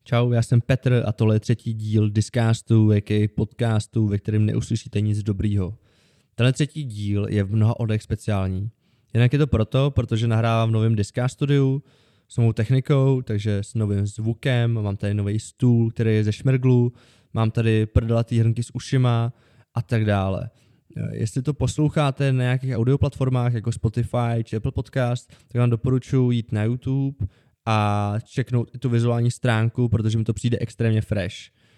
Čau, já jsem Petr a tohle je 3. díl Discastu, a.k.a. podcastu, ve kterém neuslyšíte nic dobrýho. Tenhle 3. díl je v mnoha ohledech speciální. Jinak je to protože nahrávám v novém Discast studiu s novou technikou, takže s novým zvukem, mám tady nový stůl, který je ze šmrglu, mám tady prdelatý hrnky s ušima a tak dále. Jestli to posloucháte na nějakých audioplatformách jako Spotify či Apple Podcast, tak vám doporučuji jít na YouTube a checknout i tu vizuální stránku, protože mi to přijde extrémně fresh.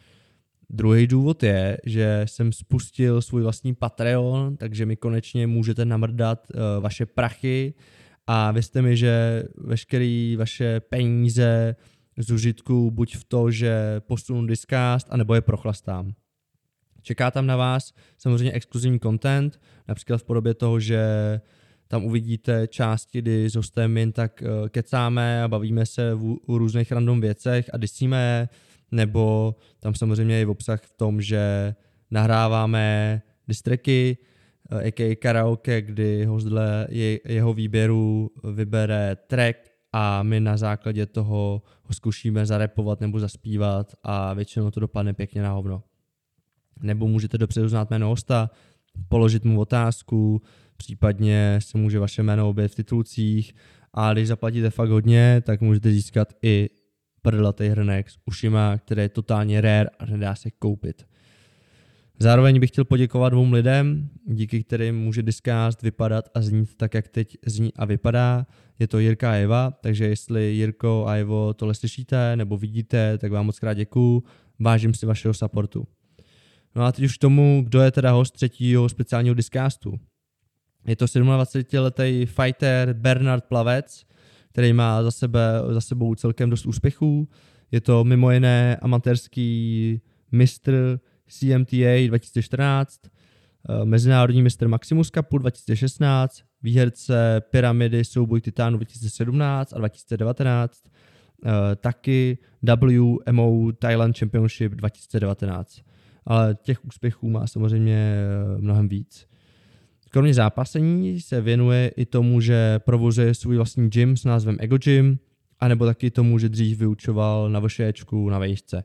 Druhý důvod je, že jsem spustil svůj vlastní Patreon, takže mi konečně můžete namrdat vaše prachy a věřte mi, že veškeré vaše peníze z užitku buď v to, že posunu Discast, anebo je prochlastám. Čeká tam na vás samozřejmě exkluzivní content, například v podobě toho, že tam uvidíte části, kdy s hostem jen tak kecáme a bavíme se o různých random věcech a disíme, nebo tam samozřejmě je obsah v tom, že nahráváme distracky, a.k.a. karaoke, kdy host dle jeho výběru vybere track a my na základě toho ho zkusíme zarepovat nebo zaspívat a většinou to dopadne pěkně na hovno. Nebo můžete dopředu znát jméno hosta, položit mu otázku, případně se může vaše jméno objevit v titulcích a když zaplatíte fakt hodně, tak můžete získat i prdelatý hrnek s ušima, které je totálně rare a nedá se koupit. Zároveň bych chtěl poděkovat 2 lidem, díky kterým může Discast vypadat a znít tak, jak teď zní a vypadá. Je to Jirka a Eva, takže jestli Jirko a Evo tohle slyšíte nebo vidíte, tak vám moc krát děkuju, vážím si vašeho supportu. No a teď už k tomu, kdo je teda host 3. speciálního Discastu. Je to 27letý fighter Bernard Plavec, který má za sebou celkem dost úspěchů. Je to mimo jiné amatérský mistr CMTA 2014, mezinárodní mistr Maximus Cupu 2016, výherce Pyramidy souboj titánů 2017 a 2019, taky WMO Thailand Championship 2019. Ale těch úspěchů má samozřejmě mnohem víc. Kromě zápasení se věnuje i tomu, že provozuje svůj vlastní gym s názvem Ego Gym, anebo taky tomu, že dřív vyučoval na VŠEčku na vejšce.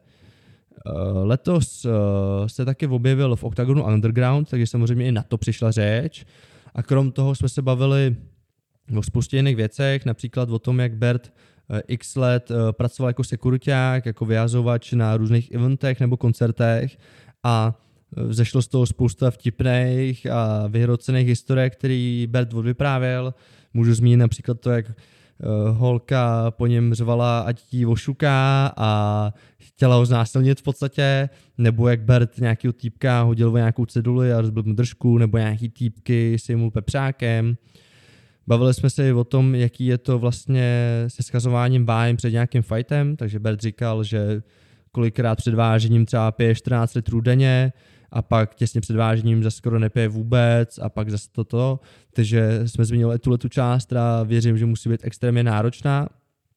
Letos se taky objevil v Octagonu Underground, takže samozřejmě i na to přišla řeč. A krom toho jsme se bavili o spoustě jiných věcech, například o tom, jak Bert x let pracoval jako sekuriťák, jako vyjazovač na různých eventech nebo koncertech a vzešlo z toho spousta vtipných a vyhrocených historiek, který Bert odvyprávěl. Můžu zmínit například to, jak holka po něm řvala, ať jí ošuká a chtěla ho znásilnit v podstatě, nebo jak Bert nějakýho týpka hodil o nějakou ceduli a rozbil mu držku, nebo nějaký týpky s jemu pepřákem. Bavili jsme se i o tom, jaký je to vlastně se schazováním vájem před nějakým fightem, takže Bert říkal, že kolikrát před vážením třeba pije 14 litrů denně a pak těsně před vážením zase skoro nepije vůbec a pak zase toto. Takže jsme zmínili tuhletu část, která věřím, že musí být extrémně náročná.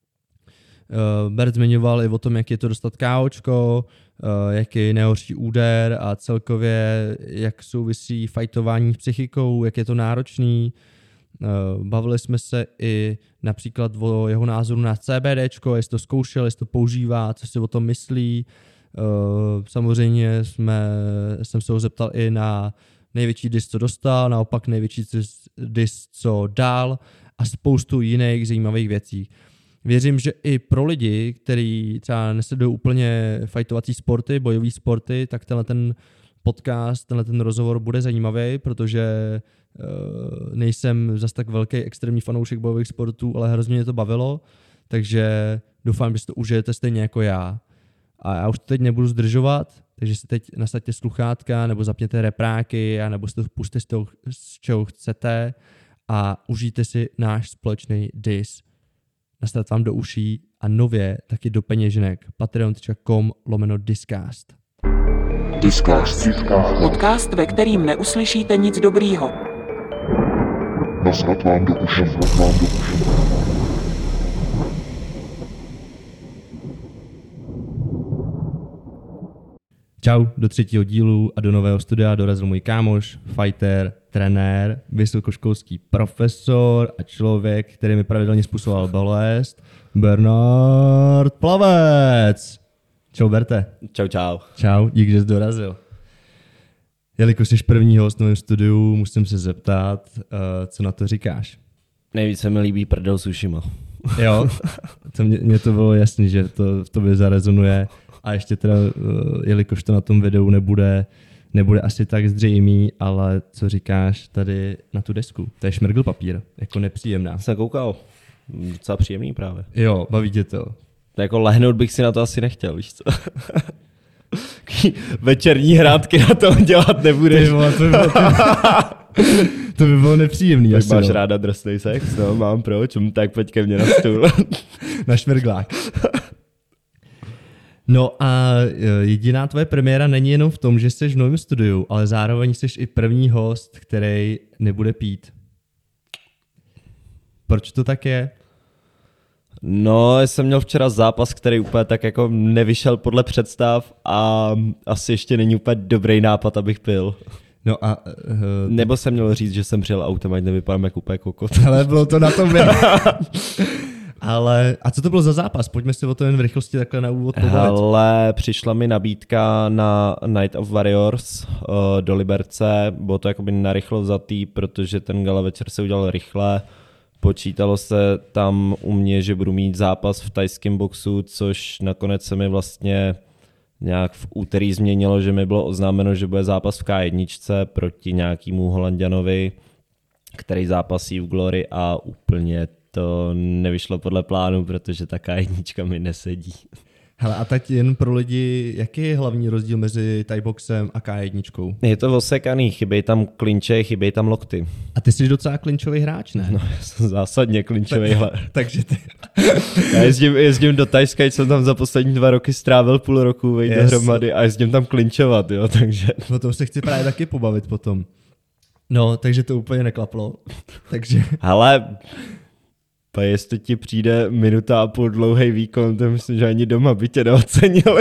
Bert zmiňoval i o tom, jak je to dostat KOčko, jak je nejhorší úder a celkově jak souvisí fightování s psychikou, jak je to náročný. Bavili jsme se i například o jeho názoru na CBDčko, jestli to zkoušel, jestli to používá, co si o tom myslí. Samozřejmě jsem se ho zeptal i na největší diss, co dostal, naopak největší diss, co dal a spoustu jiných zajímavých věcí. Věřím, že i pro lidi, kteří třeba nesledují úplně fightovací sporty, bojové sporty, tak ten podcast, ten rozhovor bude zajímavý, protože nejsem zas tak velký extrémní fanoušek bojových sportů, ale hrozně mě to bavilo, takže doufám, že si to užijete stejně jako já. A já už to teď nebudu zdržovat, takže si teď nasaďte sluchátka, nebo zapněte repráky, nebo si to pusťte z čeho chcete a užijte si náš společný diss. Nastat vám do uší a nově taky do peněženek. patreon.com/discast. Discast. Podcast, ve kterým neuslyšíte nic dobrýho. Nasrat vám do uší. Čau, do 3. dílu a do nového studia dorazil můj kámoš, fighter, trenér, vysokoškolský profesor a člověk, který mi pravidelně způsoboval bolest, Bernard Plavec. Čau Berte. Čau. Čau, dík, že jsi dorazil. Jelikož jsi první host v novém studiu, musím se zeptat, co na to říkáš? Nejvíc se mi líbí prdel s ušima. Jo, mě to bylo jasný, že to v tobě zarezonuje a ještě teda, jelikož to na tom videu nebude asi tak zřejmý, ale co říkáš tady na tu desku? To je šmrgl papír, jako nepříjemná. Jsem koukal, docela příjemný právě. Jo, baví tě to. Jako lehnout bych si na to asi nechtěl, víš co? Večerní hrátky na to dělat nebudeš. To by bylo nepříjemný. Tak máš ráda drsnej sex? No, mám proč, tak pojď ke mně na stůl. Na šmrglák. No a jediná tvoje premiéra není jenom v tom, že jsi v novém studiu, ale zároveň jsi i první host, který nebude pít. Proč to tak je? No, jsem měl včera zápas, který úplně tak jako nevyšel podle představ a asi ještě není úplně dobrý nápad, abych pil. No a... Nebo jsem měl říct, že jsem přijel autem, ať nevypadám jako úplně kokot. Ale bylo to na tom videu. Ale a co to bylo za zápas? Pojďme si o to jen v rychlosti takhle na úvod povědět. Ale přišla mi nabídka na Night of Warriors do Liberce. Bylo to jakoby narychlo vzatý, protože ten gala večer se udělal rychle. Počítalo se tam u mě, že budu mít zápas v thajském boxu, což nakonec se mi vlastně nějak v úterý změnilo, že mi bylo oznámeno, že bude zápas v K1 proti nějakému Holanďanovi, který zápasí v Glory a úplně to nevyšlo podle plánu, protože ta K1 mi nesedí. Hele, a teď jen pro lidi, jaký je hlavní rozdíl mezi Thaiboxem a K1? Je to osekaný, chybějí tam klinče, chybějí tam lokty. A ty jsi docela klinčový hráč, ne? No, já jsem zásadně klinčový hráč. Takže ty... Já jezdím do Thajska, jsem tam za poslední 2 roky strávil půl roku dohromady a jezdím tam klinčovat, jo, takže... O tom se chci právě taky pobavit potom. No, takže to úplně neklaplo. Takže... Hele... A jestli ti přijde 1,5 minuty dlouhý výkon, to myslím, že ani doma by tě neocenili.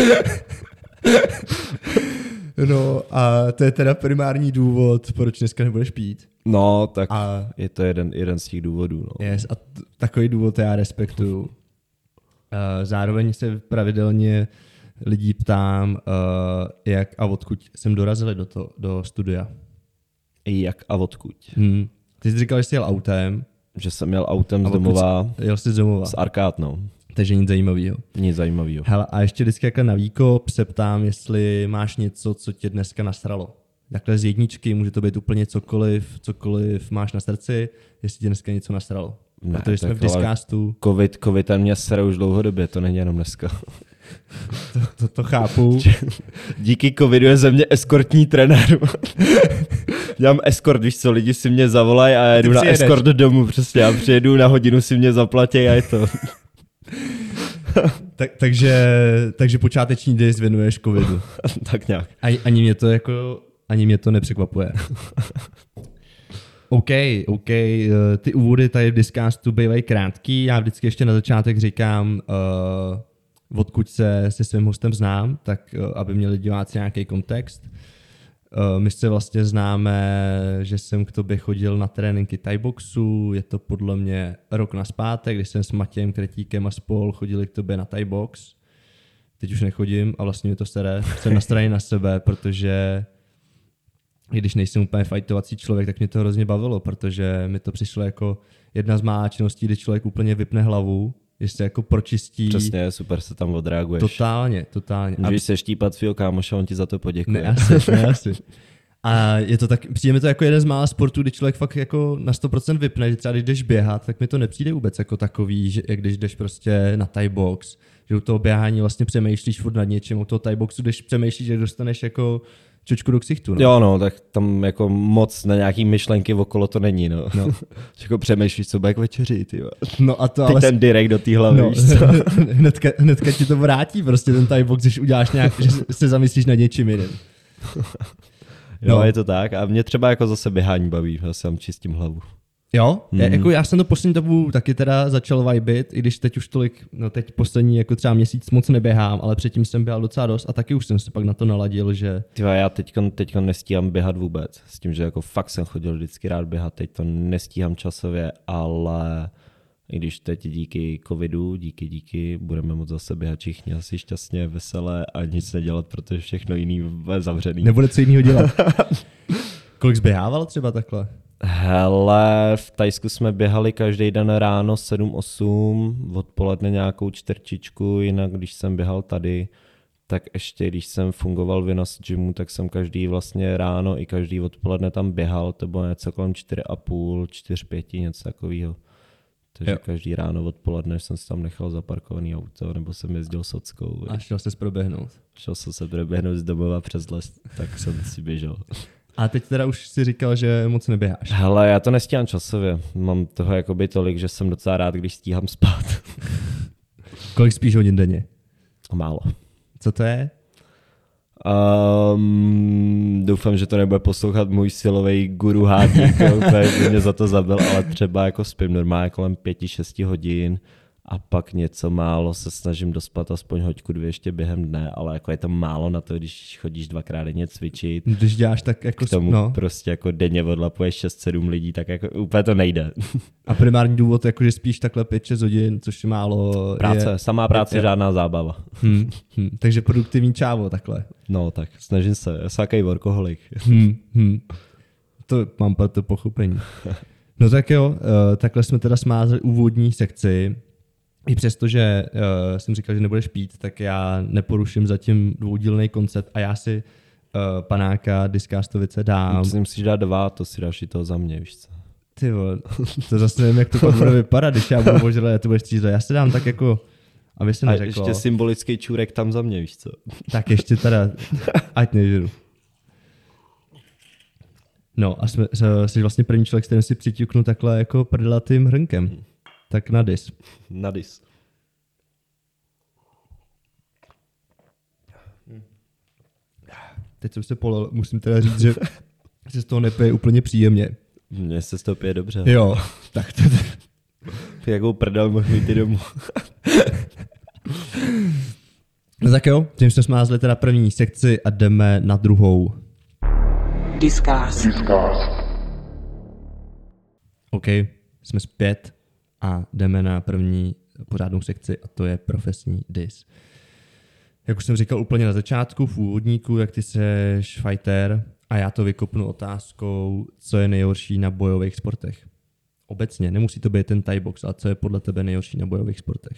No a to je teda primární důvod, proč dneska nebudeš pít. No, tak je to jeden z těch důvodů. No. Yes, a takový důvod já respektuju. Zároveň se pravidelně lidí ptám, jak a odkud jsem dorazili do studia. Jak a odkud? Ty jsi říkal, že jsi jel autem. Že jsem jel autem z domova. Jel jsi z domova. Z Arkád, no. Takže nic zajímavého. Nic zajímavého. Hele, a ještě vždycky jako na výkop se ptám, jestli máš něco, co tě dneska nasralo. Takhle z jedničky může to být úplně cokoliv máš na srdci, jestli tě dneska něco nasralo. Ne, protože jsme v Discastu. Covid ten mě sere už dlouhodobě, to není jenom dneska. To chápu. Díky covidu je ze mě eskortní trenér. Dělám eskort, víš co, lidi si mě zavolají a já jedu na eskort domů, přesně, já přijedu na hodinu, si mě zaplatí a je to. takže počáteční dis věnuješ covidu. Tak nějak. Ani mě to nepřekvapuje. OK, ty úvody tady v Discastu bývají krátký, já vždycky ještě na začátek říkám, odkud se svým hostem znám, tak aby měli diváci nějaký kontext. My se vlastně známe, že jsem k tobě chodil na tréninky Thaiboxu, je to podle mě rok nazpátek, když jsem s Matějem Kretíkem a spol chodili k tobě na Thaibox. Teď už nechodím a vlastně mi to sere. Jsem nastraněný na sebe, protože i když nejsem úplně fajtovací člověk, tak mě to hrozně bavilo, protože mi to přišlo jako jedna z mála činností, kdy člověk úplně vypne hlavu, když se jako pročistí. Přesně, super se tam odreaguješ. Totálně. Můžeš se štípat svýho kámoša, on ti za to poděkuje. Ne asi. A je to tak, přijde mi to jako jeden z mála sportů, kdy člověk fakt jako na 100% vypne, že třeba když jdeš běhat, tak mi to nepřijde vůbec jako takový, že když jdeš prostě na Thaibox, že u toho běhání vlastně přemýšlíš furt nad něčím, u toho Thaiboxu, když přemýšlíš, že dostaneš jako čočku do ksichtu. No. Jo, no, tak tam jako moc na nějaký myšlenky okolo to není, no. Jako přemýšlíš, co bude k večeři, ty. No a to ale... ten direkt do té hlavy, víš co? hnedka ti to vrátí prostě ten Thaibox, když uděláš nějak, že se zamyslíš nad něčím jiným. Jo, je to tak. A mě třeba jako zase běhání baví, já jsem čistím hlavu. Jo? Já jsem to poslední dobu taky teda začal vibit, i když teď už tolik, no teď poslední jako třeba měsíc moc neběhám, ale předtím jsem běhal docela dost a taky už jsem se pak na to naladil, že... Tyva, já teďka nestíhám běhat vůbec, s tím, že jako fakt jsem chodil vždycky rád běhat, teď to nestíhám časově, ale I když teď díky covidu, díky, budeme moct zase běhat všichni asi šťastně, veselé a nic nedělat, protože všechno jiný je zavřený. Nebude co jiného dělat. Kolik jsi běhával třeba takhle? Hele, v Thajsku jsme běhali každý den ráno 7-8, odpoledne nějakou čtvrtičku, jinak když jsem běhal tady, tak ještě když jsem fungoval v Venus Gymu, tak jsem každý vlastně ráno i každý odpoledne tam běhal, to bylo něco kolem 4,5, 4,5, něco takového. Takže každý ráno odpoledne jsem si tam nechal zaparkovaný auto, nebo jsem jezdil sockou. A šel jsi proběhnout. Šel jsem se proběhnout z domova přes les, tak jsem si běžel. A teď teda už si říkal, že moc neběháš. Hele, já to nestíhám časově. Mám toho jakoby tolik, že jsem docela rád, když stíhám spát. Kolik spíš hodin denně? Málo. Co to je? Doufám, že to nebude poslouchat můj silový guru Hádík, který mě za to zabil, ale třeba jako spím normálně kolem 5-6 hodin a pak něco málo se snažím dospat aspoň hoďku 2 ještě během dne, ale jako je to málo na to, když chodíš 2krát denně cvičit. Když děláš tak jako... K tomu prostě jako denně odlapuješ 6-7 lidí, tak jako úplně to nejde. A primární důvod, jako že spíš takhle 5-6 hodin, což je málo... Práce, samá práce, žádná zábava. Takže produktivní čávo takhle. No tak, snažím se, já jsem takový workoholik. To mám pro to pochopení. No tak jo, takhle jsme teda smázeli úvodní sekci. I přesto, že jsem říkal, že nebudeš pít, tak já neporuším zatím dvoudílný koncept a já si panáka Discastovice dám. To si musíš dát 2, to si dáš i toho za mě, víš co. Ty vole, to zase nevím, jak to pak bude vypadat, když já budu požrat, to budeš střízat. Já si dám tak jako, aby se neřeklo. A ještě symbolický čůrek tam za mě, víš co. Tak ještě teda, ať nežeru. No a jsi vlastně první člověk, s kterým si přiťuknu takhle jako prdelatým hrnkem. Tak na dis. Na dis. Teď jsem se polil, musím teda říct, že se z toho nepije úplně příjemně. Mně se z toho pije dobře. Jo, tak to... Jakou prdel mohl mít ty domů. No tak jo, tím jsme smázli teda první sekci a jdeme na druhou. Discast. OK, jsme zpět a jdeme na první pořádnou sekci a to je profesní dis. Jak už jsem říkal úplně na začátku, v úvodníku, jak ty seš fighter a já to vykopnu otázkou, co je nejhorší na bojových sportech. Obecně, nemusí to být ten Thai box, ale co je podle tebe nejhorší na bojových sportech?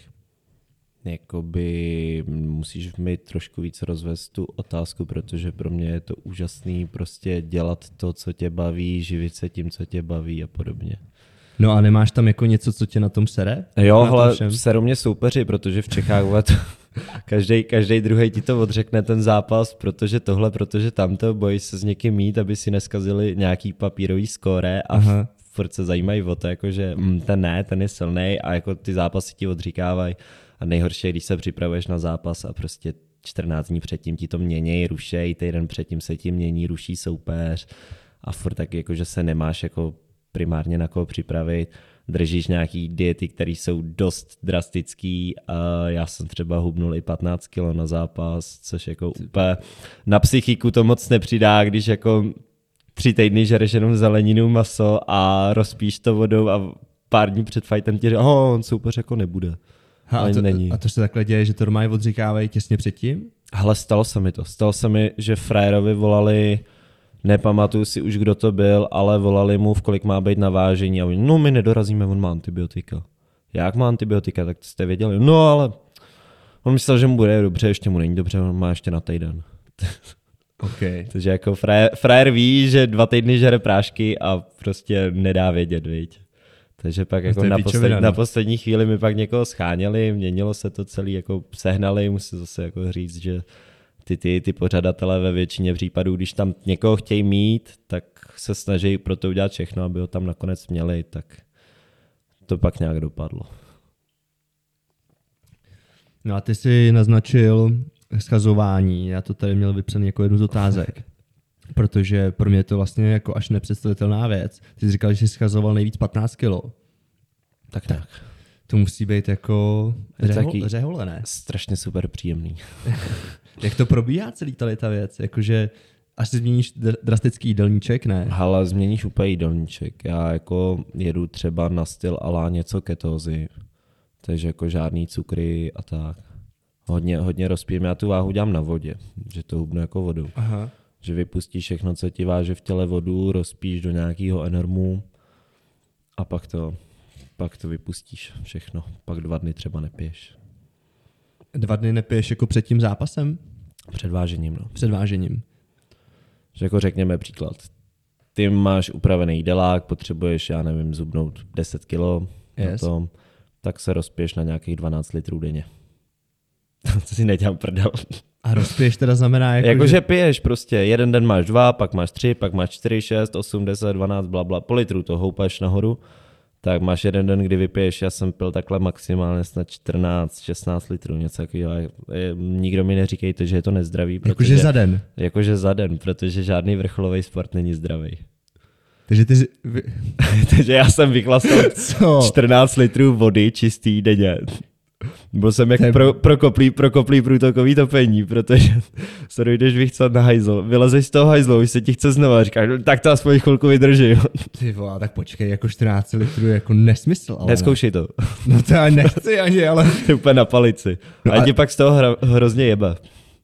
Jakoby musíš mi trošku víc rozvést tu otázku, protože pro mě je to úžasný prostě dělat to, co tě baví, živit se tím, co tě baví a podobně. No a nemáš tam jako něco, co tě na tom sere? Jo, ale serou mě soupeři, protože v Čechách každý druhý ti to odřekne ten zápas, protože tohle, protože tamto, bojí se s někým mít, aby si neskazili nějaký papírový skóre a furt se zajímají o to, jakože ten je silnej a jako ty zápasy ti odříkávají. A nejhorší je, když se připravuješ na zápas a prostě 14 dní předtím ti to mění, rušej, týden předtím se ti mění, ruší soupeř a furt tak jakože se nemáš jako primárně na koho připravit. Držíš nějaký diety, které jsou dost drastický a já jsem třeba hubnul i 15 kg na zápas, což jako úplně na psychiku to moc nepřidá, když jako 3 týdny žereš jenom zeleninu, maso a rozpíš to vodou a pár dní před fightem ti říká, on soupeř jako nebude. A to se takhle děje, že to normálně odříkávají těsně předtím? Hele, stalo se mi, že frajerovi volali, nepamatuju si už, kdo to byl, ale volali mu, v kolik má být na vážení a oni, no my nedorazíme, on má antibiotika. Jak má antibiotika, tak jste věděli? No ale on myslel, že mu bude dobře, ještě mu není dobře, on má ještě na týden. Okay. Takže jako frajer ví, že 2 týdny žere prášky a prostě nedá vědět, viď. Takže pak jako na poslední chvíli mi pak někoho scháněli, měnilo se to celý, jako sehnali, musím zase jako říct, že ty pořadatelé ve většině případů, když tam někoho chtějí mít, tak se snaží pro to udělat všechno, aby ho tam nakonec měli, tak to pak nějak dopadlo. No a ty jsi naznačil schazování, já to tady měl vypsaný jako jednu z otázek. Protože pro mě je to vlastně jako až nepředstavitelná věc. Ty jsi říkal, že jsi schazoval nejvíc 15 kilo. Tak. To musí být jako řehole, ne? Strašně super příjemný. Jak to probíhá celý ta věc? Jakože Asi změníš drastický jídelníček, ne? Hele, změníš úplně jídelníček. Já jako jedu třeba na styl ala něco ketózy, takže jako žádný cukry a tak. Hodně rozpijím. Já tu váhu dělám na vodě, že to hubnu jako vodou. Aha. Že vypustíš všechno, co ti váže v těle vodu, rozpíš do nějakého enormu a pak to vypustíš všechno. Pak 2 dny třeba nepiješ. 2 dny nepiješ jako před tím zápasem? Před vážením, no. Před vážením. Že jako řekněme příklad. Ty máš upravený jídelák, potřebuješ, já nevím, zubnout 10 kilo na tom, tak se rozpiješ na nějakých 12 litrů denně. To si nedělám prdel. A rozpiješ teda znamená Jakože piješ prostě, jeden den máš 2, pak máš 3, pak máš 4, 6, 8, 10, 12, blabla, po litru to houpaš nahoru, tak máš jeden den, kdy vypiješ, já jsem pil takhle maximálně snad 14, 16 litrů, něco takového. Nikdo mi neříkejte, že je to nezdravý. Jakože za den? Jakože za den, protože žádný vrcholový sport není zdravý. Takže Takže já jsem vychlastal 14 litrů vody čistý denně. Byl jsem jak prokoplý průtokový topení, protože se dojdeš vychcat na hajzl, vylezeš z toho hajzlu, už se ti chce znova a říkáš, tak to aspoň chvilku vydrží. Ty vole, tak počkej, jako 14 litrů je jako nesmysl. Ale neskoušej to. No to já nechci ani, ale... To je úplně na palici. No a ti pak z toho hrozně jebe.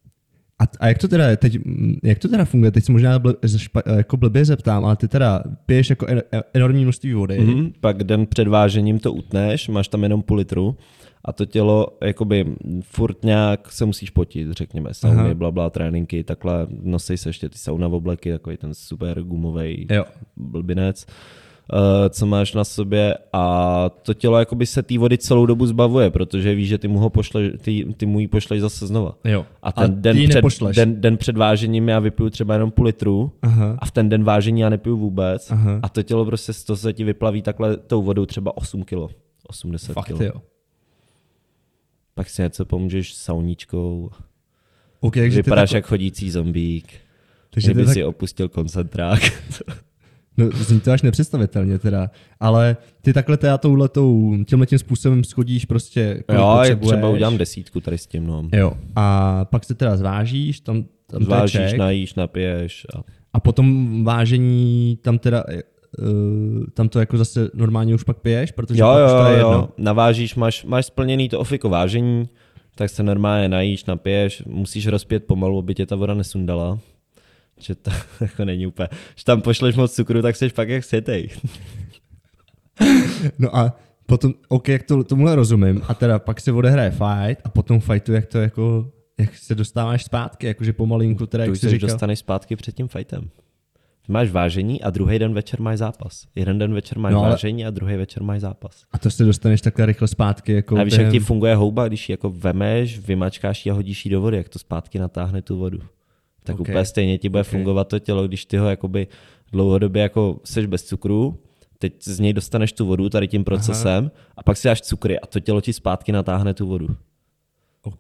A jak to teda teď, jak to teda funguje? Teď se možná jako blbě zeptám, ale ty teda piješ jako enormní množství vody. Pak den před vážením to utneš, máš tam jenom půl litru a to tělo jakoby furt nějak se musíš potit, řekněme, sauny, blabla, tréninky, takhle nosej se ještě ty sauna obleky, takový ten super gumovej blbinec, co máš na sobě a to tělo jakoby se té vody celou dobu zbavuje, protože víš, že ty mu ji pošleš zase znova. Jo. A ten den před vážením já vypiju třeba jenom půl litru a v ten den vážení já nepiju vůbec a to tělo prostě to se ti vyplaví takhle tou vodou třeba 8 kilo, 80 Fakt, kilo. Jo. Pak si něco pomůžeš sauníčkou, okay, vypadáš jak chodící zombík, takže kdyby si opustil koncentrák. No, zní to až nepředstavitelně teda, ale ty takhle teda tímhletím způsobem schodíš prostě, kolik potřebuješ. Třeba udělám 10 tady s tím, no. Jo, a pak se teda zvážíš, tam zvážíš, najíš, napiješ. A potom vážení tam teda, tam to jako zase normálně už pak piješ, protože pak už to je jedno. Navážíš, máš splněný to ofiko vážení, tak se normálně najíš, napiješ, musíš rozpět pomalu, aby tě ta voda nesundala. Že to jako není úplně, že tam pošleš moc cukru, tak seš pak jak světej. No a potom, jak tomuhle rozumím, a teda pak se odehraje fight a potom fightu, jak se dostáváš zpátky, jakože pomalinku, teda jak jsi říkal. Dostaneš zpátky před tím fightem. Máš vážení a druhý den večer máš zápas. Jeden den večer máš vážení a druhý večer máš zápas. A to se dostaneš takhle rychle zpátky. Jako a víš, jak ti funguje houba, když ji jako vemeš, vymačkáš ji a hodíš ji do vody, jak to zpátky natáhne tu vodu. Tak úplně stejně ti bude fungovat to tělo, když ty ho jakoby dlouhodobě jako seš bez cukru, teď z něj dostaneš tu vodu tady tím procesem a pak si dáš cukry a to tělo ti zpátky natáhne tu vodu. OK.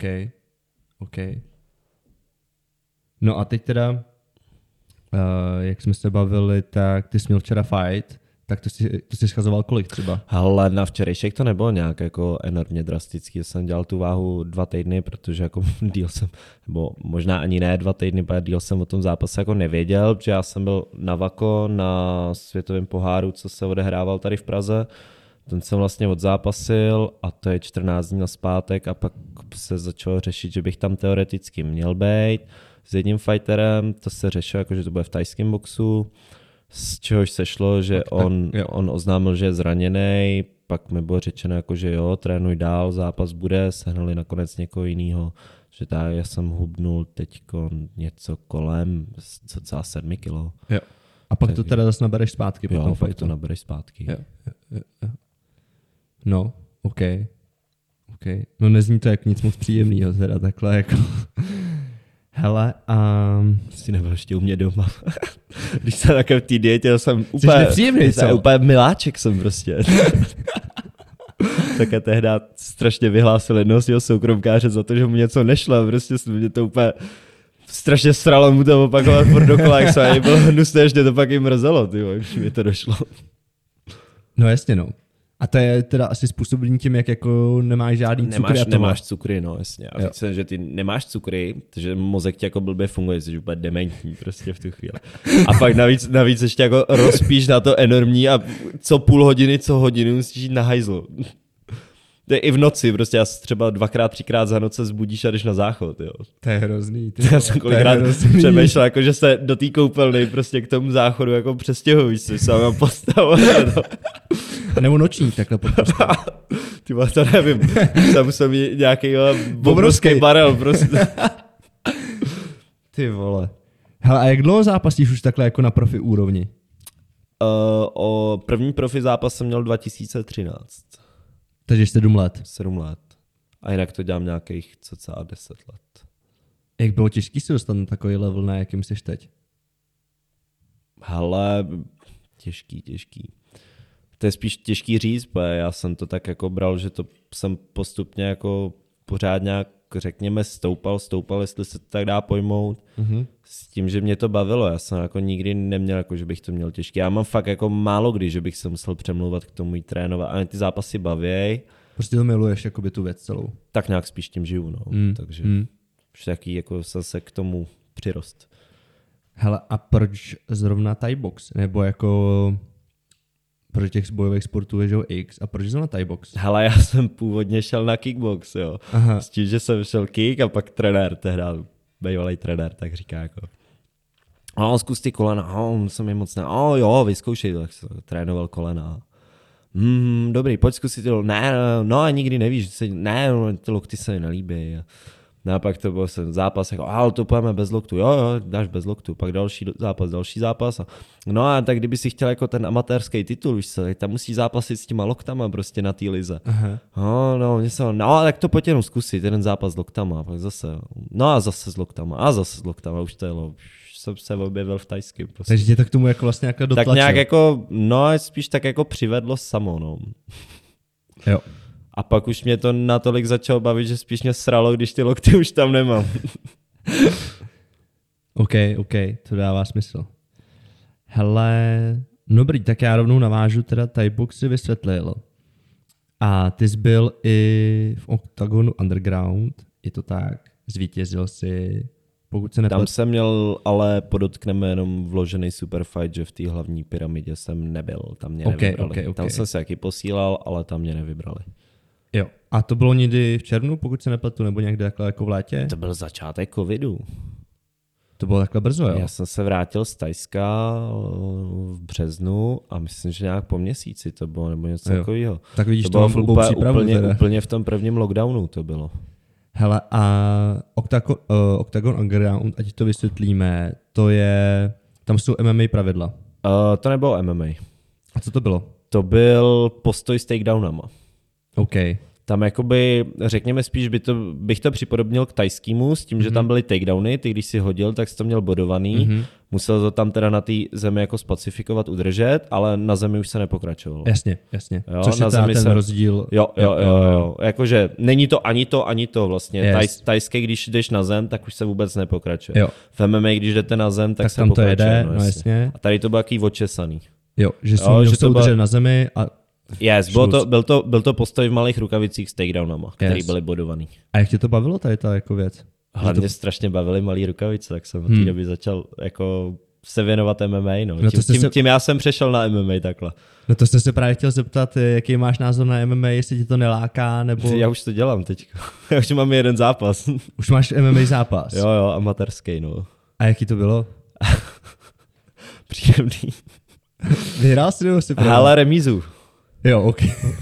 No a teď teda, jak jsme se bavili, tak ty jsi měl včera fight, tak to jsi schazoval kolik třeba? Ale na včerejšek to nebylo nějak jako enormně drastický. Jsem dělal tu váhu 2 týdny, protože jako díl jsem, nebo možná ani ne 2 týdny, protože díl jsem o tom zápase jako nevěděl, protože já jsem byl na Vako, na světovém poháru, co se odehrával tady v Praze. Ten jsem vlastně odzápasil a to je 14 dní nazpátek a pak se začalo řešit, že bych tam teoreticky měl být s jedním fighterem, to se řešilo jako, že to bude v thajském boxu. Z čehož se šlo, že on oznámil, že je zraněný, pak mi bylo řečeno, jako, že jo, trénuj dál, zápas bude, sehnali nakonec někoho jiného, že já jsem hubnul teďko něco kolem cca 7 kilo. Jo. A pak to teda zase nabereš zpátky? Jo, pak to nabereš zpátky. Jo. No, OK. No nezní to jak nic moc příjemného, teda takhle jako... Hele, si nebyl ještě u mě doma. Když jsem také v té dietě, jsem úplně miláček jsem prostě. Také tehdy strašně vyhlásil jednoho svého soukromkáře za to, že mu něco nešlo. Prostě mě to úplně strašně sralo mu to opakovat furt dokola, jak jsem byl hnusný, ještě to pak i mrzelo, když mi to došlo. No jasně, no. A to je teda asi způsobený tím, jak jako nemáš žádný cukry. Nemáš cukry, no jasně. A víc, že ty nemáš cukry, takže mozek ti jako blbě funguje, jsi úplně dementní prostě v tu chvíli. A pak navíc ještě jako rozpíš na to enormní a co půl hodiny, co hodinu musíš jít na hajzlu. To je i v noci, prostě já třeba 2x, 3x za noc se zbudíš a jdeš na záchod, jo. To je hrozný. Já jsem kolikrát přemýšlel, jako, že se do té koupelny prostě k tomu záchodu jako přestěhují, si sám postavil. Nebo nočník takhle pod Ty vole, to nevím. Tam musel mít nějaký obrovský barel prostě. Ty vole. Hele, a jak dlouho zápasíš už takhle jako na profi úrovni? O první profi zápas jsem měl 2013. Takže 7 let. 7 let. A jinak to dělám nějakých cca 10 let. Jak bylo těžký se dostat na takový level, na jakým jsi teď? Hele, těžký. To je spíš těžký říct, protože já jsem to tak jako bral, že to jsem postupně jako pořád nějak, řekněme, stoupal, jestli se to tak dá pojmout. Mm-hmm. S tím, že mě to bavilo. Já jsem jako nikdy neměl, jako, že bych to měl těžké. Já mám fakt jako málo kdy, že bych se musel přemlouvat k tomu jít trénovat. A ty zápasy bavěj. Prostě to miluješ, jakoby tu věc celou. Tak nějak spíš tím žiju, no. Takže všaký jako se k tomu přirost. Hele, a proč zrovna Thai box? Nebo jako proč těch bojových sportů je, že X? A proč zrovna Thai box? Hele, já jsem původně šel na kickbox, jo. Aha. S tím, že jsem šel kick a pak trenér, tehda bývalý trenér, tak říká jako zkus ty kolena, jsem je moc ne, jo, vyzkoušej, tak jsem trénoval kolena. Dobrý, pojď zkusit ty no nikdy nevíš, ty lokty se mi nelíbí. No a pak to byl zápas, jako, to pojeme bez loktu, jo, dáš bez loktu, pak další zápas. No a tak kdyby si chtěl jako ten amatérský titul, víš co, tak tam musíš zápasit s těma loktama prostě na té lize. Aha. Tak to pojď jenom zkusit, jeden zápas s loktama, pak zase, a zase s loktama, už to jelo, už jsem se objevil v tajském. Prostě. Takže tě to k tomu jako vlastně jako dotlačil. Tak nějak jako, spíš tak jako přivedlo samo, no. Jo. A pak už mě to natolik začalo bavit, že spíš mě sralo, když ty lokty už tam nemám. OK, to dává smysl. Hele, dobrý, tak já rovnou navážu, teda Thai box si vysvětlil. A ty jsi byl i v Octagonu Underground, je to tak, zvítězil si, pokud se neplet... Tam jsem měl, ale podotkneme jenom vložený superfight, že v té hlavní pyramidě jsem nebyl, tam mě nevybrali. Okay. Tam jsem se jaký posílal, ale tam mě nevybrali. Jo. A to bylo někdy v červnu, pokud se nepletu, nebo někde takhle jako v létě? To byl začátek covidu. To bylo takhle brzo, jo? Já jsem se vrátil z Tajska v březnu a myslím, že nějak po měsíci to bylo, nebo něco takového. Tak vidíš, to bylo úplně v tom prvním lockdownu to bylo. Hele, a Octagon Underground, ať to vysvětlíme, to je, tam jsou MMA pravidla. To nebylo MMA. A co to bylo? To byl postoj s takedownama. OK. Tam jakoby, řekněme spíš, bych to připodobnil k tajskému, s tím, že tam byly takedowny, ty když si hodil, tak jsi to měl bodovaný, musel to tam teda na té zemi jako spacifikovat, udržet, ale na zemi už se nepokračovalo. Jasně. Jo, což je ten rozdíl. Jo. Jakože není to ani to vlastně. Yes. Tajské, když jdeš na zem, tak už se vůbec nepokračuje. Jo. V MMA, když jdete na zem, tak se tam pokračuje. To jede, no jasně. A tady to bylo jaký očesaný. Jo, že se udržel na zemi a yes, byl to postoj v malých rukavicích s takedownama, který byly bodovaný. A jak tě to bavilo tady ta jako věc? Hlavně strašně bavily malý rukavice, tak jsem od té doby začal jako se věnovat MMA. No. Tím já jsem přešel na MMA takhle. No to jste se právě chtěl zeptat, jaký máš názor na MMA, jestli ti to neláká, nebo... Já už to dělám teď. Já už mám jeden zápas. Už máš MMA zápas? Jo, amatérský, no. A jaký to bylo? Příjemný. Vyhrál jsi nebo si prohrál? Ale remízu. Jo, OK.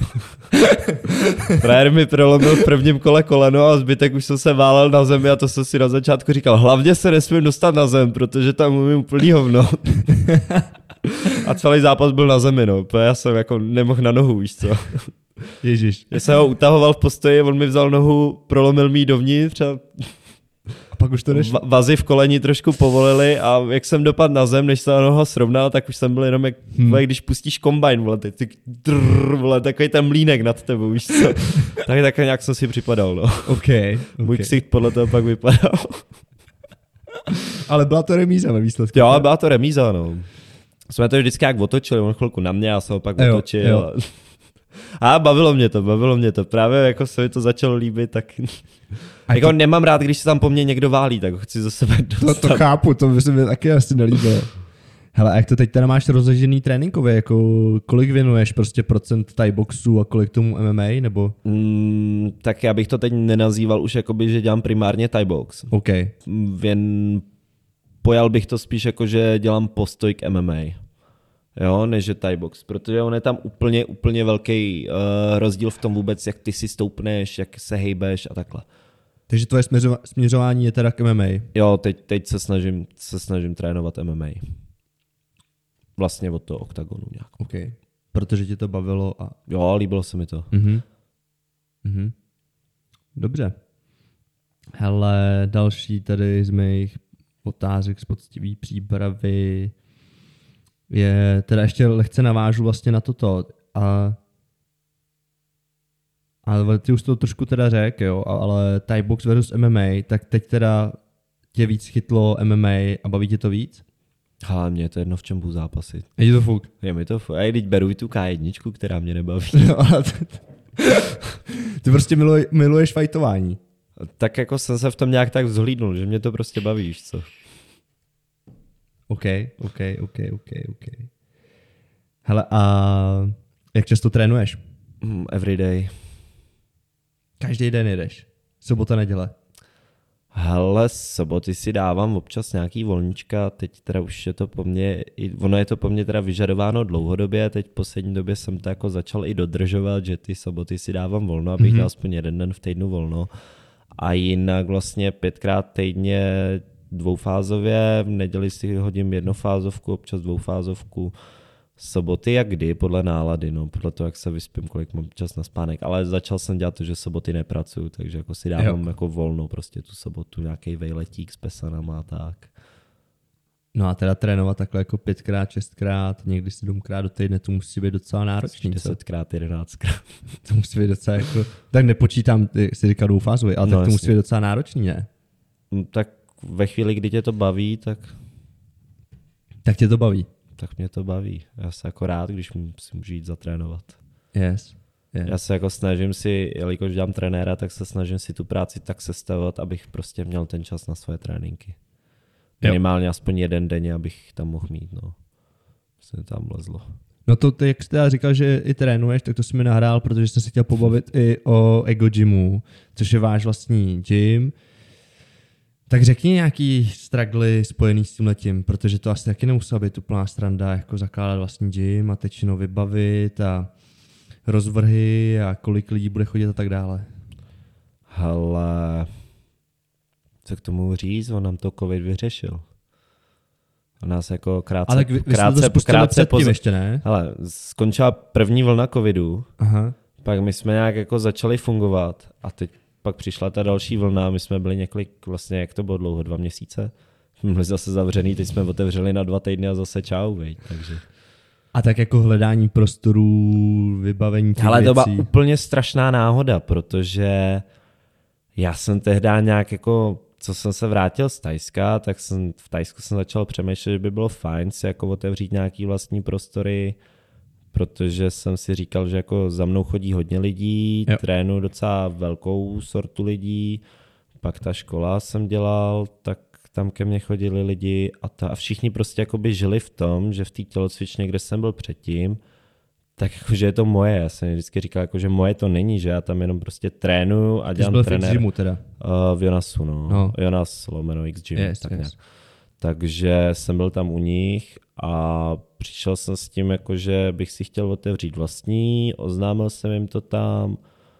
Frajer mi prolomil v prvním kole koleno a zbytek už jsem se válel na zemi a to jsem si na začátku říkal, hlavně se nesmím dostat na zem, protože tam umím úplný hovno. A celý zápas byl na zemi, no. Já jsem jako nemohl na nohu, víš co. Ježiš. Já jsem ho utahoval v postoji, on mi vzal nohu, prolomil mi dovnitř a pak už to nešlo. Vazy v koleni trošku povolily a jak jsem dopadl na zem, než se ta noha srovnal, tak už jsem byl jenom jak když pustíš kombajn, vole, takový ten mlýnek nad tebou, víš co. Tak nějak jsem si připadal, no. Okay. Můj ksicht podle toho pak vypadal. Ale byla to remíza ve výsledku. Jo, byla to remíza, no. Jsme to vždycky jak otočili, on chvilku na mě, já jsem ho pak otočil. Jo. A bavilo mě to. Právě jako se mi to začalo líbit, tak jako nemám rád, když se tam po mně někdo válí, tak ho chci za sebe dostat. To chápu, to by se mi taky asi nelíbilo. Hele, a jak to teď teda máš rozložený tréninkově, jako kolik věnuješ prostě procent Thai boxu a kolik tomu MMA, nebo? Tak já bych to teď nenazýval už jakoby, že dělám primárně Thai box. OK. Pojal bych to spíš jako, že dělám postoj k MMA. Jo, než je Thai box, protože on je tam úplně velký rozdíl v tom vůbec, jak ty si stoupneš, jak se hejbeš a takhle. Takže tvoje směřování je teda k MMA? Jo, teď se snažím trénovat MMA. Vlastně od toho oktagonu nějak. OK. Protože ti to bavilo a... Jo, líbilo se mi to. Mhm. Dobře. Hele, další tady z mých otázek z poctivý přípravy je, teda ještě lehce navážu vlastně na toto. Ale ty už to trošku teda řek, jo, ale Thai box versus MMA, tak teď teda tě víc chytlo MMA a baví tě to víc? Ale mě je to jedno, v čem budu zápasit. Je to fuk? Je mi to fuk. A teď beru i tu K1, která mě nebaví. No, ale ty prostě miluješ fajtování. Tak jako jsem se v tom nějak tak vzhlídnul, že mě to prostě baví, víš co. OK. Hele, a jak často trénuješ? Every day. Každý den jedeš. Sobota, neděle. Hele, soboty si dávám občas nějaký volníčka, teď teda už je to po mně, ono je to po mně teda vyžadováno dlouhodobě, teď v poslední době jsem to jako začal i dodržovat, že ty soboty si dávám volno, abych dal aspoň jeden den v týdnu volno. A jinak vlastně 5krát týdně dvoufázově, v neděli si hodím jednofázovku, občas dvoufázovku, soboty jak kdy, podle nálady, no, podle toho, jak se vyspím, kolik mám čas na spánek, ale začal jsem dělat to, že soboty nepracuju, takže jako si dávám jako volnou prostě tu sobotu, nějaký vejletík s pesanama a tak. No a teda trénovat takhle jako 5krát, 6krát, někdy 7krát do týdne, to musí být docela náročný. 10krát, 11krát. To musí být docela jako, tak nepočítám, si říkal dvoufázový, ale no, tak to musí být docela náročný, ne? Tak ve chvíli, kdy tě to baví, tak tě to baví. Tak mě to baví. Já se jako rád, když si můžu jít zatrénovat. Yes. Já se jako snažím si, jelikož dělám trenéra, tak se snažím si tu práci tak sestavovat, abych prostě měl ten čas na svoje tréninky. Minimálně aspoň jeden denně, abych tam mohl mít, no. Se tam lezlo. No to ty, jak jsi teda říkal, že i trénuješ, tak to si mi nahrál, protože jsem si chtěl pobavit i o Ego Gymu, což je váš vlastní gym. Tak řekni nějaký struggly spojený s tímhletím, protože to asi taky nemusela být úplná sranda, jako zakládat vlastní gym a teď vybavit a rozvrhy a kolik lidí bude chodit a tak dále. Hele, co k tomu říct, on nám to covid vyřešil. On nás jako krátce ještě, ne? Hele, skončila první vlna covidu, aha. Pak my jsme nějak jako začali fungovat a teď pak přišla ta další vlna, my jsme byli několik, vlastně jak to bylo dlouho, 2 měsíce. Byli zase zavřený, teď jsme otevřeli na 2 týdny a zase čau, veď, takže. A tak jako hledání prostorů, vybavení těch věcí. To byla věcí. úplně strašná náhoda, protože já jsem tehdy nějak jako, co jsem se vrátil z Thajska, tak v Thajsku jsem začal přemýšlet, že by bylo fajn si jako otevřít nějaký vlastní prostory, protože jsem si říkal, že jako za mnou chodí hodně lidí, trénuju docela velkou sortu lidí, pak ta škola jsem dělal, tak tam ke mně chodili lidi a všichni prostě jakoby žili v tom, že v té tělocvičně, kde jsem byl předtím, tak jakože je to moje. Já jsem vždycky říkal, jako, že moje to není, že já tam jenom prostě trénuju a dělám trenér. Ty jsi byl v X-Gymu teda? V Jonasu, no. Jonas / X-Gym. Yes, tak yes. Takže jsem byl tam u nich a přišel jsem s tím, jako, že bych si chtěl otevřít vlastní, oznámil jsem jim to tam.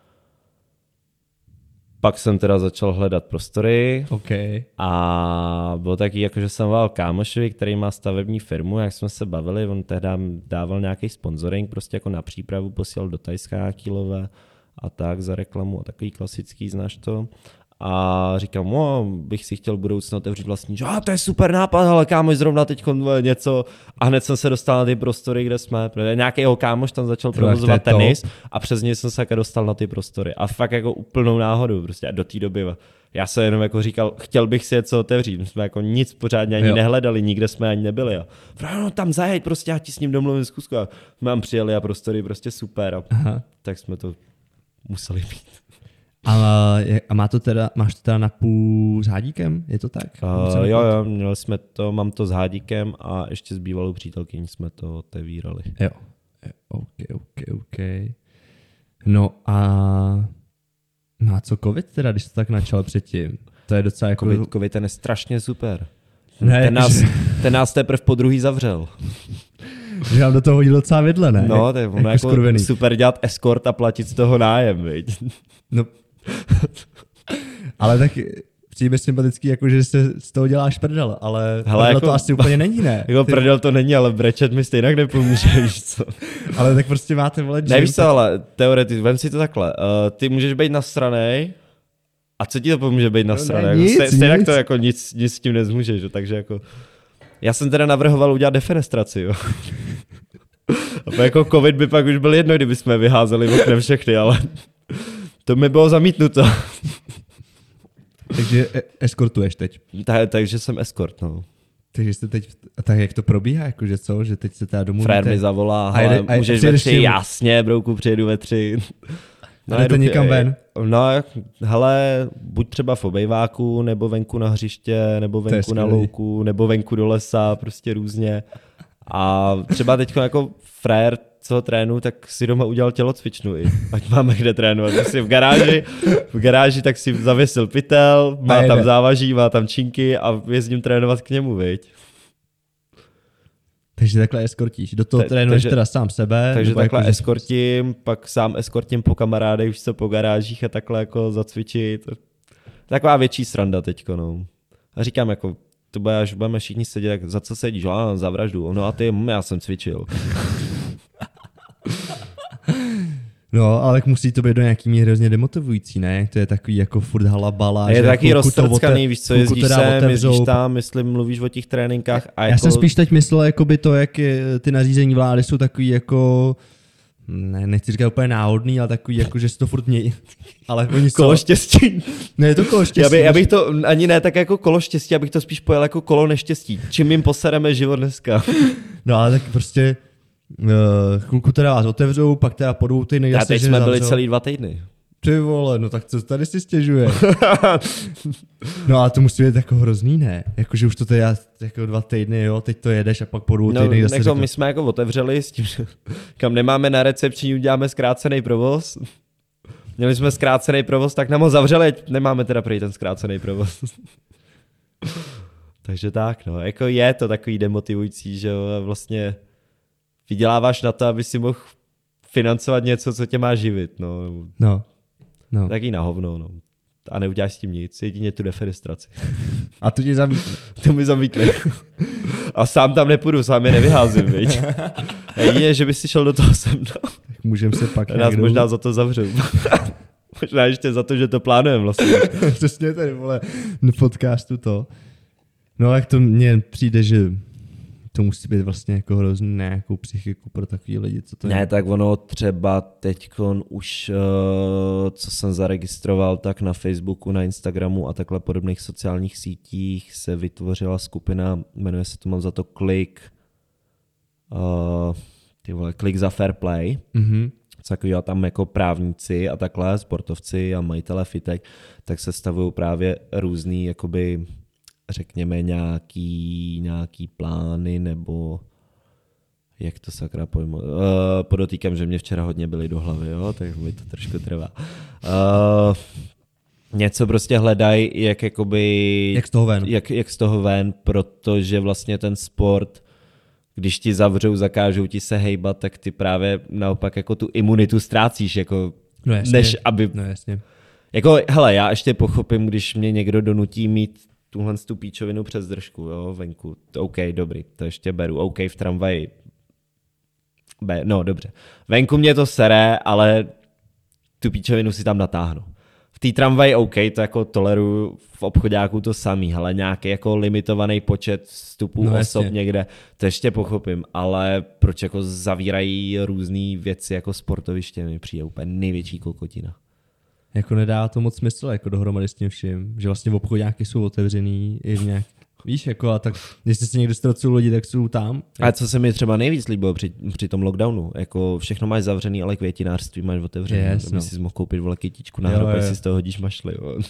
Pak jsem teda začal hledat prostory a bylo taky, jako, že jsem volal kámošovi, který má stavební firmu, jak jsme se bavili, on tehdy dával nějaký sponsoring, prostě jako na přípravu, posílal do Thajska nějaký love a tak za reklamu a takový klasický, znáš to. A říkám, bych si chtěl v budoucnu otevřít vlastní, že to je super nápad, ale kámoš zrovna teď něco a hned jsem se dostal na ty prostory, kde jsme, protože nějaký jeho kámoš tam začal provozovat tenis a přes něj jsem se dostal na ty prostory a fakt jako úplnou náhodou prostě a do té doby já jsem jenom jako říkal, chtěl bych si něco otevřít, my jsme jako nic pořádně ani nehledali, nikde jsme ani nebyli a tam zajeď prostě, já ti s ním domluvím zkusku a mám přijeli a prostory prostě super a tak jsme to museli mít. A máš to teda na půl s hádíkem, je to tak? Jo, měli jsme to, mám to s hádíkem a ještě s bývalou přítelkyní jsme to otevírali. Jo, OK. No a co covid teda, když to tak načal předtím? To je docela jako... Covid ten je strašně super. Ne, ten nás teprve po druhý zavřel. Že vám do toho hodil docela vidle, ne? No, to je jako super dělat escort a platit z toho nájem, viď? No, ale tak přijde sympatický, jako že se z toho děláš prdel, ale prdel jako, to asi úplně není, ne? Jako prdel to není, ale brečet mi stejně nepomůže, víš co? Ale tak prostě máte vole gym. Nevíš co, ale teoreticky, vem si to takhle, ty můžeš být nasranej a co ti to pomůže být nasranej? No, stejně to jako nic s tím nezmůžeš, takže jako... Já jsem teda navrhoval udělat defenestraci, jo. A jako covid by pak už byl jedno, kdyby jsme vyházeli oknem všechny, ale to mi bylo zamítnuto. Takže eskortuješ teď. Takže jsem escort, no. Takže jste teď, tak jak to probíhá, jakože co, že teď se teda domluvíte? Frér mi zavolá, hele, můžeš ve 3, jasně, brouku, přijedu ve 3. No, jdete někam ven? No, hele, buď třeba v obejváku, nebo venku na hřiště, nebo venku na louku, nebo venku do lesa, prostě různě. A třeba teď jako frér, co trénu, tak si doma udělal tělocvičnu i. Ať máme kde trénovat. Prostě v garáži tak si zavěsil pytel, má tam závaží, má tam činky a jezdím trénovat k němu, viď. Takže takhle eskortíš. Do toho trénuješ teda sám sebe. Takže takhle jako eskortím, pak sám eskortím po kamarádech, už se po garážích a takhle jako zacvičit. Taková větší sranda teďko, no. A říkám jako, to bude, až budeme všichni sedět, tak za co sedíš? Za vraždu. No a ty, já jsem cvičil. No, ale tak musí to být do nějaký míry hrozně demotivující, ne? To je takový jako furt halabala. Je taky roztrckaný, víš co, jezdíš tam, myslím, mluvíš o těch tréninkách. A já jsem spíš teď myslel, jakoby to, jak ty nařízení vlády jsou takový jako... Ne, nechci říkat úplně náhodný, ale takový jako, že se to furt mějí. Ale oni kolo štěstí. Ne, je to kolo štěstí. Já bych to ani ne tak jako kolo štěstí, abych to spíš pojel jako kolo neštěstí. Čím jim posereme život dneska. No ale tak prostě chvilku teda vás otevřou, pak teda po 2 týdny. A teď jsme byli celý 2 týdny. Ty vole, no tak co tady si stěžuje? No a to musí být jako hrozný, ne? Jakože už to teda jako 2 týdny, jo, teď to jedeš a pak po 2 týdny zase jako my jsme jako otevřeli s tím, že kam nemáme na recepční, uděláme zkrácený provoz. Měli jsme zkrácený provoz, tak nám ho zavřeli, nemáme teda prý ten zkrácený provoz. Takže tak, no, jako je to takový demotivující, že vlastně vyděláváš na to, aby si mohl financovat něco, co tě má živit, no. Taky na hovno, no. A neuděláš s tím nic, jedině tu defenestraci. A to tě zamítne. To mi zamítne. A sám tam nepůjdu, sám je nevyházím, viď. Jedině, že bys si šel do toho se mnou. Tak můžem se pak nás někdo... možná za to zavřou. Možná ještě za to, že to plánujeme vlastně. Přesně tady, vole, na podcastu to. No jak to mně přijde, že to musí být vlastně jako hrozný nějakou psychiku pro takový lidi, co to ne, je. tak ono třeba teďkon už, co jsem zaregistroval, tak na Facebooku, na Instagramu a takhle podobných sociálních sítích se vytvořila skupina, jmenuje se to, mám za to Klik, Klik za fair play. Mm-hmm. A tam jako právníci a takhle, sportovci a majitele fitek, tak se stavují právě různý, jakoby, řekněme, nějaký plány, nebo jak to sakra pojmu. Podotýkám, že mě včera hodně byly do hlavy, jo, tak mi to trošku trvá. Něco prostě hledají, jak z toho ven, protože vlastně ten sport, když ti zavřou, zakážou ti se hejbat, tak ty právě naopak jako tu imunitu ztrácíš, jako než aby... No jasně. Jako, hele, já ještě pochopím, když mě někdo donutí mít tuhle tu píčovinu přes držku, jo, venku. OK, dobrý, to ještě beru. OK, v tramvaji. No, dobře. Venku mě to sere, ale tu píčovinu si tam natáhnu. v té tramvaji OK, to jako toleruju, v obchodáku to samý, ale nějaký jako limitovaný počet vstupů osob někde, to ještě pochopím, ale proč jako zavírají různé věci jako sportoviště, mi přijde úplně největší kokotina. Jako nedá to moc smysl jako dohromady s tím vším, že vlastně v obchodáky jsou otevřený i v nějak. Víš, jako a tak, když se někde ztracují lidi, tak jsou tam. A co se mi třeba nejvíc líbilo při tom lockdownu, jako všechno máš zavřený, ale květinářství máš otevřený. Yes, aby si mohl koupit vole kytičku na hrob, si z toho hodíš mašly.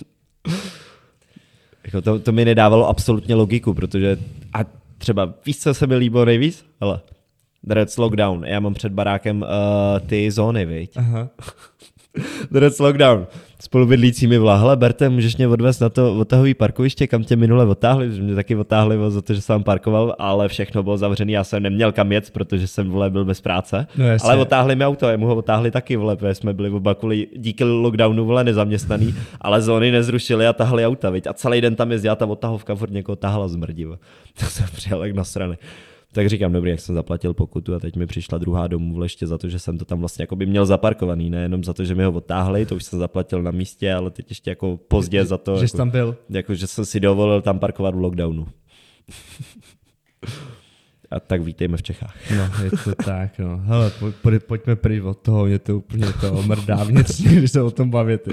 Jako to mi nedávalo absolutně logiku, protože a třeba víš, co se mi líbilo nejvíc? Ale Dreads Lockdown, já mám před barákem ty zóny, viď? Aha. Dreads Lockdown. Spolubydlící mi volá, hele Berte, můžeš mě odvést na to odtahový parkoviště, kam tě minule odtáhli, že mě taky odtáhli za to, že jsem parkoval, ale všechno bylo zavřený, já jsem neměl kam jet, protože jsem vole byl bez práce, no, ale odtáhli mi auto, mu ho odtáhli taky, vole, protože jsme byli oba kvůli díky lockdownu vole nezaměstnaný, ale zóny nezrušili a tahli auta, viď? A celý den tam jezdila ta odtahovka, furt někoho tahala zmrdivo. To jsem přijel jak nasraný. Tak říkám, dobrý, jak jsem zaplatil pokutu a teď mi přišla druhá domů ještě za to, že jsem to tam vlastně jako by měl zaparkovaný, nejenom za to, že mi ho odtáhli, to už jsem zaplatil na místě, ale teď ještě jako pozdě za to, že jako, tam byl. Jako, že jsem si dovolil tam parkovat v lockdownu. A tak vítejme v Čechách. No, je to tak, no. Hele, pojďme pryč od toho, mě to úplně to mrdá vnitřně, když se o tom bavíte.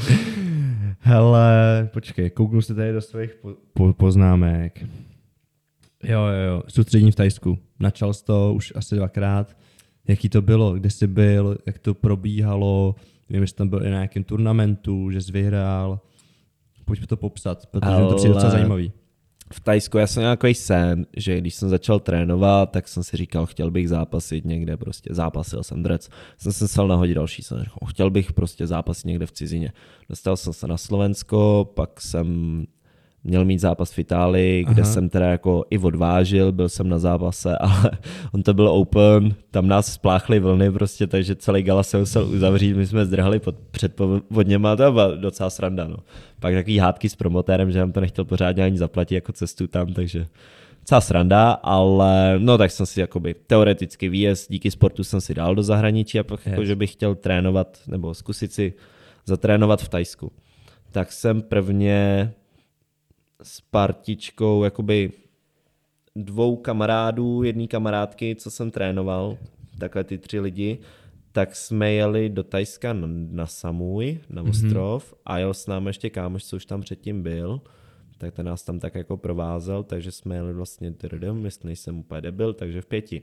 Hele, počkej, kouknu se tady do svých poznámek. Jo, soustředění v Thajsku. Načal jsi to už asi 2krát. Jaký to bylo, kde jsi byl, jak to probíhalo, vím, že jsi tam byl i na nějakém turnamentu, že jsi vyhrál. Pojďme to popsat, protože to přijde docela zajímavý. V Thajsku já jsem měl takový sen, že když jsem začal trénovat, tak jsem si říkal, chtěl bych zápasit někde, prostě zápasil jsem Dreads. Jsem se musel nahodit další sen, chtěl bych prostě zápasit někde v cizině. Dostal jsem se na Slovensko, pak jsem měl mít zápas v Itálii, kde jsem teda jako i odvážil, byl jsem na zápase, ale on to byl open, tam nás spláchly vlny prostě, takže celý gala se musel uzavřít, my jsme zdrhali před povodněma, to byla docela sranda, no. Pak takový hádky s promotérem, že nám to nechtěl pořádně ani zaplatit jako cestu tam, takže docela sranda, ale no tak jsem si jakoby teoreticky výjezd, díky sportu jsem si dal do zahraničí a pak jako, že bych chtěl trénovat nebo zkusit si zatrénovat v Thajsku. Tak jsem prvně s partičkou jakoby 2 kamarádů, jedné kamarádky, co jsem trénoval, takhle ty 3 lidi, tak jsme jeli do Thajska na Samui, na ostrov a jel s námi ještě kámoš, co už tam předtím byl, tak ten nás tam tak jako provázel, takže jsme jeli vlastně, jestli nejsem úplně debil, takže v 5.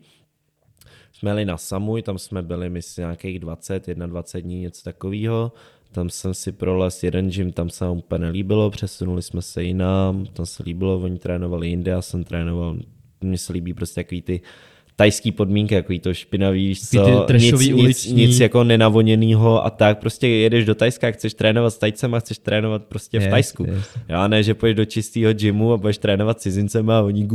Jsme jeli na Samui, tam jsme byli myslím nějakých 21 dní, něco takového. Tam jsem si prolez jeden gym, tam se nám úplně nelíbilo, přesunuli jsme se jinam, tam se líbilo, oni trénovali jinde, já jsem trénoval, mně se líbí prostě takový ty tajský podmínky, takový to špinavý, víš co, nic jako nenavoněnýho a tak, prostě jedeš do Tajska, chceš trénovat s Tajcem a chceš trénovat prostě v Tajsku. Já ne, že půjdeš do čistého gymu a budeš trénovat cizincem a oni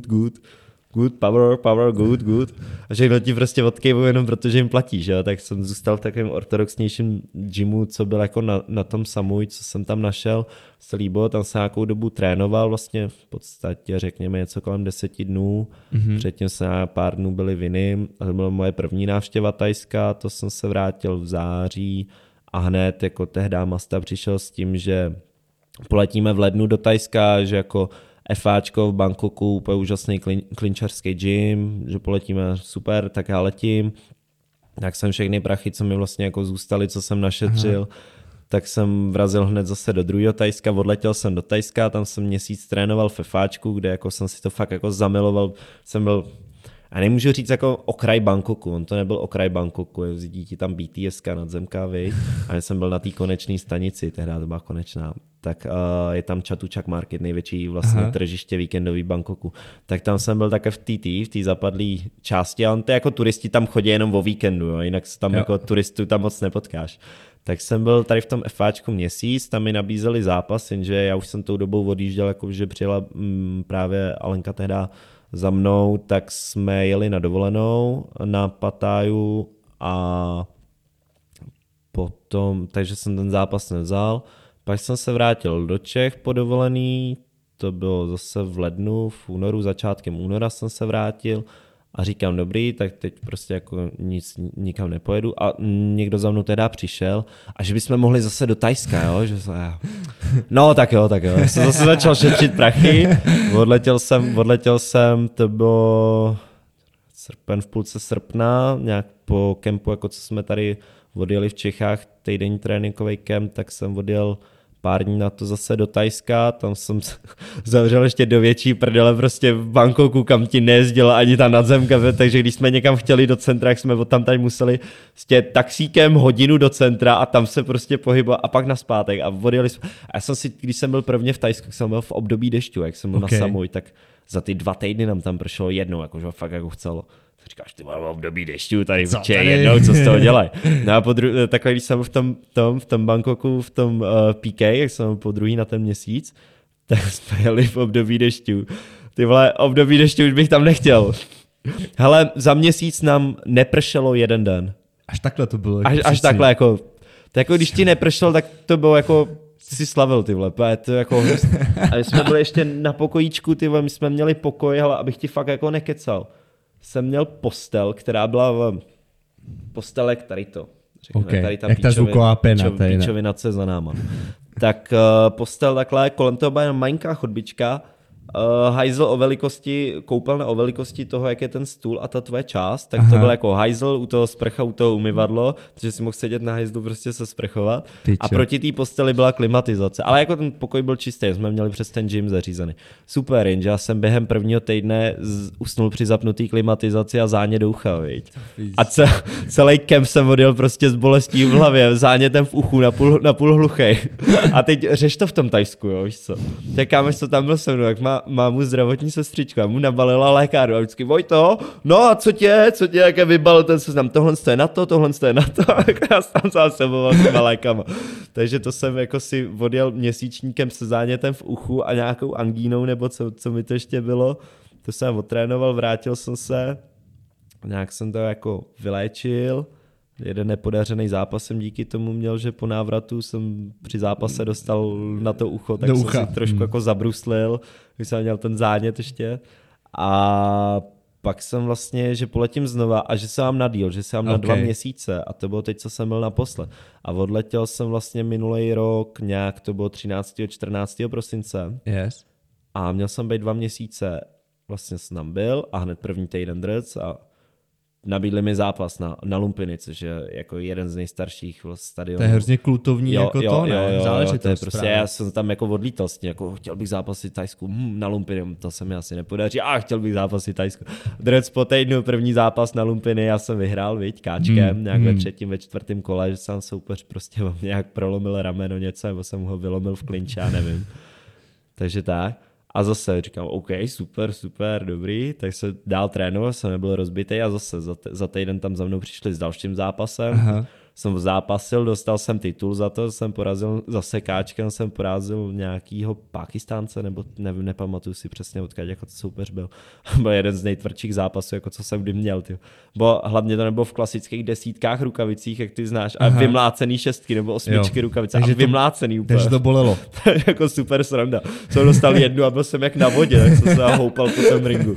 good, power, good. A všechno ti prostě odkejvou jenom protože jim platí, že jo? Tak jsem zůstal v takovém ortodoxnějším gymu, co byl jako na tom Samui, co jsem tam našel, se líbilo, tam se nějakou dobu trénoval, vlastně v podstatě řekněme něco kolem 10 dnů, předtím se pár dnů byly viny, a to byla moje první návštěva Thajska, to jsem se vrátil v září a hned jako tehdy Masta přišel s tím, že poletíme v lednu do Thajska, že jako FAčko v Bangkoku, úplně úžasný klinčarský gym, že poletíme super, tak já letím. Tak jsem všechny prachy, co mi vlastně jako zůstaly, co jsem našetřil, tak jsem vrazil hned zase do druhého Thajska, odletěl jsem do Thajska, tam jsem měsíc trénoval v FAčku, kde jako jsem si to fakt jako zamiloval, jsem byl, a nemůžu říct jako okraj Bangkoku, on to nebyl okraj Bangkoku, jezdí ti tam BTSka nadzemka, viď? A já jsem byl na té konečné stanici, tehdy to byla konečná, tak je tam Chatuchak Market, největší vlastně tržiště víkendový Bangkoku. Tak tam jsem byl také v té zapadlé části a on to jako turisti tam chodí jenom o víkendu, jo? Jinak se tam jako turistů tam moc nepotkáš. Tak jsem byl tady v tom FAčku měsíc, tam mi nabízeli zápas, jenže já už jsem tou dobou odjížděl, jako že přijela právě Alenka tehda za mnou, tak jsme jeli na dovolenou na Pattaju a potom, takže jsem ten zápas nevzal. Pak jsem se vrátil do Čech po dovolený, to bylo zase v lednu, v únoru, začátkem února jsem se vrátil A říkám, dobrý, tak teď prostě jako nikam nepojedu a někdo za mnou teda přišel a že bychom mohli zase do Thajska, jo, že no tak jo. Já jsem zase začal šetřit prachy, odletěl jsem, to bylo srpen, v půlce srpna, nějak po kempu, jako co jsme tady odjeli v Čechách, týdenní tréninkový kemp, tak jsem odjel pár dní na to zase do Thajska, tam jsem zavřel ještě do větší prdele prostě v Bangkoku, kam ti nejezdila ani ta nadzemka, takže když jsme někam chtěli do centra, jak jsme tam tady museli taxíkem hodinu do centra a tam se prostě pohybovat a pak naspátek a odjeli jsme. A já jsem si, když jsem byl prvně v Thajsku, jsem byl v období dešťu, jak jsem byl na Samui, tak za ty 2 týdny nám tam pršelo jednou, jakože fakt jako chcelo. Říkáš, ty mám období dešťu, tady jednou, co z toho dělají. No a takhle, když jsem v tom Bangkoku, v tom PK, jak jsem po druhý na ten měsíc, tak jsme jeli v období dešťu. Ty vole, období dešťu už bych tam nechtěl. Hele, za měsíc nám nepršelo 1 den. Až takhle to bylo. Až takhle, jako, to jako když ti nepršelo, tak to bylo jako, si slavil, ty vole, to jako, a my jsme byli ještě na pokojíčku, ty vole, my jsme měli pokoj, hele, abych ti fakt jako nekecal. Jsem měl postel, která byla postelek tady to. Okay. Tady ta jak ta zvuková pena. Píčovina, co je za náma. Tak postel takhle, kolem toho byla malinká chodbička, hajzl o velikosti, koupelna o velikosti toho, jak je ten stůl a ta tvoje část, tak to byl jako hajzl, u toho sprcha, u toho umyvadlo, takže si mohl sedět na hajzlu, prostě se sprchovat. A proti té posteli byla klimatizace. Ale jako ten pokoj byl čistý, jsme měli přes ten gym zařízený. Super, jenže já jsem během prvního týdne usnul při zapnutý klimatizaci a zánět ucha, viď. A celý kemp jsem odjel prostě s bolestí v hlavě, zánětem v uchu, na půl hluchej. A teď řeš to v tom Thajsku, jo, víš co. Tak kámoš, co tam byl se mnou, jak má mu zdravotní sestřička, mu nabalila lékárnu a vždycky, Vojto, no a co tě, jak je vybalil ten seznam, tohle je na to, já tam sám seboval s těma lékama. Takže to jsem jako si odjel měsíčníkem se zánětem v uchu a nějakou angínou, nebo co mi to ještě bylo, to jsem odtrénoval, vrátil jsem se, nějak jsem to jako vyléčil, jeden nepodařený zápas jsem díky tomu měl, že po návratu jsem při zápase dostal na to ucho, tak jsem si trošku jako zabruslil, když jsem měl ten zánět ještě. A pak jsem vlastně, že poletím znova a že se mám na díl, že se mám na 2 měsíce a to bylo teď, co jsem byl naposled. A odletěl jsem vlastně minulý rok, nějak to bylo 13. 14. prosince. Yes. A měl jsem být 2 měsíce, vlastně jsem tam byl a hned první týden drc a nabídli mi zápas na Lumpiny, což je jako jeden z nejstarších stadionů. To je hrozně kultovní jako to, ne? Záleží to je prostě, já jsem tam jako odlítal s tím, jako chtěl bych zápasit Thajsku, na Lumpiny, to se mi asi nepodaří, chtěl bych zápasit Thajsku. Drec po týdnu první zápas na Lumpiny, já jsem vyhrál, káčkem, nějak ve 3., ve 4. kole, že jsem soupeř prostě nějak prolomil rameno něco, nebo jsem ho vylomil v klinči, já nevím. Takže tak. A zase říkám, OK, super, dobrý, tak se dál trénoval, jsem nebyl rozbitý a zase za týden tam za mnou přišli s dalším zápasem. Aha. Jsem zápasil, dostal jsem titul za to, jsem porazil zase káčkem, jsem porazil nějakýho Pákistánce, nebo nepamatuju si přesně odkud jako to soupeř byl. Byl jeden z nejtvrdších zápasů, jako co jsem kdy měl. Tyjo. Bo hlavně to nebylo v klasických 10 rukavicích, jak ty znáš, a vymlácený 6 nebo 8 rukavice a vymlácený úplně. Takže to bolelo. Jako super sranda. Jsem dostal 1 a byl jsem jak na vodě, tak jsem se houpal po tom ringu.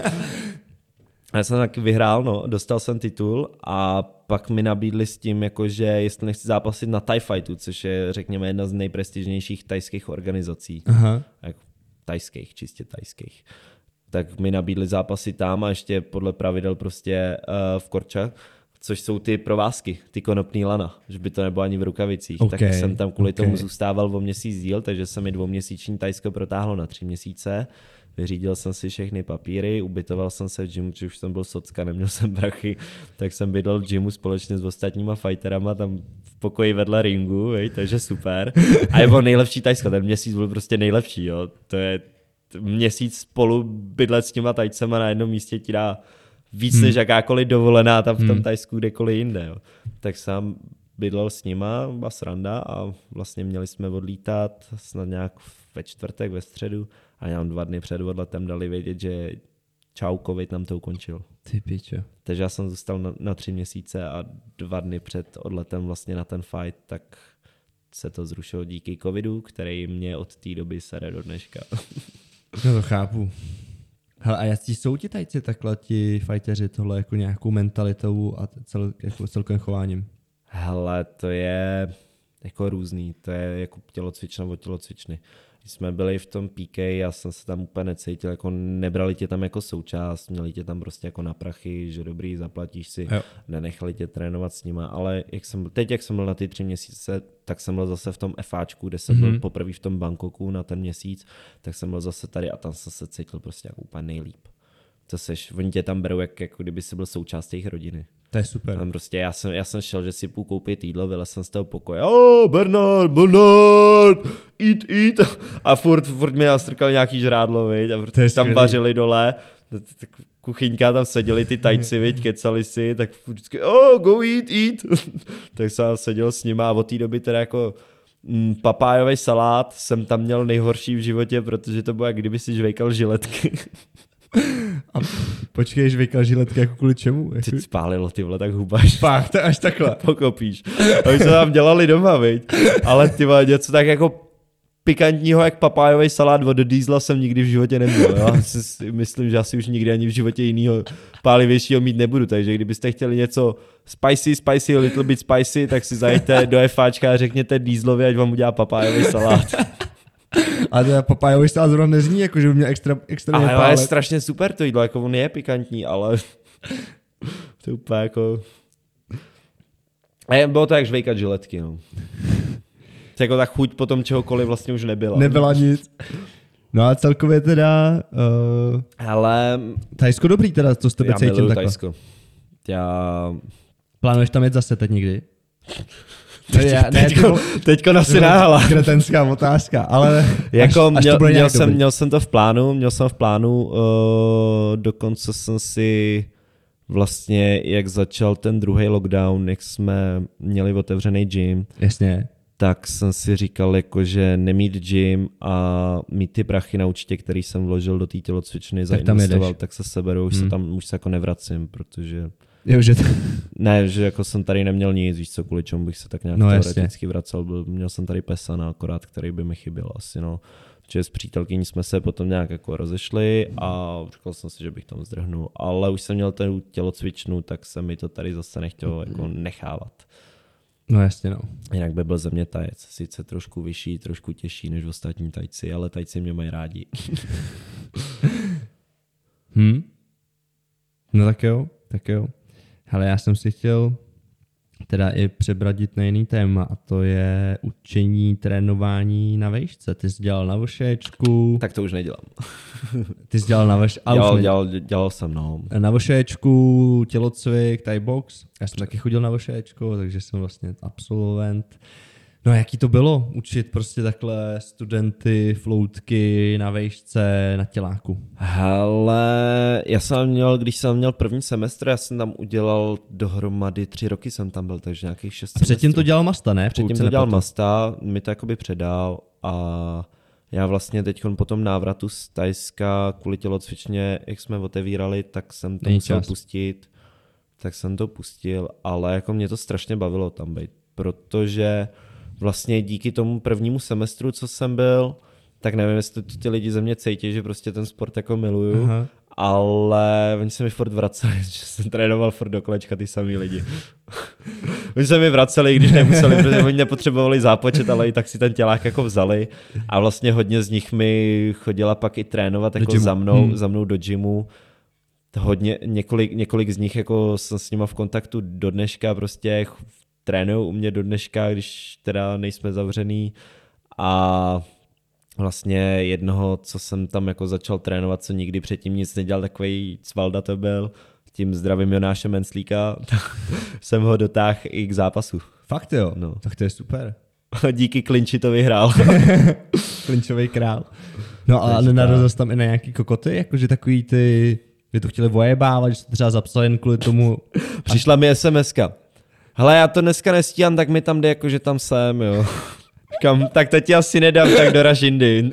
Já jsem taky vyhrál, no, dostal jsem titul a pak mi nabídli s tím, jakože jestli nechci zápasit na Thai Fightu, což je, řekněme, jedna z nejprestižnějších thajských organizací. Aha. Jako thajských, čistě thajských. Tak mi nabídli zápasy tam a ještě podle pravidel prostě v Korča, což jsou ty provázky, ty konopný lana, že by to nebylo ani v rukavicích. Okay. Tak jsem tam kvůli tomu zůstával o měsíc díl, takže se mi 2měsíční Thajsko protáhlo na 3 měsíce. Vyřídil jsem si všechny papíry, ubytoval jsem se v gymu, protože už jsem byl socka, neměl jsem prachy, tak jsem bydlel v gymu společně s ostatníma fighterama tam v pokoji vedle ringu, takže super. A je byl nejlepší Thajsko, ten měsíc byl prostě nejlepší, jo. To je měsíc spolu bydlet s těma Thajcema na jednom místě ti dá víc než jakákoliv dovolená tam v tom Thajsku kdekoliv jinde, jo. Tak jsem bydlel s nima, byla sranda a vlastně měli jsme odlítat snad nějak ve čtvrtek, ve středu a nám 2 dny před odletem dali vědět, že čau, covid nám to ukončil. Ty pičo. Takže já jsem zůstal na 3 měsíce a 2 dny před odletem vlastně na ten fight, tak se to zrušilo díky covidu, který mě od té doby sere do dneška. No to chápu. Hele, a jaký jsou ti tajci takhle, ti fighteři, tohle jako nějakou mentalitou a jako celkovým chováním? Hele, to je jako různý, to je jako tělocvična od tělocvičny. Když jsme byli v tom PK, já jsem se tam úplně necítil, jako nebrali tě tam jako součást, měli tě tam prostě jako na prachy, že dobrý, zaplatíš si, jo. Nenechali tě trénovat s nima, ale jak jsem byl na ty 3 měsíce, tak jsem byl zase v tom FAčku, kde jsem byl poprvé v tom Bangkoku na ten měsíc, tak jsem byl zase tady a tam jsem se cítil prostě jako úplně nejlíp. Oni tě tam berou, jako kdyby jsi byl součást jejich rodiny. To je super. Tam prostě já jsem šel, že si půjdu koupit jídlo, vylez jsem z toho pokoje. Bernard, eat. A furt mi nastrkal nějaký žrádlo, viď? A protože tam vařili dole. Kuchyňka, tam seděli ty tajci, viď? Kecali si, tak vždycky, go eat. Tak jsem seděl s nima a od té doby teda jako papájový salát jsem tam měl nejhorší v životě, protože to bylo, jak kdyby si žvejkal žiletky. A počkej, žvejkal žiletky jako kvůli čemu? Ty spálilo, ty vole, tak hubaš. Fakt, to až takhle. Pokopíš. A my jsme tam dělali doma, viď? Ale ty vole, něco tak jako pikantního, jak papájový salát od Diesla jsem nikdy v životě neměl. Já si myslím, že asi už nikdy ani v životě jinýho pálivějšího mít nebudu, takže kdybyste chtěli něco spicy, little bit spicy, tak si zajďte do FAčka a řekněte Dieslovi, ať vám udělá papájový salát. A to papájový salát zrovna nezní, jako že by měl extra ale je strašně super to jídlo, jako on je pikantní, ale to je úplně jako... A bylo to jak žvejkat žiletky, no. To jako tak chuť potom čehokoliv vlastně už nebyla. Nebyla nic. No a celkově teda... Ale... Tajsko dobrý teda, co jste cítil takhle. Já miluju Tajsko. Plánuješ tam jet zase teď někdy? Teďko asi náhala. Kretenská otázka, ale jako měl jsem to v plánu, dokonce jsem si vlastně, jak začal ten druhý lockdown, jak jsme měli otevřený gym, jasně, tak jsem si říkal, jako, že nemít gym a mít ty prachy na účtě, který jsem vložil do té tělocvičny, zainvestoval, tak se seberu, už se jako nevracím, protože... Jo, že Ne, že jako jsem tady neměl nic, víš co, kvůli čemu bych se tak nějak teoreticky vracel, měl jsem tady pesa akorát, který by mi chyběl asi, no. Že s přítelkyní jsme se potom nějak jako rozešli a říkal jsem si, že bych tam zdrhnul, ale už jsem měl ten tělocvičnu, tak se mi to tady zase nechtělo jako nechávat. No jasně, no. Jinak by byl ze mě tajec, sice trošku vyšší, trošku těžší než ostatní tajci, ale tajci mě mají rádi. No tak jo. Hele, já jsem si chtěl teda i přebradit na jiný téma a to je učení trénování na vejšce. Ty jsi dělal na VŠEčku. Tak to už nedělám. Ty jsi dělal na VŠEčku. Dělal jsem, no. Na VŠEčku, tělocvik, Thai box. Já jsem taky chodil na VŠEčku, takže jsem vlastně absolvent. No a jaký to bylo učit prostě takhle studenty, floutky na vejšce, na těláku? Hele, když jsem měl první semestr, já jsem tam udělal dohromady 3 roky jsem tam byl, takže nějakých 6 semestrů. Předtím to dělal Masta, ne? Předtím to dělal Masta, mi to jakoby předal a já vlastně teď po tom návratu z Tajska kvůli tělocvičně, jak jsme otevírali, tak jsem to musel pustit. Tak jsem to pustil, ale jako mě to strašně bavilo tam být, protože vlastně díky tomu prvnímu semestru, co jsem byl, tak nevím, jestli to ty lidi ze mě cítí, že prostě ten sport jako miluju, aha, ale oni se mi furt vraceli, že jsem trénoval furt do kolečka ty samý lidi. Oni se mi vraceli, když nemuseli, protože oni nepotřebovali zápočet, ale i tak si ten tělák jako vzali a vlastně hodně z nich mi chodila pak i trénovat jako za mnou do gymu. Několik z nich jako jsem s nima v kontaktu do dneška, prostě trénují u mě do dneška, když teda nejsme zavřený a vlastně jednoho, co jsem tam jako začal trénovat, co nikdy předtím nic nedělal, takovej Cvalda to byl, tím zdravým Jonášem Menclíka, jsem ho dotáhl i k zápasu. Fakt jo? No. Tak to je super. Díky klinči to vyhrál. Klinčový král. No a nenarazil jsi tam i na nějaký kokoty, jakože takový ty, že to chtěli vojebávat, že to třeba zapsal jen kvůli tomu. Přišla mi SMS-ka. Hele, já to dneska nestíhám, tak mi tam jde jako, že tam jsem, jo. Říkám, tak teď ti asi nedám, tak doraž jindy.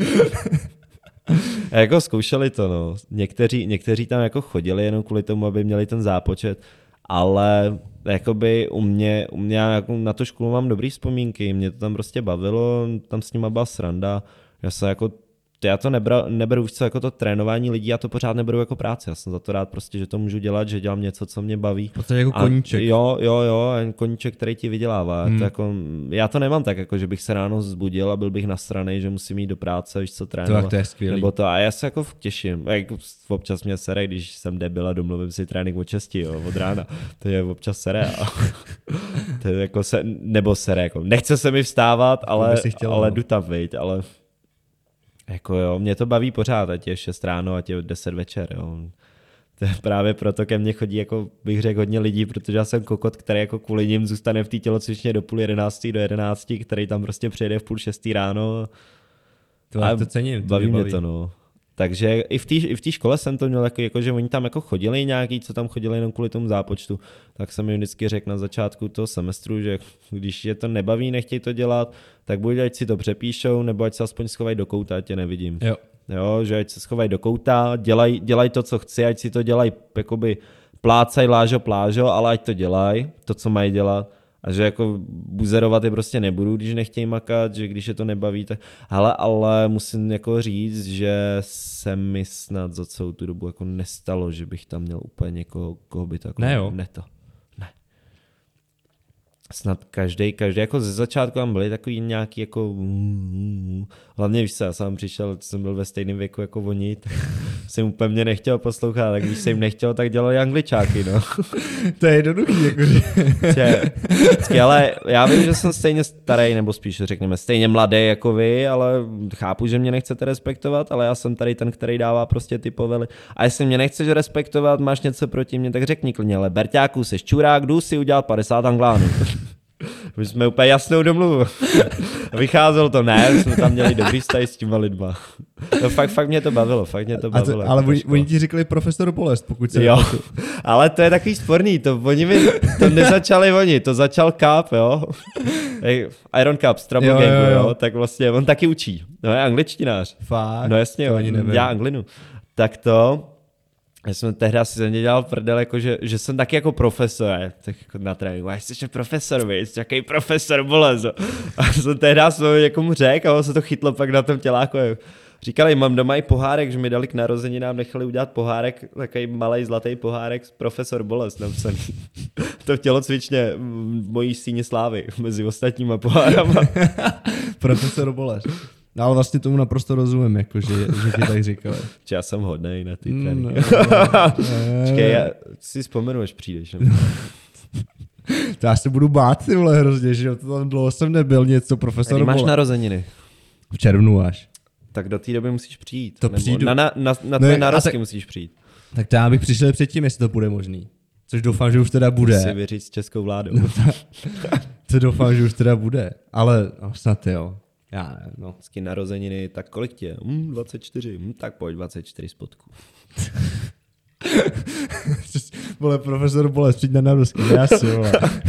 A jako zkoušeli to, no. Někteří tam jako chodili jenom kvůli tomu, aby měli ten zápočet, ale jakoby u mě jako na tu školu mám dobrý vzpomínky, mě to tam prostě bavilo, tam s nima byla sranda, já se jako já to neberu už co jako to trénování lidí, já to pořád neberu jako práci. Já jsem za to rád prostě, že to můžu dělat, že dělám něco, co mě baví. V podstatě jako koníček. Jo, koníček, který ti vydělává. To jako, já to nemám tak, jako, že bych se ráno zbudil a byl bych nasranej, že musím jít do práce, víš co trénovat. To je skvělý. Nebo to, a já se jako těším. Jako občas mě sere, když jsem debil a domluvím si trénink od 6, od rána. To je občas sere. To je jako nebo sere, jako nechce se mi vstávat, ale jdu tam, viď, ale jako jo, mě to baví pořád, ať je 6 ráno, ať je 10 večer, jo. To je právě proto ke mně chodí, jako bych řekl, hodně lidí, protože já jsem kokot, který jako kvůli nim zůstane v té tělocvičně do 10:30 do 11, který tam prostě přijede v 5:30 ráno. To cením. Baví mě to, no. Takže i v té škole jsem to měl jako, že oni tam jako chodili nějaký, co tam chodili jenom kvůli tomu zápočtu, tak jsem jim vždycky řekl na začátku toho semestru, že když je to nebaví, nechtějí to dělat, tak buď ať si to přepíšou, nebo ať se aspoň schovají do kouta, ať tě nevidím. Jo, že ať se schovají do kouta, dělaj to, co chci, ať si to dělají, jakoby plácaj lážo plážo, ale ať to dělají, to, co mají dělat. A že jako buzerovat je prostě nebudu, když nechtějí makat, že když je to nebaví, tak ale musím jako říct, že se mi snad za celou tu dobu jako nestalo, že bych tam měl úplně někoho, koho by to jako ne. Snad každý jako ze začátku tam byli takový nějaký jako hlavně víš co, já jsem přišel, jsem byl ve stejném věku jako oni, tak jsem úplně mě nechtěl poslouchat, tak když jsem jim nechtěl, tak dělali Angličáky, no. To je jednoduchý, jakože. Ale já vím, že jsem stejně starý, nebo spíš řekněme stejně mladý jako vy, ale chápu, že mě nechcete respektovat, ale já jsem tady ten, který dává prostě ty povely. A jestli mě nechceš respektovat, máš něco proti mě, tak řekni klidně, ale Berťáku, seš čurák, jdu si udělat 50 anglánů. My jsme úplně jasnou domluvu. Vycházelo to, ne, jsme tam měli dobrý vztahy s těma lidma. No fakt mě to bavilo, ale oni ti řekli profesor Bolest, pokud se... Jo, ale to je takový sporný, to nezačali oni, to začal Cup, jo. Iron Cup z Trouble Gangu, jo, tak vlastně on taky učí. No je angličtinář. Fakt? No jasně, já anglinu. Tak to... Já jsem tehdy asi ze mě dělal prdel, jako že jsem taky jako profesor, tak jako na tréninku, a jsi profesor, víc, jaký profesor Bolezo. A jsem tehdy jako mu řekl, a on se to chytlo pak na tom těláku. Říkali, mám doma i pohárek, že mi dali k narozeninám, nechali udělat pohárek, takový malej zlatý pohárek, profesor Bolest napsaný. To v tělocvičně mojí síně slávy mezi ostatníma pohárama. Profesor Bolest. No, ale vlastně tomu naprosto rozumím, jako, že ti tak říkali. Já jsem hodnej na ty tréninky. Počkej, já si vzpomenu, až přijdeš. To já se budu bát, ty vole, hrozně, že to tam dlouho jsem nebyl něco, profesor. Kdy máš narozeniny? V červnu až. Tak do té doby musíš přijít. To přijdu. Na tvoje narozky musíš přijít. Tak to já bych přišel předtím, jestli to bude možný. Což doufám, že už teda bude. Musí vyříct s českou vládou. To doufám, že už teda bude. Ale snad jo. Já ne, no. Vždycky narozeniny, tak kolik tě? 24. Tak pojď 24 spodků. Vole, profesor Bolest, přijď na narozky. Já si, vole.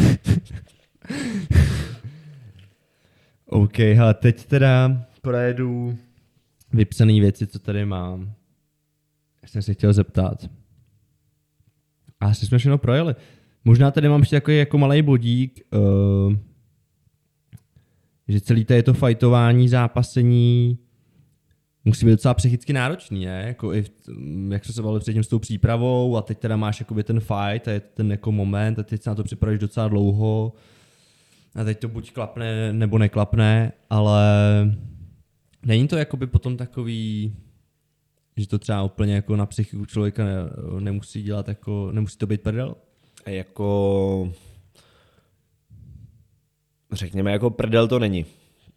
OK, hele, teď teda projedu vypsané věci, co tady mám. Já jsem se chtěl zeptat. A asi jsme všechno projeli. Možná tady mám ještě takový jako malej bodík, že celý to je to fajtování, zápasení musí být docela psychicky náročný, ne? Jako i jak se bavili předtím s tou přípravou a teď teda máš jakoby ten fight a je ten jako moment a teď se na to připravíš docela dlouho a teď to buď klapne nebo neklapne, ale není to jakoby potom takový, že to třeba úplně jako na psychiku člověka nemusí dělat jako, nemusí to být prdel? Jako... Řekněme, jako prdel to není.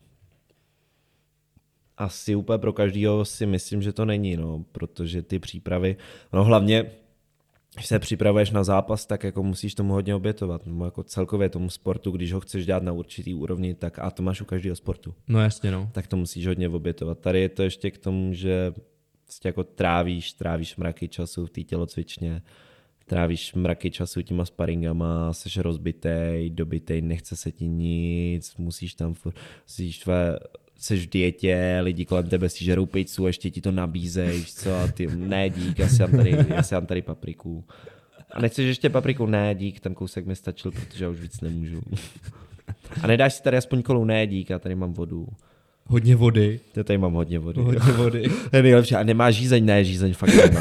Asi úplně pro každýho si myslím, že to není, no, protože ty přípravy, no hlavně, když se připravuješ na zápas, tak jako musíš tomu hodně obětovat, no, jako celkově tomu sportu, když ho chceš dělat na určitý úrovni, tak a to máš u každého sportu. No jasně, no. Tak to musíš hodně obětovat. Tady je to ještě k tomu, že vlastně jako trávíš mraky času v té tělocvičně, trávíš mraky času těma sparingama, seš rozbitej, dobitej, nechce se ti nic, musíš tam, seš v dietě, lidi kolem tebe si žerou pizzu a ještě ti to nabízej, co, a ty, ne dík, já si dám tady papriku. A nechceš ještě papriku? Ne dík, ten kousek mi stačil, protože já už víc nemůžu. A nedáš si tady aspoň kolou? Ne dík, já tady mám vodu. Hodně vody. Já tady mám hodně vody. Hodně vody. To je nejlepší. A nemá žízeň? Ne, žízeň fakt nemá.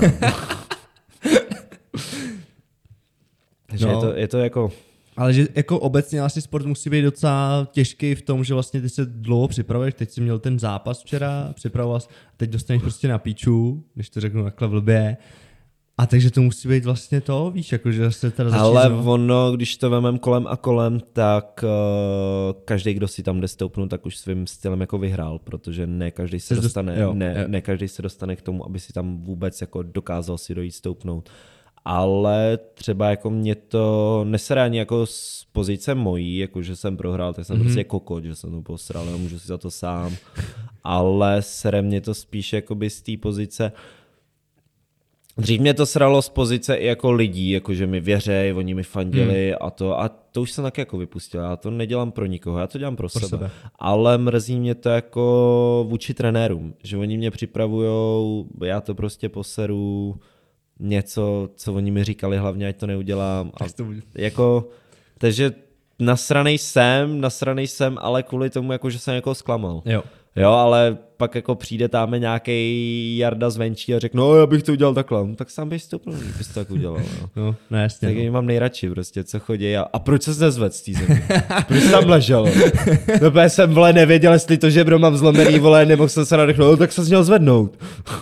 Takže je to jako... Ale že jako obecně asi sport musí být docela těžký v tom, že vlastně ty se dlouho připravuješ, teď jsi měl ten zápas včera, připravoval jsi, teď dostaneš prostě na píču, když to řeknu takhle blbě. A takže to musí být vlastně to, víš, jako že se teda začít... Ale ono, když to vemem kolem a kolem, tak každý, kdo si tam jde stoupnout, tak už svým stylem jako vyhrál, protože ne každý se dostane, ne každý se dostane k tomu, aby si tam vůbec jako dokázal si dojít stoupnout. Ale třeba jako mě to nesere ani jako z pozice mojí, jako že jsem prohrál, tak jsem prostě kokot, že jsem to posral, já můžu si za to sám. Ale sere mě to spíš jakoby z té pozice. Dřív mě to sralo z pozice i jako lidí, jako že mi věřej, oni mi fandili a to už jsem tak jako vypustil. Já to nedělám pro nikoho, já to dělám pro sebe. Ale mrzí mě to jako vůči trenérům, že oni mě připravujou, já to prostě poseru, něco, co oni mi říkali, hlavně ať to neudělám. A jako, takže nasranej jsem, ale kvůli tomu, jako, že jsem jako zklamal. Jo, ale pak jako přijde tam nějaký Jarda zvenčí a řekne, no já bych to udělal takhle, no, tak sám bych to bys to tak udělal. No jasně. Tak mám nejradši prostě, co chodí a proč se nezved z té země? Proč jsi tam ležel? No já jsem, vole, nevěděl, jestli to žebro mám zlomený, vole, nemohl jsem se nadechnout, no, tak se měl zvednout.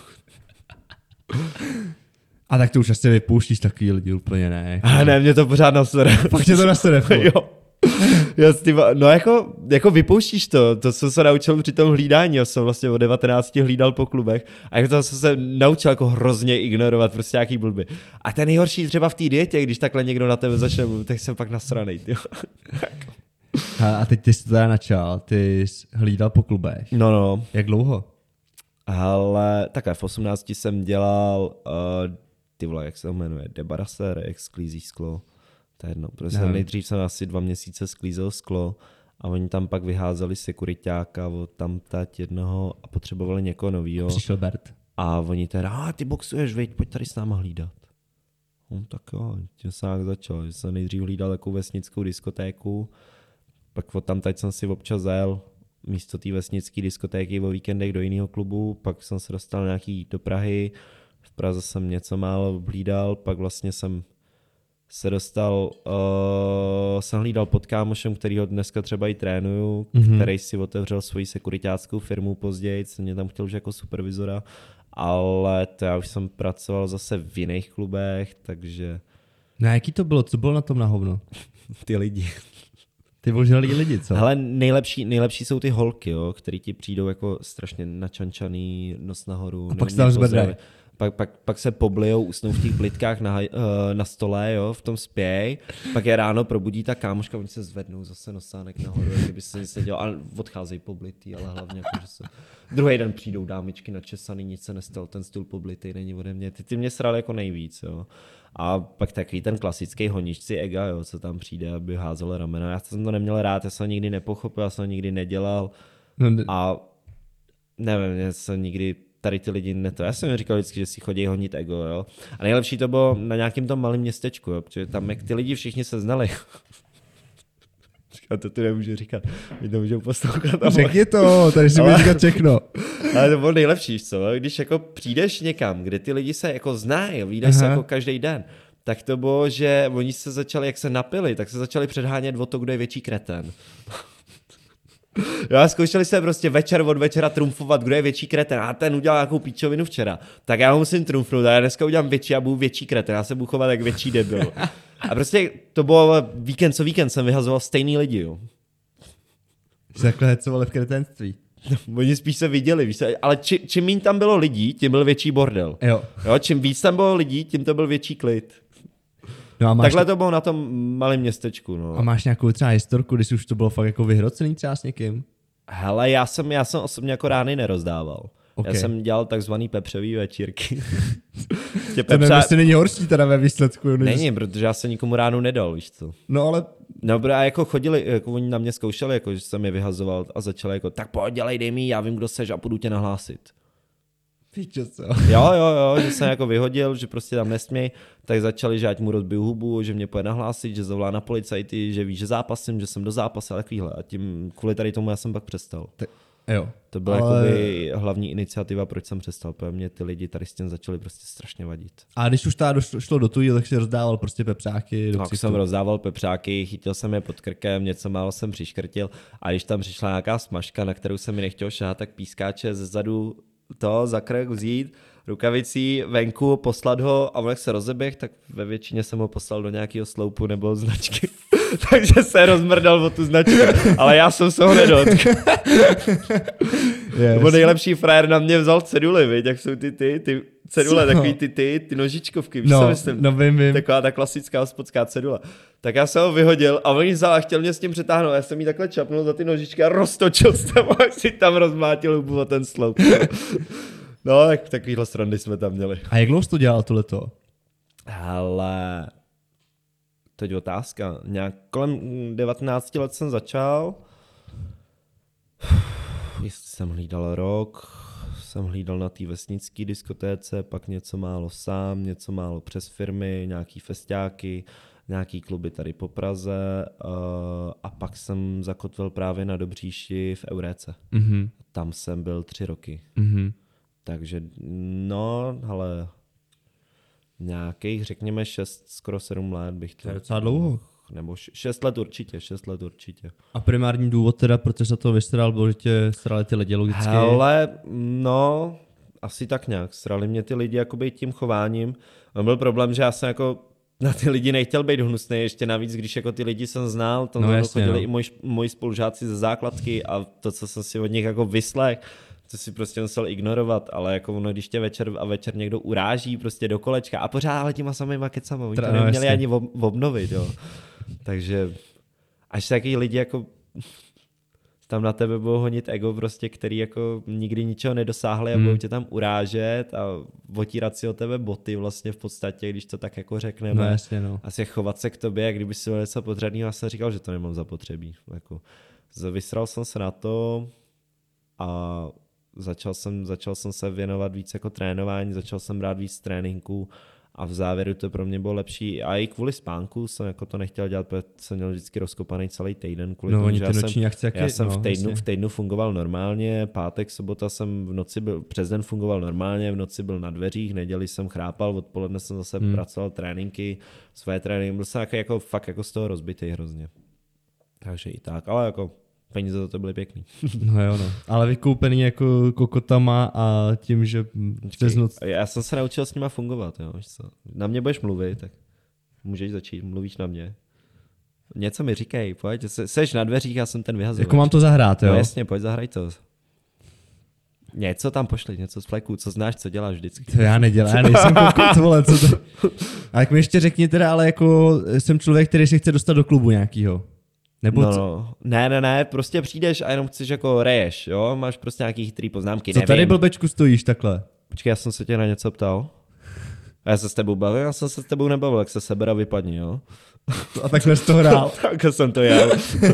A tak to už asi vypouštíš takový lidi úplně, ne? A ne, mě to pořád nasere. Pak tě to nasere. Jo. No jako vypouštíš to jsem se naučil při tom hlídání, já jsem vlastně od 19 hlídal po klubech a jako to jsem se naučil jako hrozně ignorovat prostě nějaký blby. A ten nejhorší třeba v té dietě, když takhle někdo na tebe začne mluvit, tak jsem pak nasranej. A teď ty jsi to teda načal, ty jsi hlídal po klubech. No. Jak dlouho? Ale takhle v 18 jsem dělal, ty vole, jak se to jmenuje, debaraser, jak sklízí sklo. To je jedno, protože nejdřív jsem asi 2 měsíce sklízel sklo a oni tam pak vyházeli sekuriťáka od tamtať jednoho a potřebovali někoho novýho. Přišel Bert. A oni teda, ty boxuješ, veď, pojď tady s náma hlídat. Tak jo, tím jsem jak začal, že jsem nejdřív hlídal takovou vesnickou diskotéku, pak od tamtať jsem si občas jel místo té vesnické diskotéky o víkendech do jiného klubu, pak jsem se dostal nějaký do Prahy, v Praze jsem něco málo hlídal, pak vlastně jsem se dostal, jsem hlídal pod kámošem, kterýho dneska třeba i trénuju, který si otevřel svoji sekuritáckou firmu později, co mě tam chtěl už jako supervizora, ale to já už jsem pracoval zase v jiných klubech, takže... No a jaký to bylo? Co bylo na tom na hovno? Ty lidi. Ty ožralí lidi, co? Hele, nejlepší jsou ty holky, jo, který ti přijdou jako strašně načančaný, nos nahoru. A pak se tam zberdají. Pak se poblijou, usnou v těch plitkách na stole, jo, v tom spěj. Pak je ráno probudí ta kámoška, oni se zvednou zase nosánek nahoru, kdyby se nic nedělal. A odcházejí poblitý, ale hlavně jako, že se... Druhý den přijdou dámičky načesaný, nic se nestalo, ten stůl poblitý není ode mě. Ty mě srali jako nejvíc, jo. A pak takový ten klasický honičci ega, jo, co tam přijde, aby házel ramena. Já jsem to neměl rád, já jsem nikdy nepochopil, já jsem to nikdy nedělal. A nevím, já jsem nikdy tady ty lidi já jsem jim říkal vždycky, že si chodí honit ego, jo. A nejlepší to bylo na nějakém tom malém městečku, jo, protože tam jak ty lidi všichni se znali. To tu nemůžu říkat, my to můžou poslouchat. Řekni to, tady si můžu říkat všechno. Ale to bylo nejlepší, co? Když jako přijdeš někam, kde ty lidi se jako znají, vídají se jako každý den, tak to bylo, že oni se začali, jak se napili, tak se začali předhánět o to, kdo je větší kreten. Jo, zkoušeli se prostě večer od večera trumfovat, kdo je větší kreten. A ten udělal nějakou píčovinu včera. Tak já ho musím trumfnout a já dneska udělám větší a budu větší kreten. Já se budu chovat jak větší debil. A prostě to bylo víkend co víkend jsem vyhazoval stejný lidi, jo. Že takhle hecovali v kretenství. Oni spíš se viděli, víš, ale čím méně tam bylo lidí, tím byl větší bordel. Jo, čím víc tam bylo lidí, tím to byl větší klid. No a takhle to bylo na tom malém městečku. No. A máš nějakou třeba historku, když už to bylo fakt jako vyhrocený třeba s někým? Hele, já jsem osobně jako rány nerozdával. Okay. Já jsem dělal takzvaný pepřový večírky. To nemyslím, není horší teda ve výsledku. Není, protože já se nikomu ránu nedal, víš co. No ale... No a jako chodili, jako oni na mě zkoušeli, jako, že jsem je vyhazoval a začali jako, tak pojď, dělej, dej mi, já vím, kdo seš a půjdu tě nahlásit. Píče co? Jo, že jsem jako vyhodil, že prostě tam nesměj, tak začali, že ať mu rozbiju hubu, že mě pojede nahlásit, že zavolá na policajty, že ví, že zápasím, že jsem do zápasu a takovýhle. A tím kvůli tady tomu já jsem pak přestal. Jo. To byla jakoby hlavní iniciativa, proč jsem přestal, protože mě ty lidi tady s tím začali prostě strašně vadit. A když už šlo do tují, tak si rozdával prostě pepřáky do Tak jsem rozdával pepřáky, chytil jsem je pod krkem, něco málo jsem přiškrtil a když tam přišla nějaká smažka, na kterou se mi nechtěl šát, tak pískáče zezadu to za krk vzít, rukavicí venku, poslat ho a on jak se rozeběh, tak ve většině jsem ho poslal do nějakého sloupu nebo značky. Takže se rozmrdal o tu značku, ale já jsem se ho nedotkl. Nebo nejlepší frajer na mě vzal ceduly, viď, jak jsou ty cedule, takový ty nožičkovky, víš co myslím? No vím. Taková ta klasická hospodská cedula. Tak já jsem ho vyhodil a on ji vzal a chtěl mě s tím přetáhnout. Já jsem jí takhle čapnul za ty nožičky a roztočil jsem a si tam rozmátil hubu o ten sloup. No, tak takovýhle srandy jsme tam měli. A jak dlouho jsi to dělal tohleto? Ale teď otázka. Nějak kolem 19 let jsem začal. Jestli jsem hlídal rok, jsem hlídal na té vesnické diskotéce, pak něco málo sám, něco málo přes firmy, nějaký festiáky, nějaký kluby tady po Praze a pak jsem zakotvil právě na Dobříši v Euréce. Mm-hmm. Tam jsem byl 3 roky. Mm-hmm. Takže no, ale nějakých, řekněme 6, skoro 7 let bych to... To je docela dlouho. Nebo 6 let určitě. A primární důvod teda, protože se to vystral, byl, že tě srali ty lidi logicky? Hele, no, asi tak nějak. Srali mě ty lidi jakoby tím chováním. On byl problém, že já jsem jako na ty lidi nechtěl být hnusný, ještě navíc, když jako ty lidi jsem znal, tam chodili i moji spolužáci ze základky a to, co jsem si od nich jako vyslech, to si prostě musel ignorovat, ale jako ono, když tě večer někdo uráží prostě do kolečka a pořád ale těma samýma kecama, oni to neměli ani obnovit, jo. Takže až taky lidi jako tam na tebe budou honit ego prostě, který jako nikdy ničeho nedosáhli a budou tě tam urážet a otírat si o tebe boty vlastně v podstatě, když to tak jako řekneme. No jasně, no. Asi chovat se k tobě, jak kdyby si byl něco podřadného, já jsem říkal, že to nemám zapotřebí. Jako, vysral jsem se na to a začal jsem se věnovat víc jako trénování, začal jsem brát víc tréninků a v závěru to pro mě bylo lepší. A i kvůli spánku jsem jako to nechtěl dělat, protože jsem měl vždycky rozkopaný celý týden. Kvůli tomu, že já jsem v týdnu fungoval normálně, pátek, sobota jsem v noci byl, přes den fungoval normálně, v noci byl na dveřích, neděli jsem chrápal, odpoledne jsem zase pracoval tréninky, své tréninky, byl jsem jako fakt jako z toho rozbitý hrozně. Takže i tak, ale jako peníze za to byly pěkný. No jo, no. Ale vykoupený jako kokotama a tím, že přes noc... Já jsem se naučil s nima fungovat, jo. Na mě budeš mluvit, tak můžeš začít, mluvíš na mě. Něco mi říkej, pojď, seš na dveřích, já jsem ten vyhazovač. Jako mám to zahrát, jo? No jasně, pojď zahraj to. Něco tam pošli, něco z fleku, co znáš, co děláš vždycky. To já nedělám, já nejsem kokot, vole, co to... A jak mi ještě řekni teda, ale jako jsem člověk, který si chce dostat do klubu nějakýho. Nebo no. Ne, prostě přijdeš a jenom chceš jako reješ, jo? Máš prostě nějaký chytrý poznámky, co nevím. Tady blbečku stojíš takhle? Počkej, já jsem se tě na něco ptal. A já se s tebou bavil, já jsem se s tebou nebavil, jak se seber a vypadni, jo? A takhle jsi to hrál. Tak jsem to jel.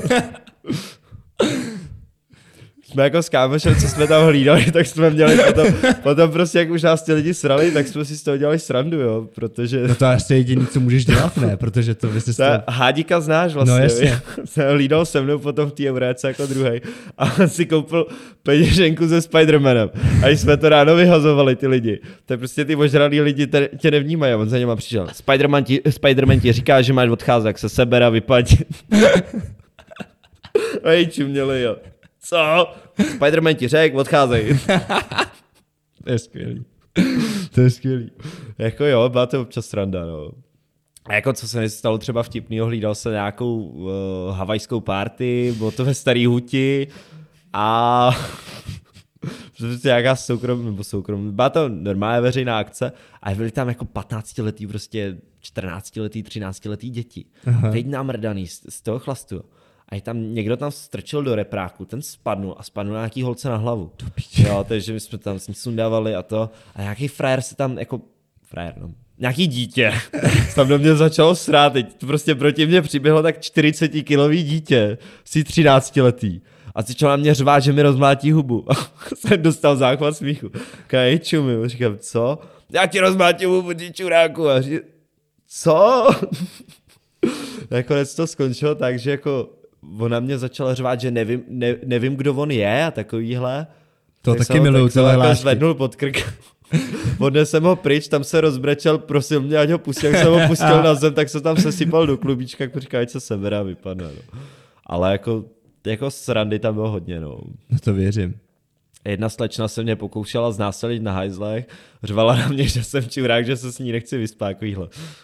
Jsme jako s kámošem, co jsme tam hlídali, tak jsme měli potom prostě, jak už nás ty lidi srali, tak jsme si z toho dělali srandu, jo, protože... No to je asi jediný, co můžeš dělat, ne, protože to vy jste... Hádíka znáš vlastně, no jasně. Jsem hlídal se mnou potom v té Euréce jako druhej a on si koupil peněženku se Spidermanem a když jsme to ráno vyhazovali ty lidi, tak prostě ty ožralí lidi tě nevnímají a on za něma přišel. Spiderman ti říká, že máš odcházet, jak se seber a vypadni. A jí čuměli, jo. Co? Spiderman ti řek, odcházej. To je skvělý. Jako jo, byla to občas sranda, no. A jako co se mi stalo třeba vtipnýho, hlídal se nějakou havajskou party, bylo to ve Starý Huti a prostě nějaká soukromá, byla to normálně veřejná akce a byli tam jako 15letý, prostě 14letý, 13letý děti. Teď namrdaný z toho chlastu. A tam někdo tam strčil do repráku, ten spadnul na nějaký holce na hlavu. Jo, takže my jsme tam s ní sundávali a to. A nějaký frajer se tam, jako, nějaký dítě tam do mě začalo srát. Teď prostě proti mě přiběhlo tak 40kilový dítě, asi 13letý. A začal na mě řvát, že mi rozmlátí hubu. A jsem dostal záchvat smíchu. Kaj čumím, říkám, co? Já ti rozmlátím hubu, ty čuráku. A říkám, co? Nakonec to skončilo tak, že jako ona mě začala řvát, že nevím, kdo on je a takovýhle. To tak taky miluju, tohle tohle jako zvednul pod krk. Odnes jsem ho pryč, tam se rozbrečel, prosil mě, ať ho pustil, jak jsem ho pustil na zem, tak se tam sesypal do klubíčka, jak říká, ať se sebere a vypadne. No. Ale jako srandy tam bylo hodně. No. No to věřím. Jedna slečna se mě pokoušela znásilit na hajzlech, řvala na mě, že jsem čurák, že se s ní nechci vyspat, takovýhle.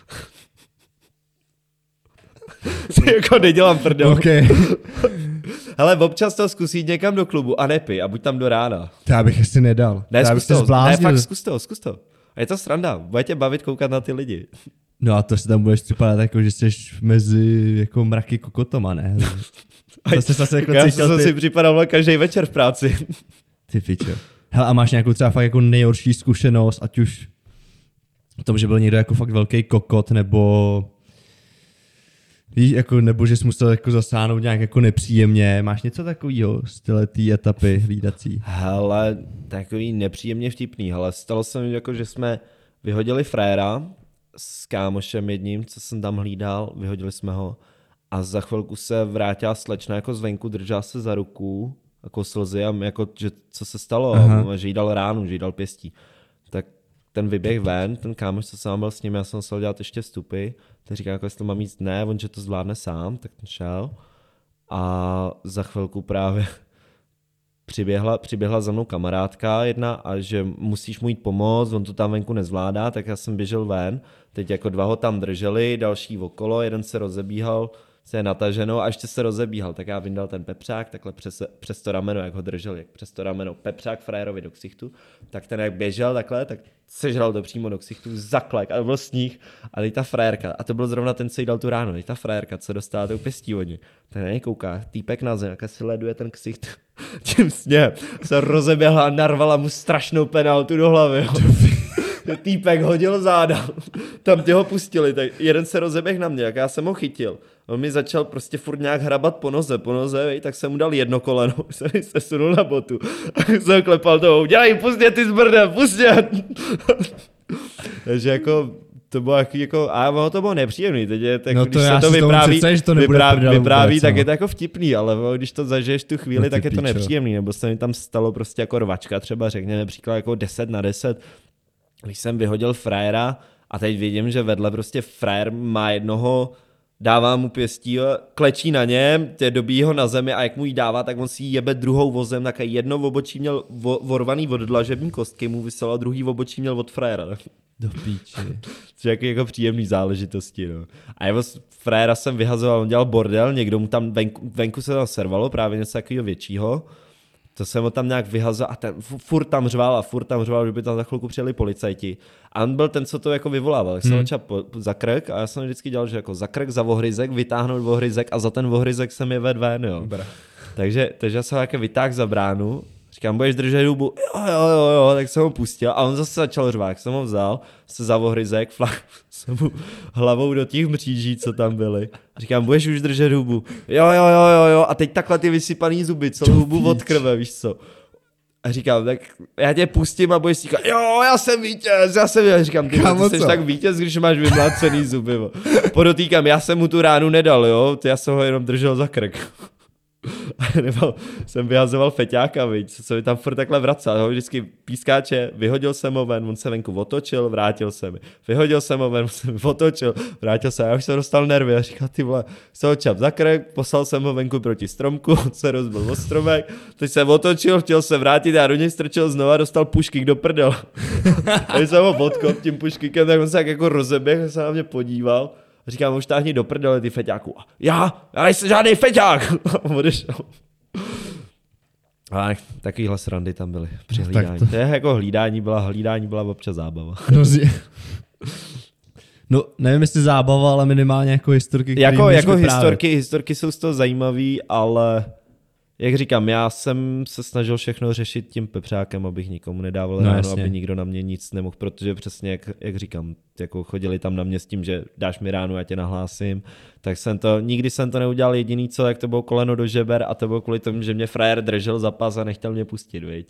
Si jako nedělám prdel. Okay. Hele, občas to zkusí někam do klubu a nepij a buď tam do rána. To já bych asi nedal. Ne, fakt zkus to. A je to sranda, bude tě bavit koukat na ty lidi. No a to si tam budeš připadat jako, že jsi mezi jako mraky kokotoma, ne? To jsi zase jako já jsem si připadal každý večer v práci. Ty pičo. Hele, a máš nějakou třeba fakt jako nejhorší zkušenost, ať už v tom, že byl někdo jako fakt velký kokot, nebo víš, jako, nebo že jsi musel jako zasáhnout nějak jako nepříjemně. Máš něco takového z té etapy hlídací? Hele, takový nepříjemně vtipný. Hele, stalo se mi jako, že jsme vyhodili fréra s kámošem jedním, co jsem tam hlídal, vyhodili jsme ho a za chvilku se vrátila slečna jako zvenku, držela se za ruku, jako slzy a jako, že co se stalo, že jí dal ránu, že jí dal pěstí. Tak ten vyběh ven, ten kámoš, co jsem byl s ním, já jsem musel dělat ještě vstupy, tak říká, jako jestli to mám jít, ne, on, že to zvládne sám, tak ten šel a za chvilku právě přiběhla za mnou kamarádka jedna a že musíš mu jít pomoct, on to tam venku nezvládá, tak já jsem běžel ven, teď jako dva ho tam drželi, další okolo, jeden se rozebíhal, se je nataženo a ještě se rozebíhal, tak já vyndal ten pepřák takhle přes to rameno, jak ho držel, jak přes to rameno pepřák frajerovi do ksichtu, tak ten jak běžel takhle, tak sežral to přímo do ksichtu, zaklek a to byl sníh a teď ta frajerka, a to byl zrovna ten, co jí dal tu ránu, teď ta frajerka, co dostala tou pěstí od ní, ten na něj kouká, týpek na zem, jak si leduje ten ksicht tím sněhem, se rozeběhla a narvala mu strašnou penaltu do hlavy. Týpek hodil záda, tam tě ho pustili, tak jeden se rozeběh na mě, jak já jsem ho chytil. On mi začal prostě furt nějak hrabat po noze, tak jsem mu dal jedno koleno, jsem se sunul na botu. A jsem klepal toho, dělej, pustě ty zbrde, pustě. Takže jako, to bylo jako, a ono to bylo nepříjemný, teď je, tak, no když se to vypráví, tak je to jako vtipný, ale když to zažiješ tu chvíli, no tak je to nepříjemný, nebo se mi tam stalo prostě jako rvačka, třeba řekněme například jako 10/10, když jsem vyhodil frajera a teď vidím, že vedle prostě frajer má jednoho, dává mu pěstí, klečí na něm, dobíjí ho na zemi a jak mu jí dává, tak on si jí jebe druhou vozem, tak jedno obočí měl vorvaný od dlažební kostky, mu vysel a druhý obočí měl od frajera. Do píči. Což jako příjemný záležitosti. No. A jeho frajera jsem vyhazoval, on dělal bordel, někdo mu tam venku se tam servalo, právě něco takového většího. To jsem ho tam nějak vyhazoval a ten furt tam řval, že by tam za chvilku přijeli policajti. A on byl ten, co to jako vyvolával. Tak jsem ho čap za krk a já jsem vždycky dělal, že jako za krk, za vohryzek, vytáhnout vohryzek a za ten vohryzek jsem je vedl ven, jo. Takže já jsem ho jako vytáhl za bránu, říkám, budeš držet hubu, jo, tak jsem ho pustil a on zase začal řvát, tak jsem ho vzal, se za vohryzek, jsem mu hlavou do těch mříží, co tam byly. A říkám, budeš už držet hubu, jo, a teď takhle ty vysypaný zuby, celou hubu od krve, víš co. A říkám, tak já tě pustím a budeš říkat, jo, já jsem vítěz. Říkám, ty jsi tak vítěz, když máš vymlácený zuby. Podotýkám, já jsem mu tu ránu nedal, jo, já jsem ho jenom držel za krk. Nebo jsem vyhazoval feťáka, co se mi tam furt takhle vracel, vždycky pískáče, vyhodil jsem ho ven, on se venku otočil, vrátil se mi, vyhodil jsem ho ven, on se mi otočil, vrátil se, já už jsem dostal nervy a říkal, ty vole, se ho čap za krk, poslal jsem ho venku proti stromku, on se rozbil o stromek, teď se otočil, chtěl se vrátit a do něj strčil znova, dostal puškyk do prdel. A když jsem ho odkop tím puškykem, tak on se jako rozeběh a se na mě podíval. Říkám, už táhni do prdele ty feťáku. Já nejsem žádný feťák. Odešel. Ale takovýhle srandy tam byly při hlídání. To je jako hlídání byla občas zábava. No, nevím, jestli zábava, ale minimálně jako historky. Jako historky jsou z toho zajímavý, ale jak říkám, já jsem se snažil všechno řešit tím pepřákem, abych nikomu nedával ráno, aby nikdo na mě nic nemohl, protože přesně jak říkám, jako chodili tam na mě s tím, že dáš mi ránu, já tě nahlásím, tak nikdy jsem to neudělal, jediný co, jak to bylo koleno do žeber a to bylo kvůli tomu, že mě frajer držel za pas a nechtěl mě pustit, viď?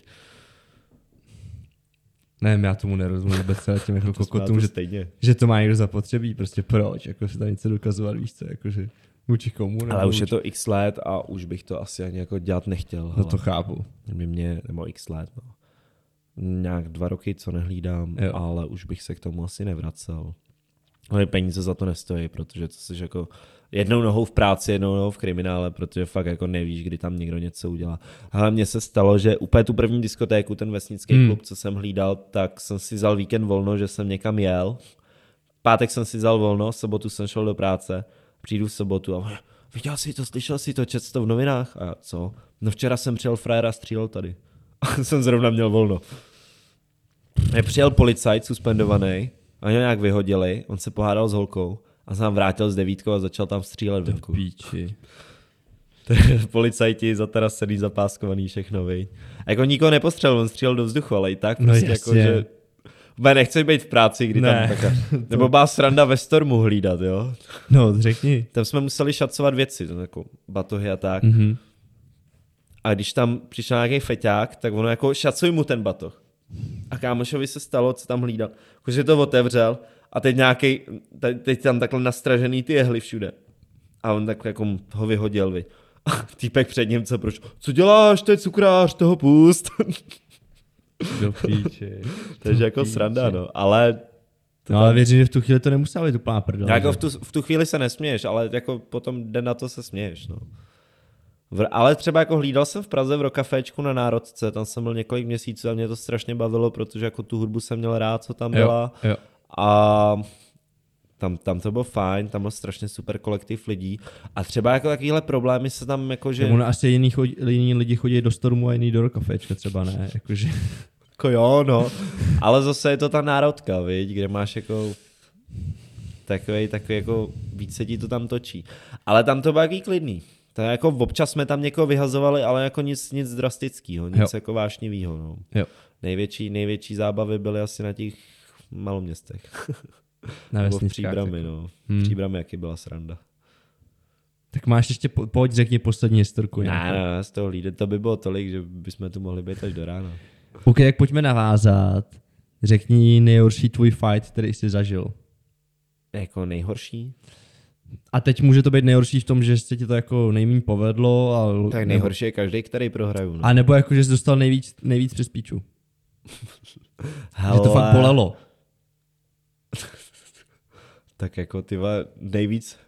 Nevím, já tomu nerozumím vůbec těm jako kokotům, že to má někdo zapotřebí, prostě proč, jako se tam něco dokazovat, víš co, jakože Vůči komu? Ale už je to x let a už bych to asi ani jako dělat nechtěl. No to chápu. Nebo x let, no. Nějak 2 roky, co nehlídám, jo. Ale už bych se k tomu asi nevracel. Ale peníze za to nestojí, protože to jsi jako jednou nohou v práci, jednou nohou v kriminále, protože fakt jako nevíš, kdy tam někdo něco udělá. Ale mně se stalo, že úplně tu první diskotéku, ten vesnický klub, co jsem hlídal, tak jsem si vzal víkend volno, že jsem někam jel. Pátek jsem si vzal volno, sobotu jsem šel do práce, přijdu v sobotu a viděl jsi to, slyšel jsi to, četl to v novinách? A co? No včera jsem přijel frajera a střílel tady. A jsem zrovna měl volno. Přijel policajt suspendovaný, a mě nějak vyhodili, on se pohádal s holkou a se nám vrátil s 9 a začal tam střílet venku. Píči. Policajti zatarasený, zapáskovaný, všechno, vej. A jako nikoho nepostřelil, on střílel do vzduchu, ale i tak no prostě jako, že nechceš být v práci, kdy tam taká. Nebo byla sranda ve Stormu hlídat, jo? No, řekni. Tam jsme museli šacovat věci, to jako batohy a tak. Mm-hmm. A když tam přišel nějaký feťák, tak ono jako šacuj mu ten batoh. A kámošovi se stalo, co tam hlídal, že to otevřel a teď tam takhle nastražený ty jehly všude. A on tak jako ho vyhodil, vy. A týpek před ním, co děláš, to je cukrář, toho pust. Do píči. Takže jako sranda, no, ale... No ale věřím, že v tu chvíli to nemusela být úplná prdel. Jako v tu chvíli se nesměješ, ale jako potom den na to se směješ, no. Ale třeba jako hlídal jsem v Praze v Rokaféčku na Národce, tam jsem byl několik měsíců a mě to strašně bavilo, protože jako tu hudbu jsem měl rád, co tam byla. Jo. A tam to bylo fajn, tam byl strašně super kolektiv lidí a třeba jako takovýhle problémy se tam jakože... Ono asi jiní lidi chodí do Stormu a jiný do Rokaféčka třeba, ne? Jakože... Jako jo, no. Ale zase je to ta Národka, viď, kde máš jako... Takový jako víc se ti to tam točí. Ale tam to bylo jaký klidný. To jako občas jsme tam někoho vyhazovali, ale jako nic drastického, nic jako vášnivého. No. Největší zábavy byly asi na těch maloměstech. Na vesničkách. V Příbrami, no. V Příbrami, jaký byla sranda. Tak máš ještě, pojď řekni poslední historku. Ne, z toho líde, to by bylo tolik, že bychom tu mohli být až do rána. Ok, jak pojďme navázat. Řekni nejhorší tvůj fight, který jsi zažil. Jako nejhorší? A teď může to být nejhorší v tom, že se ti to jako nejméně povedlo. A, tak nejhorší je každý, který prohraju. No. A nebo jako, že jsi dostal nejvíc přes píču. Že to fakt bolelo. Tak jako nejvíc...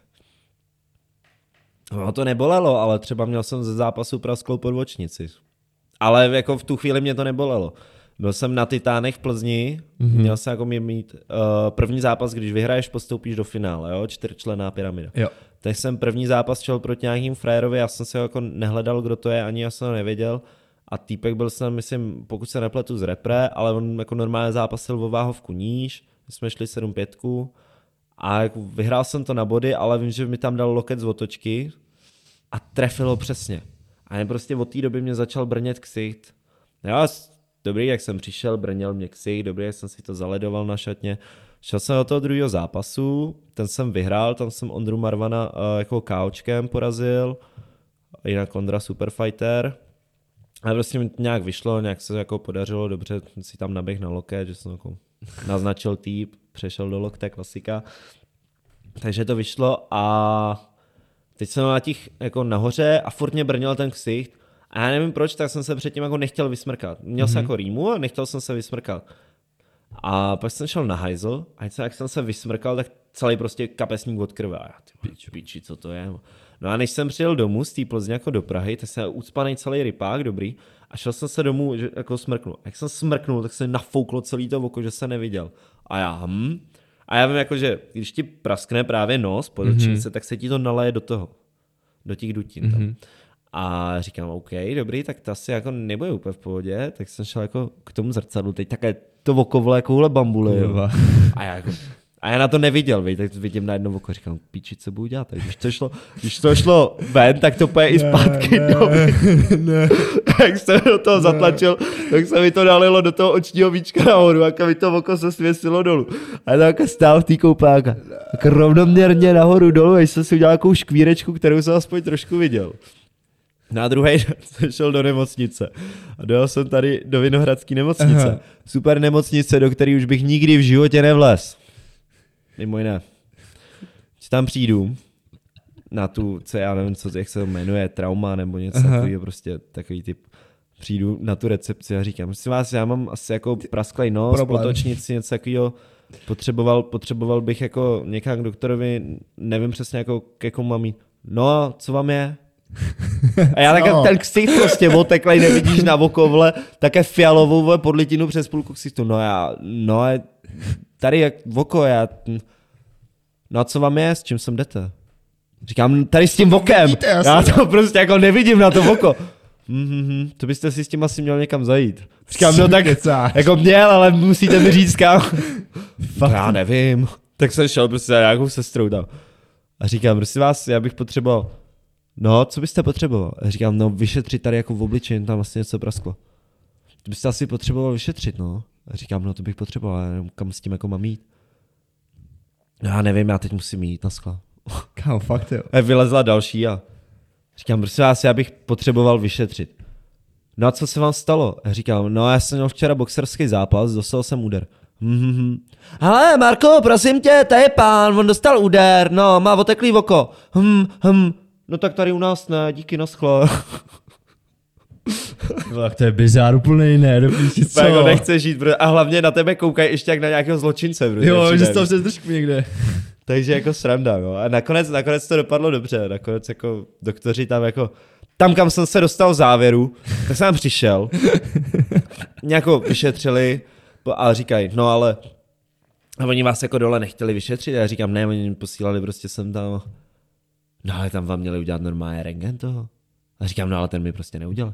No to nebolelo, ale třeba měl jsem ze zápasu prasklou podvočnici. Ale jako v tu chvíli mě to nebolelo. Byl jsem na Titánech v Plzni, měl jsem jako mít první zápas, když vyhraješ, postoupíš do finále, jo, 4členná pyramida. Jo. Tak jsem první zápas šel proti nějakým frajerovi, já jsem se jako nehledal, kdo to je, ani já jsem ho nevěděl. A týpek byl jsem, myslím, pokud se nepletu z repre, ale on jako normálně zápasil o váhovku níž, jsme šli 7-5 a jako vyhrál jsem to na body, ale vím, že mi tam dal loket z otočky a trefilo přesně. A jen prostě od té doby mě začal brnět ksicht. Já dobrý, jak jsem přišel, brněl mě ksicht, dobrý, jak jsem si to zaledoval na šatně. Šel jsem do toho druhého zápasu, ten jsem vyhrál, tam jsem Ondru Marvana jako KOčkem porazil, jinak Ondra superfighter. Ale prostě mi nějak vyšlo, nějak se jako podařilo dobře, si tam naběh na loket, že jsem jako naznačil týp, přešel do lokte, klasika. Takže to vyšlo a teď jsem na těch jako nahoře a furt mě brnil ten ksicht. A já nevím proč, tak jsem se předtím jako nechtěl vysmrkat. Měl jsem jako rýmu a nechtěl jsem se vysmrkat. A pak jsem šel na hajzl a jak jsem se vysmrkal, tak celý prostě kapesník od krve. A já piči, co to je? No a než jsem přijel domů z té Plzně jako do Prahy, tak jsem ucpanej celý rypák, dobrý. A šel jsem se domů, že jako smrknu. A jak jsem smrknul, tak se nafouklo celý to oko, že se neviděl. A já A já vím jako, že když ti praskne právě nos po dočnice, tak se ti to naleje do toho. Do těch dutin tam. A říkám, OK, dobrý, tak to asi jako nebude úplně v pohodě, tak jsem šel jako k tomu zrcadlu, teď také to oko vole jakouhle bambule, jo. A já na to neviděl, tak vidím na jedno oko, říkám, píči, co budu dělat, tak když to šlo ven, tak to půjde i zpátky. Ne. Jak jsem do toho zatlačil, tak se mi to nalilo do toho očního víčka nahoru, a mi to oko se svěsilo dolů. A já tak stál v té koupáka, tak rovnoměrně nahoru dolů, až jsem si udělal nějakou škvírečku, kterou jsem aspoň trošku viděl. Na druhý jsem šel do nemocnice a dojel jsem tady do Vinohradské nemocnice. Aha. Super nemocnice, do které už bych nikdy v životě nevlez. Mimo jiné. Když tam přijdu, na tu, co já nevím, jak se to jmenuje, trauma nebo něco takového, prostě takový typ. Přijdu na tu recepci a říkám, myslím vás, já mám asi jako prasklej nos, potočnici, něco takového. Potřeboval bych jako někam k doktorovi, nevím přesně jako ke komu mám jít. No, co vám je? A já takhle ten ksicht prostě oteklej, nevidíš na oko, vole, také fialovou, vole, podlitinu přes půlku ksichtu. Tady jak v oko, no a co vám je, s čím sem jdete? Říkám, tady s tím okem, já to prostě jako nevidím na to oko. To byste si s tím asi měl někam zajít. Říkám, no tak, jako měl, ale musíte mi říct kam. Já nevím. Tak jsem šel prostě za nějakou sestrou tam. A říkám, prosím vás, já bych potřeboval. No, co byste potřeboval? A říkám, no vyšetřit tady jako v obličeji, tam vlastně něco prasklo. To byste asi potřeboval vyšetřit, no. A říkám, no to bych potřeboval, já nevím, kam s tím jako mám jít. No já nevím, já teď musím jít na skla. Kámo, fakt jo. A vylezla další a říkám, prosím vás, já bych potřeboval vyšetřit. No a co se vám stalo? A říkám, no já jsem měl včera boxerský zápas, dostal jsem úder. Hele, Marko, prosím tě, tady je pán, on dostal úder, no, má oteklý oko. No tak tady u nás ne, díky, naschle. Tak to je bizár úplnej, ne, dopíši co? Jako nechce žít, a hlavně na tebe koukají ještě jak na nějakého zločince. Jo, že jsi tam přes držku někde. Takže jako sranda, no. A nakonec to dopadlo dobře, nakonec jako doktoři tam, kam jsem se dostal v závěru, tak jsem tam přišel, nějakou vyšetřili a říkají, no ale a oni vás jako dole nechtěli vyšetřit, a já říkám, ne, oni posílali prostě sem tam, no ale tam vám měli udělat normálně rentgen toho. A říkám, no ale ten mi prostě neudělal.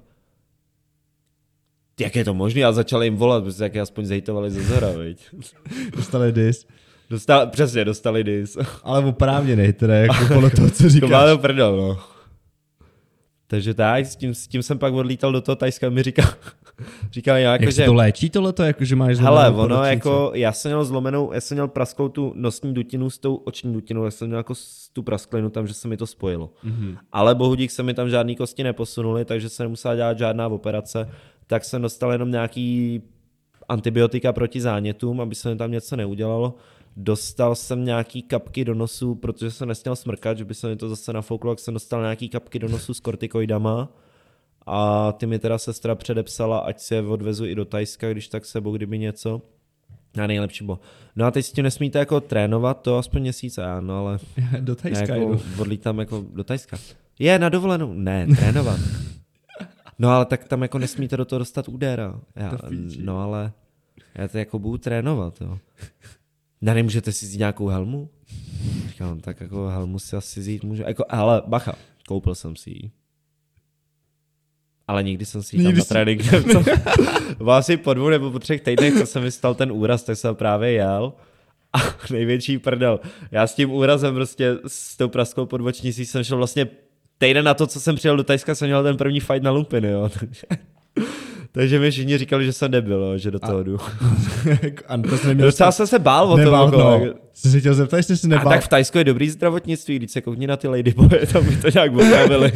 Jak je to možné? A začali jim volat, protože jak je aspoň zhejtovali ze zhora, viď. Dostali dis. Dostali dis. Ale oprávněnej, teda jako podle toho, co říkáš. To má to prdel, no. Takže tak, s tím jsem pak odlítal do toho Thajska, mi říkal nějak, jak že... Jak to léčí tohleto, jako že máš zlomenou podočnici? Hele, ono jako, já jsem měl prasklou tu nosní dutinu s tou oční dutinou, já jsem měl jako tu prasklinu tam, že se mi to spojilo. Ale bohudík se mi tam žádný kosti neposunuly, takže se nemusela dělat žádná operace, tak jsem dostal jenom nějaký antibiotika proti zánětům, aby se mi tam něco neudělalo. Dostal jsem nějaký kapky do nosu, protože jsem nesměl smrkat, že by se mi to zase nafouklo, tak jsem dostal nějaký kapky do nosu s kortikoidama a ty mi teda sestra předepsala, ať se odvezu i do Thajska, když tak sebou, kdyby něco. A nejlepší bylo. No a teď s tím nesmíte jako trénovat, to aspoň měsíc, no ale... Do Thajska jako odlítám jako do Thajska. Je, na dovolenou. Ne, trénovat. No ale tak tam jako nesmíte do toho dostat údera. No ale já to jako budu trénovat, jo. Nemůžete si vzít nějakou helmu? Říkám, tak jako helmu si asi vzít můžu. Jako, ale bacha, koupil jsem si ji. Ale nikdy jsem si ji tam na trénink nevzal. Asi po 2 nebo po 3 týdnech, co jsem mi stal ten úraz, tak jsem právě jel. A největší prdel. Já s tím úrazem prostě s tou prasklou podbočnicí jsem šel vlastně týden na to, co jsem přijel do Thajska, jsem měl ten první fight na lumpiny, jo. Takže mi všichni říkali, že jsem debil, jo, že do toho jdu. Docela jsem se bál o tom. No. Jsi se chtěl zeptat, jestli jsi nebál. A tak v Thajsku je dobrý zdravotnictví, když se koukni na ty ladyboye, tam by to nějak opravili.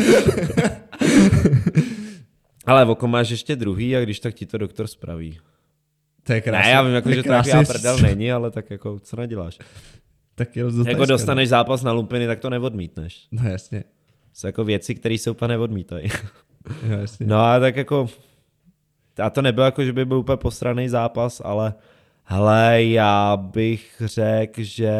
Ale oko máš ještě druhý a když tak ti to doktor spraví. To je krásný. Ne, já vím, jako, že to taková prdel není, ale tak jako, co neděláš? Tak jako dostaneš zápas na lumpiny, tak to neodmítneš. No jasně. Jsou jako věci, které se úplně neodmítají. No, jasně. No a tak jako... A to nebylo jako, že by byl úplně posraný zápas, ale hele, já bych řekl, že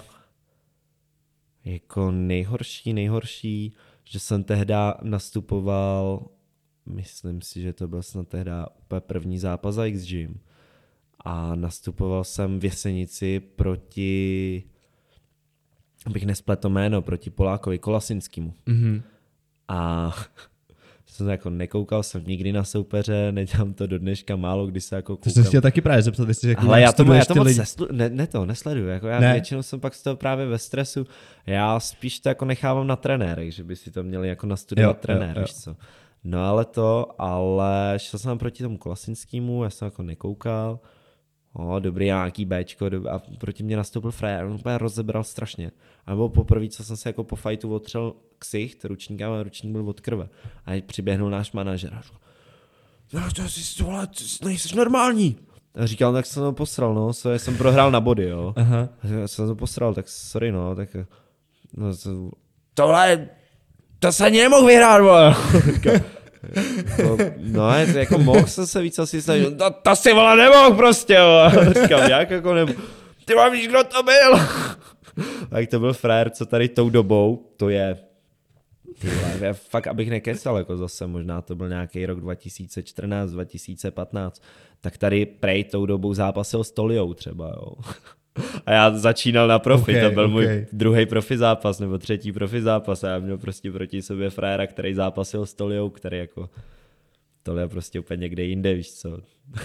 jako nejhorší, že jsem tehda nastupoval, myslím si, že to byl snad tehda úplně první zápas za X-Gym. A nastupoval jsem v Jesenici proti, abych nespletl jméno, proti Polákovi Kolasinskému. A jsem jako nekoukal jsem nikdy na soupeře, nedělám to do dneška, málo kdy se jako koukám. To jsem chtěl taky právě zeptat, jestli jako ale já to moc nesleduju, jako já většinou jsem pak z toho právě ve stresu, já spíš to jako nechávám na trenérech, že by si to měli jako nastudovat trenér, víš co. No ale šel jsem proti tomu Kolasinskému, já jsem jako nekoukal, dobrý, nějaký Bčko, a proti mě nastoupil frajer, on úplně rozebral strašně. A bylo poprvé, co jsem se jako po fajtu otřel ksicht ručníkem a ručník byl od krve. A přiběhnul náš manažer a říkal, ty nejsi normální. A říkal, tak jsem to posral, no, jsem prohrál na body, jo. Aha. Já jsem to posral, tak sorry, no, tak tohle, to se ani nemohl vyhrát, vole. No, jako mohl jsem se víc asi snažit, to si vole nemohl prostě, vole. Říkám, jak jako nemohl. Ty vám víš, kdo to byl? Tak to byl frér, co tady tou dobou, to je, tyhle, fakt abych nekecal, jako zase možná to byl nějaký rok 2014, 2015, tak tady prej tou dobou zápasil s Tolijou třeba, jo. A já začínal na profi, to byl můj druhý profi zápas, nebo třetí profi zápas a já měl prostě proti sobě fréra, který zápasil s Tolijou, který jako, Tolia prostě úplně někde jinde, víš co.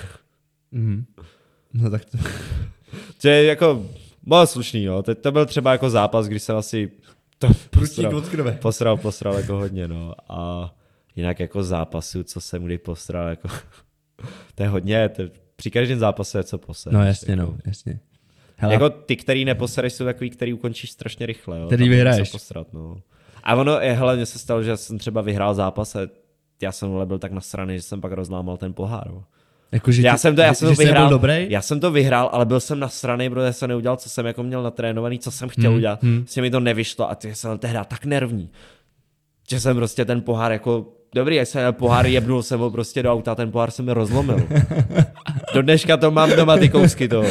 No tak to... To je jako, bylo slušný, jo, to byl třeba jako zápas, když jsem asi to posral jako hodně, no, a jinak jako zápasů, co jsem kdy posral, jako, to je hodně, při každém zápase je co posrat. No jasně, jako. no, jasně. Hele. Jako ty, který neposereš, jsou takový, který ukončíš strašně rychle, jo. Který vyhraješ. Posrat, no. A ono, hele, mně se stalo, že jsem třeba vyhrál zápas a já jsem byl tak nasraný, že jsem pak rozlámal ten pohár, jo. Jako, já jsem to vyhrál, dobrý? Já jsem to vyhrál, ale byl jsem nasranej, protože jsem neudělal, co jsem jako měl natrénovaný, co jsem chtěl udělat. Vlastně mi to nevyšlo a ty jsem tehdy tak nervní, že jsem prostě ten pohár jako, dobrý, jak jsem pohár jebnul jsem ho prostě do auta, ten pohár se mi rozlomil. Do dneška to mám doma ty kousky toho.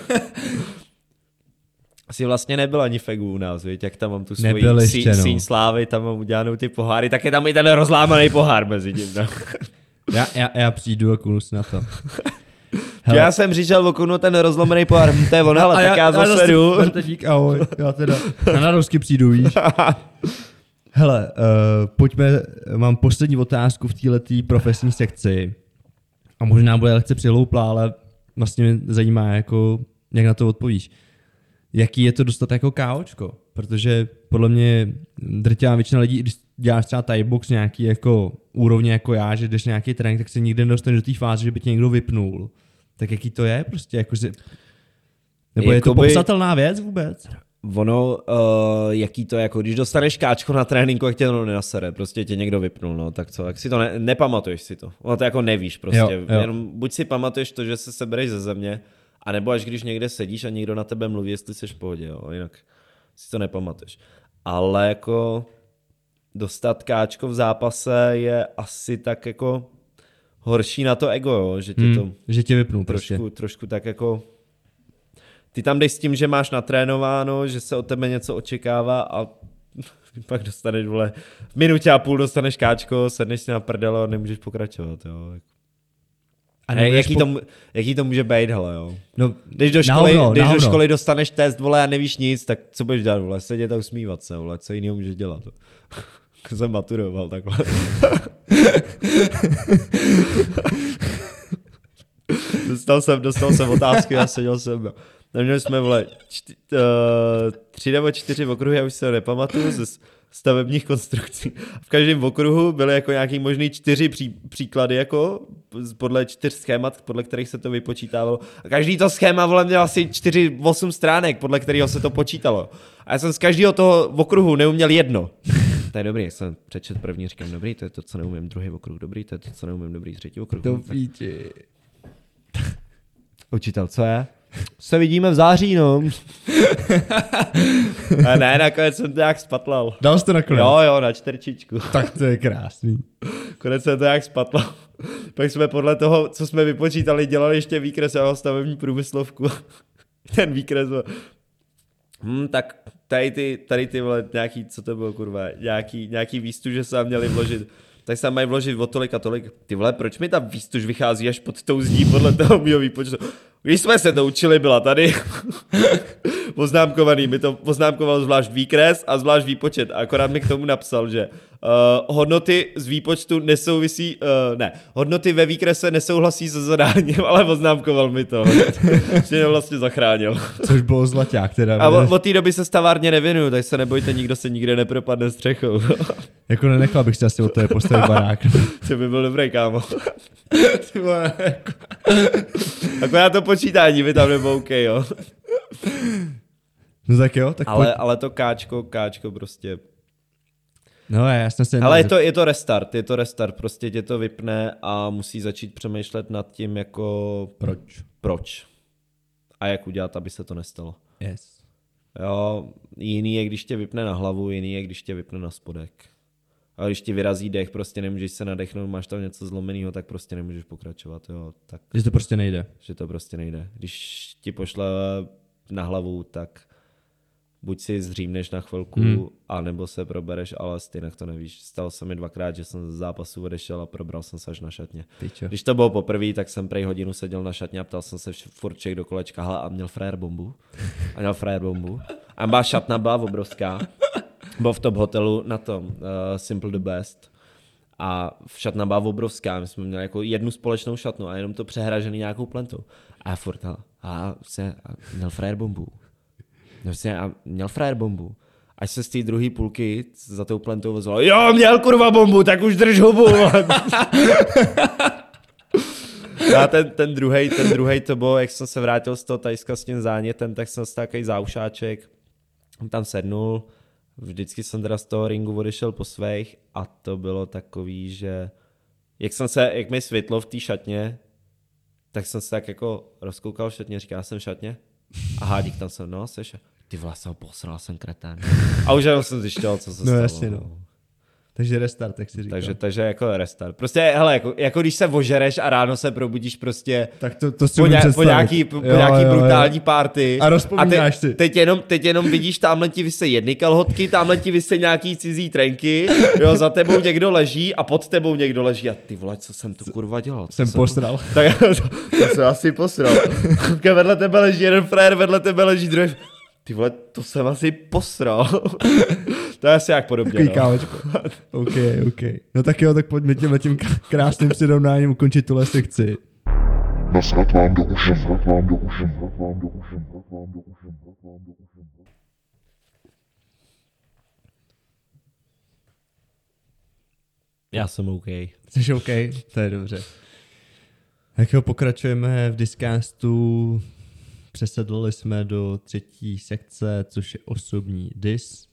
Asi vlastně nebyl ani fegu u nás, víš, jak tam mám tu svoji síň slávy, tam mám udělanou ty poháry, tak je tam i ten rozlámaný pohár mezi tím. No. Já přijdu a kulus na to. Hele. Já jsem přišel okunu ten rozlomený pohár, to je ono, ale tak já zase jdu. Dík, ahoj, já teda na narovsky přijdu, víš. Hele, pojďme, mám poslední otázku v této profesní sekci a možná bude lehce přihlouplá, ale vlastně mě zajímá, jako, jak na to odpovíš. Jaký je to dostat jako KOčko? Protože podle mě drtivá většina lidí, když děláš třeba Thai box nějaký jako úrovně jako já, že jdeš nějaký trénink, tak se nikdy nedostaneš do té fáze, že by tě někdo vypnul. Tak jaký to je prostě? Jako, že... Nebo je to popsatelná věc vůbec? Ono, jaký to je, jako když dostaneš káčko na tréninku, jak tě to nenasere, prostě tě někdo vypnul, no, tak co, jak si to nepamatuješ si to. No to jako nevíš prostě, jo. Jenom buď si pamatuješ to, že se sebereš ze země, a nebo až když někde sedíš a někdo na tebe mluví, jestli jsi v pohodě, jo, jinak si to nepamatuješ. Ale jako dostat káčko v zápase je asi tak jako horší na to ego, jo, že tě to že tě vypnul trošku tak jako ty tam jdeš s tím, že máš natrénováno, že se od tebe něco očekává a pak dostaneš, vole, v minutě a půl dostaneš káčko, sedneš si na prdele a nemůžeš pokračovat, jo. A jaký to může být, hele, jo. No, když do školy dostaneš test, vole, a nevíš nic, tak co budeš dělat, vole, sedět a usmívat se, vole, co jiného můžeš dělat, jo. Jsem maturoval takhle. dostal jsem otázky a seděl jsem, neměli jsme, vole, 3 nebo 4 okruhy, já už se nepamatuju, ze stavebních konstrukcí. V každém okruhu byly jako nějaký možný 4 příklady, jako podle 4 schémat, podle kterých se to vypočítávalo. A každý to schéma, vole, měl asi 8 stránek, podle kterého se to počítalo. A já jsem z každého toho okruhu neuměl jedno. To je dobrý, jak jsem přečet první, říkám, dobrý, to je to, co neumím, druhý okruh, dobrý, to je to, co neumím, dobrý, třetí okruh. To píči. Učitel, co je? Se vidíme v září, no. A ne, nakonec jsem to jak spatlal. Dal jsi to nakonec? Jo, na 4. Tak to je krásný. Konec jsem to jak spatlal. Pak jsme podle toho, co jsme vypočítali, dělali ještě výkres a stavební průmyslovku. Ten výkres byl... tak tady ty vole, nějaký, co to bylo, kurva, nějaký výstuž, že se měli vložit. Tak se mají vložit o tolik a tolik. Ty vole, proč mi ta výstuž vychází až pod tou zdí podle toho mýho výpočtu? Když jsme se to učili, byla tady poznámkovaný. Mi to poznámkoval zvlášť výkres a zvlášť výpočet. A akorát mi k tomu napsal, že hodnoty z výpočtu nesouvisí, hodnoty ve výkrese nesouhlasí se zadáním, ale poznámkoval mi to. Že mě vlastně zachránil. Což bylo zlaťák teda. A od té doby se stavárně nevěnuju, tak se nebojte, nikdo se nikde nepropadne střechou. Jako nenechal bych si asi od toho postavit barák. To by byl dobrý, kámo. Akorát to počítání by tam nebylo OK, jo. No tak jo, tak ale to káčko prostě. No jasně se. Ale je to restart, prostě tě to vypne a musí začít přemýšlet nad tím jako proč. A jak udělat, aby se to nestalo. Yes. Jo, jiný je, když tě vypne na hlavu, jiný je, když tě vypne na spodek. A když ti vyrazí dech, prostě nemůžeš se nadechnout, máš tam něco zlomeného, tak prostě nemůžeš pokračovat. Jo, tak, Že to prostě nejde. že to prostě nejde. Když ti pošle na hlavu, tak buď si zřímneš na chvilku, anebo se probereš, ale stejně to nevíš. Stalo se mi 2krát, že jsem z zápasu odešel a probral jsem se až na šatně. Tyčo. Když to bylo poprvé, tak jsem prej hodinu seděl na šatně a ptal jsem se furt všech do kolečka, hele, a měl frajer bombu? A měl frajer bombu. A byla šatna, byla obrovská. Byl v top hotelu na tom Simple the Best. A šatna byla obrovská, my jsme měli jako jednu společnou šatnu a jenom to přehražený nějakou plentou. A já furt, a měl frajer bombu. A měl frajer bombu. Až se z té druhé půlky za tou plentou ozval, jo, měl kurva bombu, tak už drž hubu. A ten druhej to bylo, jak jsem se vrátil z toho Tajska s tím zánětem, tak jsem si takový záušáček, tam sednul, vždycky jsem teda z toho ringu odešel po svých a to bylo takový, že jak mi svitlo v té šatně, tak jsem se tak jako rozkoukal v šatně, říkal jsem v šatně a hádík tam jsem, no, seš, ty vole, jsem posral, jsem kretén. A už jenom jsem zjišťoval, co se stalo. No jasně, no. Takže restart, jak si říkal. Takže jako restart. Prostě, hele, jako když se ožereš a ráno se probudíš prostě tak to si po nějaký brutální party. A rozpomínáš si. Teď jenom vidíš, tamhle ti vysej jedny kalhotky, tamhle ti vysej nějaký cizí trenky, jo, za tebou někdo leží a pod tebou někdo leží a ty vole, co jsem tu kurva dělal? Jsem posral. Tak to jsem asi posral. Vedle tebe leží jeden frajer, vedle tebe leží druhý. Ty vole, to jsem asi posral. To je asi jak podobně. Kámočko. OK. No tak jo, tak pojďme tím krásným přirovnáním ukončit tuhle sekci. Nasrat vám do uši. Já jsem OK. Jsi OK? To je dobře. Tak jo, pokračujeme v Discastu. Přesedlili jsme do třetí sekce, což je osobní dis.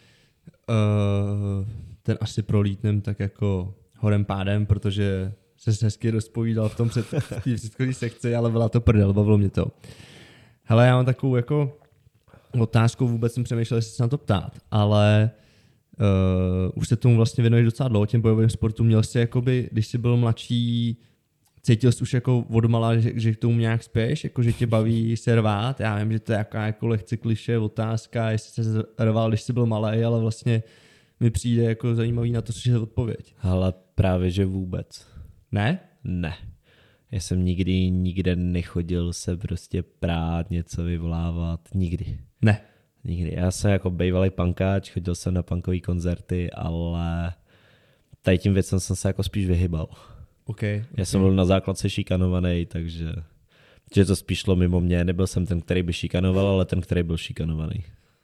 Ten asi prolítnem tak jako horem pádem, protože se hezky rozpovídal v té předchozí sekci, ale byla to prdel, bavilo mě to. Hele, já mám takovou jako otázku, vůbec jsem přemýšlel, jestli se na to ptát, ale už se tomu vlastně věnuješ docela dlouho, těm bojovým sportům. Měl jsi jakoby, když jsi byl mladší, cítil jsi už jako odmala, že k tomu nějak spěš, jako že tě baví se rvát? Já vím, že to je jako lehce klišé otázka, jestli se rval, když jsi byl malý, ale vlastně mi přijde jako zajímavý na to, což je odpověď. Ale právě, že vůbec. Ne? Ne. Já jsem nikde nechodil se prostě prát, něco vyvolávat. Nikdy. Ne. Nikdy. Já jsem jako bejvalý punkáč, chodil jsem na punkové koncerty, ale tady tím věcem jsem se jako spíš vyhybal. Okay. Já jsem byl na základce šikanovaný, takže že to spíš šlo mimo mě. Nebyl jsem ten, který by šikanoval, ale ten, který byl šikanovaný.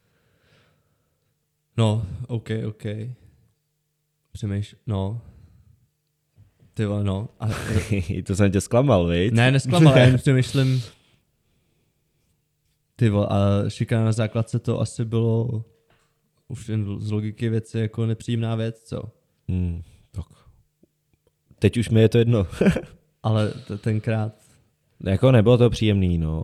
No, OK. No. Ty vole, no. A... To jsem tě zklamal, viď? Ne, nesklamal, já jen přemýšlím. Ty vole, a šikana na základce to asi bylo už jen z logiky věci jako nepříjemná věc, co? Tak. Teď už mi je to jedno. Ale tenkrát... Jako nebylo to příjemný, no.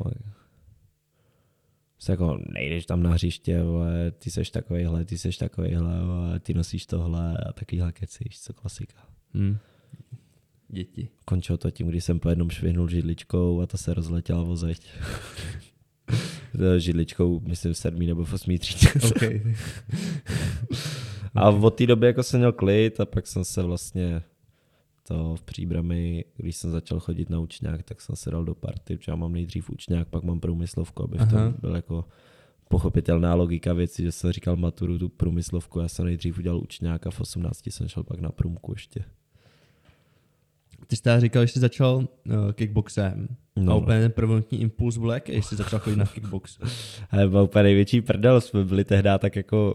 Jako nejdeš tam na hřiště, vole, ty seš takovejhle, vole, ty nosíš tohle a takovýhle kecíš, co klasika. Děti. Končilo to tím, když jsem po jednom švihnul židličkou a ta se rozletěla o zeď. Židličkou, myslím, v 7. nebo v 8. třídě. Okay. A od té doby jako jsem měl klid a pak jsem se vlastně to v Příbrami, když jsem začal chodit na učňák, tak jsem se dal do party, protože já mám nejdřív učňák, pak mám průmyslovku, aby v tom byl jako pochopitelná logika věci, že jsem říkal maturu, tu průmyslovku, já jsem nejdřív udělal učňák a v 18 jsem šel pak na průmku ještě. Ty jsi říkal, že jsi začal kickboxem. No. A úplně ten prvotní impuls byl jaký, jsi začal chodit na kickbox? Ale byl úplně největší prdel, jsme byli tehdy tak jako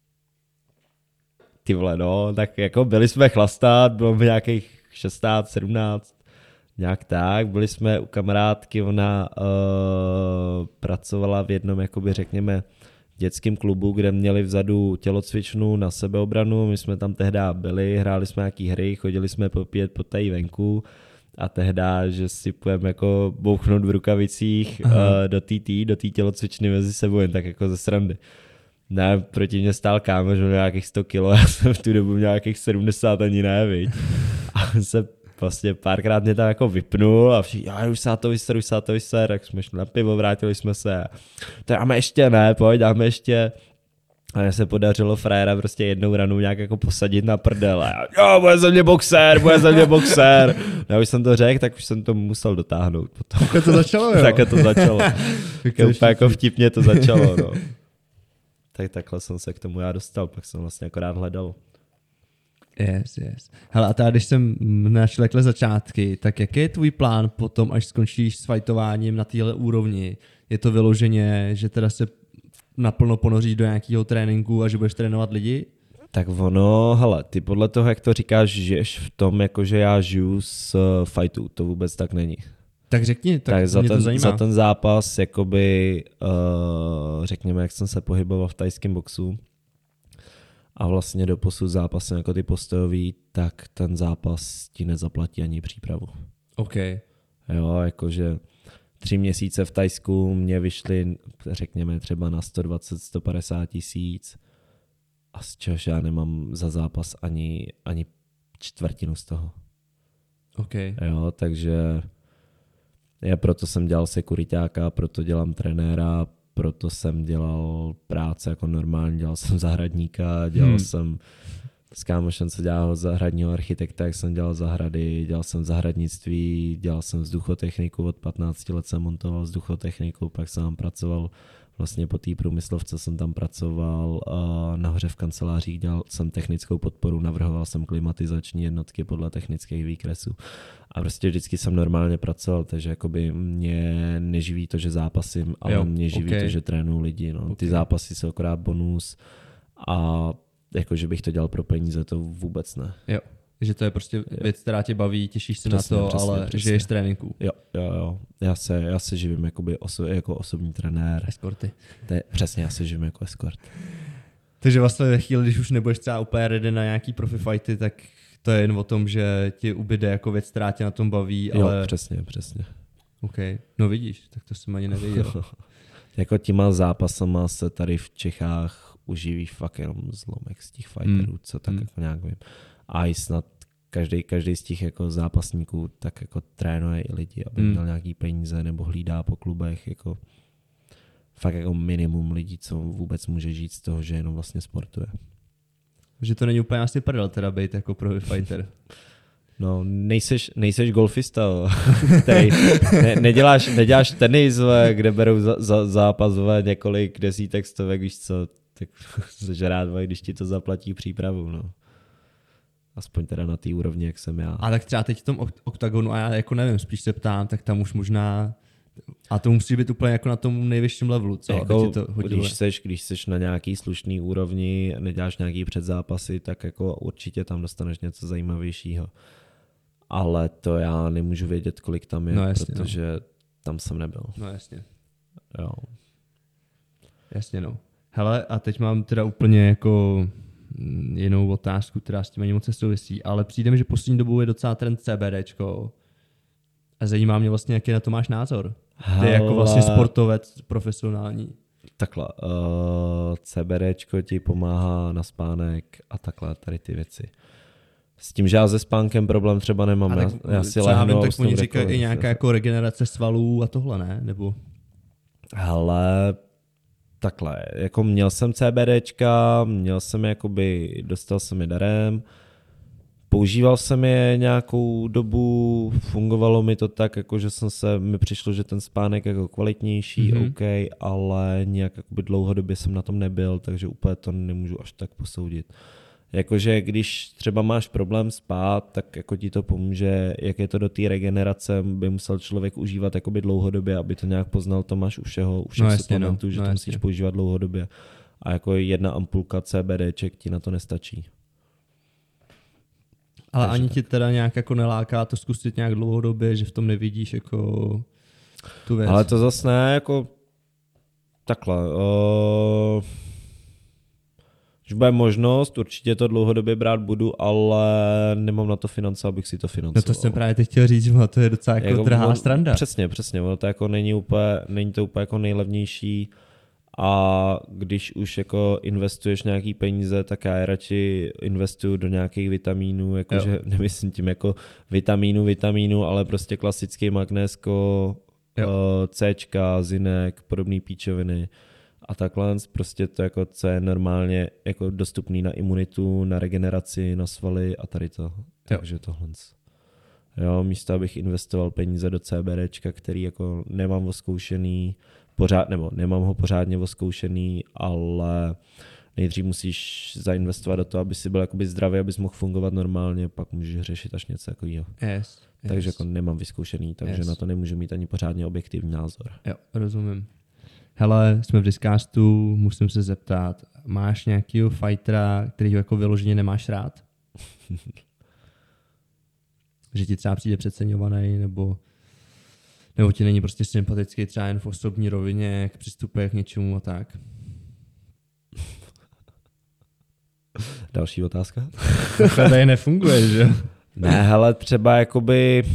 ty vole, no, tak jako byli jsme chlastat, bylo mi nějakých 16, 17, nějak tak, byli jsme u kamarádky, ona pracovala v jednom, jakoby řekněme, dětském klubu, kde měli vzadu tělocvičnu na sebeobranu, my jsme tam tehdy byli, hráli jsme nějaký hry, chodili jsme popít po tady venku a tehdy, že si půjdeme jako bouchnout v rukavicích do té tělocvičny mezi sebou, jen tak jako ze srandy. Ne, proti mě stál kámoš, měl nějakých 100 kilo, já jsem v tu dobu měl nějakých 70 ani ne, viď. A on se vlastně párkrát mě tam jako vypnul a všichni, už se to vyser, tak jsme šli na pivo, vrátili jsme se. To dáme ještě, ne, pojď, dáme ještě. A mně se podařilo frajera prostě jednou ranou nějak jako posadit na prdel. A já, bude ze mě boxer. Já už jsem to řekl, tak už jsem to musel dotáhnout potom. Tak to začalo, jo? Tak to začalo. Úplně jako vtipně to začalo, no. Tak takhle jsem se k tomu já dostal, pak jsem vlastně akorát hledal. Yes. Hele, a teda, když jsem našel takhle začátky, tak jaký je tvůj plán potom, až skončíš s fajtováním na téhle úrovni? Je to vyloženě, že teda se naplno ponoříš do nějakého tréninku a že budeš trénovat lidi? Tak ono, hele, ty podle toho, jak to říkáš, žiješ v tom, jakože já žiju z fightů, to vůbec tak není. Tak řekni, tak mě to zajímá. Za ten zápas, jakoby, řekněme, jak jsem se pohyboval v tajském boxu a vlastně doposud zápasem jako ty postojový, tak ten zápas ti nezaplatí ani přípravu. OK. Jo, jakože 3 měsíce v Tajsku mě vyšly, řekněme, třeba na 120-150 tisíc a z čehož já nemám za zápas ani čtvrtinu z toho. OK. Jo, takže proto jsem dělal sekuritáka, proto dělám trenéra, proto jsem dělal práce jako normálně, dělal jsem zahradníka, dělal jsem s kámošem, co dělal zahradního architekta, jak jsem dělal zahrady, dělal jsem zahradnictví, dělal jsem vzduchotechniku, od 15 let jsem montoval vzduchotechniku, pak jsem tam pracoval vlastně po té průmyslovce jsem tam pracoval a nahoře v kancelářích dělal jsem technickou podporu, navrhoval jsem klimatizační jednotky podle technických výkresů a prostě vždycky jsem normálně pracoval, takže jakoby mě neživí to, že zápasím, ale mě živí to, že trénuju lidi. No. Ty zápasy jsou akorát bonus a jakože bych to dělal pro peníze, to vůbec ne. Jo. Že to je prostě věc, která tě baví, těšíš se přesně, na to, přesně, ale žiješ z tréninku. Jo. Já se živím jakoby jako osobní trenér. Eskorty. Přesně, já se živím jako eskort. Takže vlastně ve chvíli, když už nebudeš třeba úplně ready na nějaký profi fighty, tak to je jen o tom, že ti ubyde jako věc, která tě na tom baví. Ale... Jo, přesně. OK, no vidíš, tak to jsem ani nevěděl. Jako těma zápasama se tady v Čechách uživí fakt jenom zlomek z těch fighterů, co tak jako nějak vím. A i snad každý z těch jako zápasníků tak jako trénuje i lidi, aby měl nějaký peníze nebo hlídá po klubech, jako fakt jako minimum lidí, co vůbec může žít z toho, že jenom vlastně sportuje. Že to není úplně asi prdel teda být jako pro fighter. No, nejseš golfista, který neděláš tenis, kde berou za zápas několik desítek stovek, víš co, tak jsi rád, když ti to zaplatí přípravu, no. Aspoň teda na té úrovni, jak jsem já. A tak třeba teď v tom oktagonu, a já jako nevím, spíš se ptám, tak tam už možná, a to musí být úplně jako na tom nejvyšším levelu, co? Jako, když seš na nějaký slušný úrovni, neděláš nějaký předzápasy, tak jako určitě tam dostaneš něco zajímavějšího. Ale to já nemůžu vědět, kolik tam je, protože tam jsem nebyl. No jasně. Jo. Jasně, no. Hele, a teď mám teda úplně jako jinou otázku, která s tím ani moc nesouvisí, ale přijde mi, že poslední dobou je docela trend CBDčko a zajímá mě vlastně, jaký na to máš názor. Ty jako vlastně sportovec profesionální. Takhle, CBDčko ti pomáhá na spánek a takhle tady ty věci. S tím, že já se spánkem problém třeba nemám. Já si lehnu, tak oni říkají i nějaká jako regenerace svalů a tohle, ne? Nebo... Hele, takhle, jako měl jsem CBDčka, dostal jsem je darem, používal jsem je nějakou dobu, fungovalo mi to tak, jako že mi přišlo, že ten spánek je jako kvalitnější, OK, ale nějak jakoby dlouhodobě jsem na tom nebyl, takže úplně to nemůžu až tak posoudit. Jakože když třeba máš problém spát, tak jako ti to pomůže, jak je to do té regenerace, by musel člověk užívat jakoby dlouhodobě, aby to nějak poznal, to máš u všech suplementů, že to musíš používat dlouhodobě. A jako 1 ampulka CBDček ti na to nestačí. Ale takže ani tak. Ti teda nějak jako neláká to zkusit nějak dlouhodobě, že v tom nevidíš jako tu věc? Ale to zase ne, jako takhle. Když bude možnost, určitě to dlouhodobě brát budu, ale nemám na to finance, abych si to financoval. No to jsem právě teď chtěl říct, že to je docela jako drahá stranda. Přesně, ono to jako není to úplně jako nejlevnější A když už jako investuješ nějaký peníze, tak já je radši investuju do nějakých vitamínů, jakože nemyslím tím jako vitamínu, ale prostě klasický magnésko, Cčka, zinek, podobné píčoviny a takhle, prostě to jako, co je normálně jako dostupný na imunitu, na regeneraci, na svaly a tady to. Takže tohle. Jo, místo abych investoval peníze do CBDčka, který jako nemám oskoušený, nemám ho pořádně oskoušený, ale nejdřív musíš zainvestovat do toho, aby si byl jakoby zdravý, abys mohl fungovat normálně, pak můžeš řešit až něco takového. Takže jako nemám vyzkoušený, takže na to nemůžu mít ani pořádně objektivní názor. Jo, rozumím. Hele, jsme v Discastu, musím se zeptat, máš nějakýho fightera, kterýho jako vyloženě nemáš rád? Že ti třeba přijde přeceňovaný, nebo ti není prostě sympatický třeba jen v osobní rovině, jak přistupuje k něčemu a tak. Další otázka? To tady nefunguje, že? Ne, hele, třeba jakoby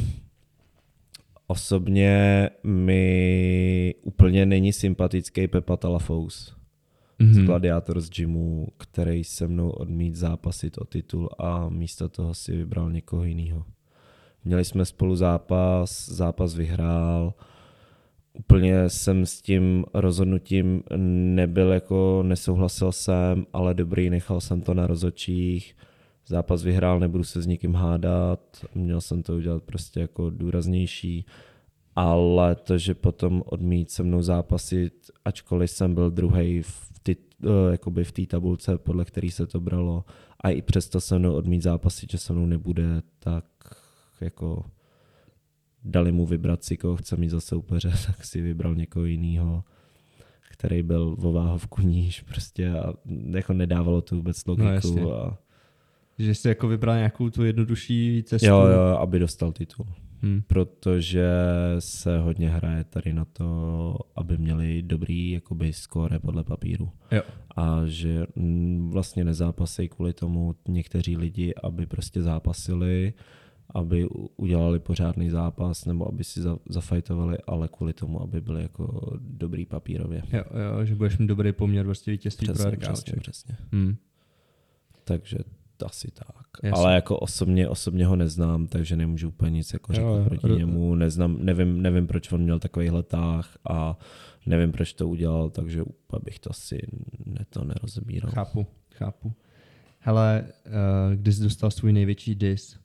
osobně mi úplně není sympatický Pepa Talafous z Gladiator z gymu, který se mnou odmít zápasit o titul a místo toho si vybral někoho jiného. Měli jsme spolu zápas vyhrál, úplně jsem s tím rozhodnutím nebyl jako, nesouhlasil jsem, ale dobrý, nechal jsem to na rozhodčích, zápas vyhrál, nebudu se s nikým hádat, měl jsem to udělat prostě jako důraznější, ale to, že potom odmít se mnou zápasit, ačkoliv jsem byl druhej v té tabulce, podle který se to bralo, a i přesto se mnou odmít zápasit, že se mnou nebude, tak jako dali mu vybrat si, koho chce mít za soupeře, tak si vybral někoho jiného, který byl o váhovku níž prostě a jako nedávalo to vůbec logiku. No, že jsi jako vybral nějakou tu jednodušší cestu. Jo, aby dostal titul. Protože se hodně hraje tady na to, aby měli dobrý jakoby skóre podle papíru. Jo. A že vlastně nezápasejí kvůli tomu někteří lidi, aby prostě zápasili, aby udělali pořádný zápas nebo aby si zafajtovali, ale kvůli tomu, aby byli jako dobrý papírově. Jo, že budeš mít dobrý poměr vlastně vítězství pro Přesně. Takže asi tak. Jasně. Ale jako osobně ho neznám, takže nemůžu úplně nic jako říkat proti němu. Nevím, proč on měl takovýhle tah a nevím, proč to udělal, takže úplně bych to asi nerozebíral. Chápu. Hele, kdy jsi dostal svůj největší diss?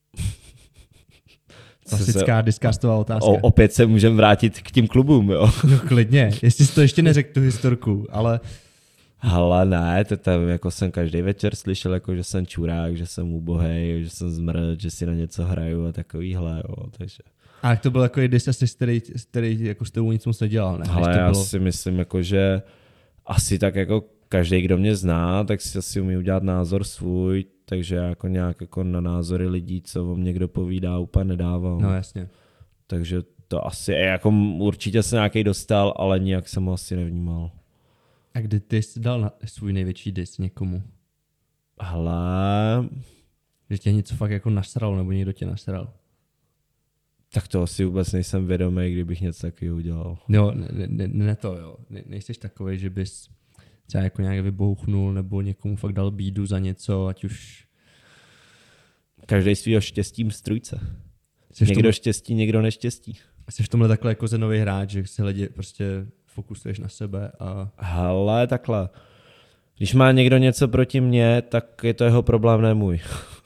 Klasická discastová otázka. Opět se můžeme vrátit k tím klubům, jo? No klidně, jestli jsi to ještě neřekl tu historku, ale... Hele, ne, to tam jako jsem každý večer slyšel, jako, že jsem čurák, že jsem ubohej, že jsem zmrt, že si na něco hraju a takovýhle, jo, takže... A to byl jako diss asi, který jako s tebou nic moc nedělal, ne? Ale já si myslím, jako, že asi tak jako každý, kdo mě zná, tak si asi umí udělat názor svůj, takže já jako nějak jako na názory lidí, co o mě kdo povídá, úplně nedával. No jasně. Takže to asi, jako určitě se nějaký dostal, ale nijak jsem ho asi nevnímal. A kdy ty jsi dal svůj největší diss někomu? Hele... Že tě něco fakt jako nasral, nebo někdo tě nasral? Tak to asi vůbec nejsem vědomý, kdybych něco takového udělal. Jo, ne to jo. Nejseš takovej, že bys třeba jako nějak vybouchnul, nebo někomu fakt dal bídu za něco, ať už... Každý svýho štěstím strůjce. Někdo štěstí, někdo neštěstí. Jsi v tomhle takhle jako zenový hráč, že se lidi prostě fokusuješ na sebe a... Hele, takhle. Když má někdo něco proti mně, tak je to jeho problém, ne můj.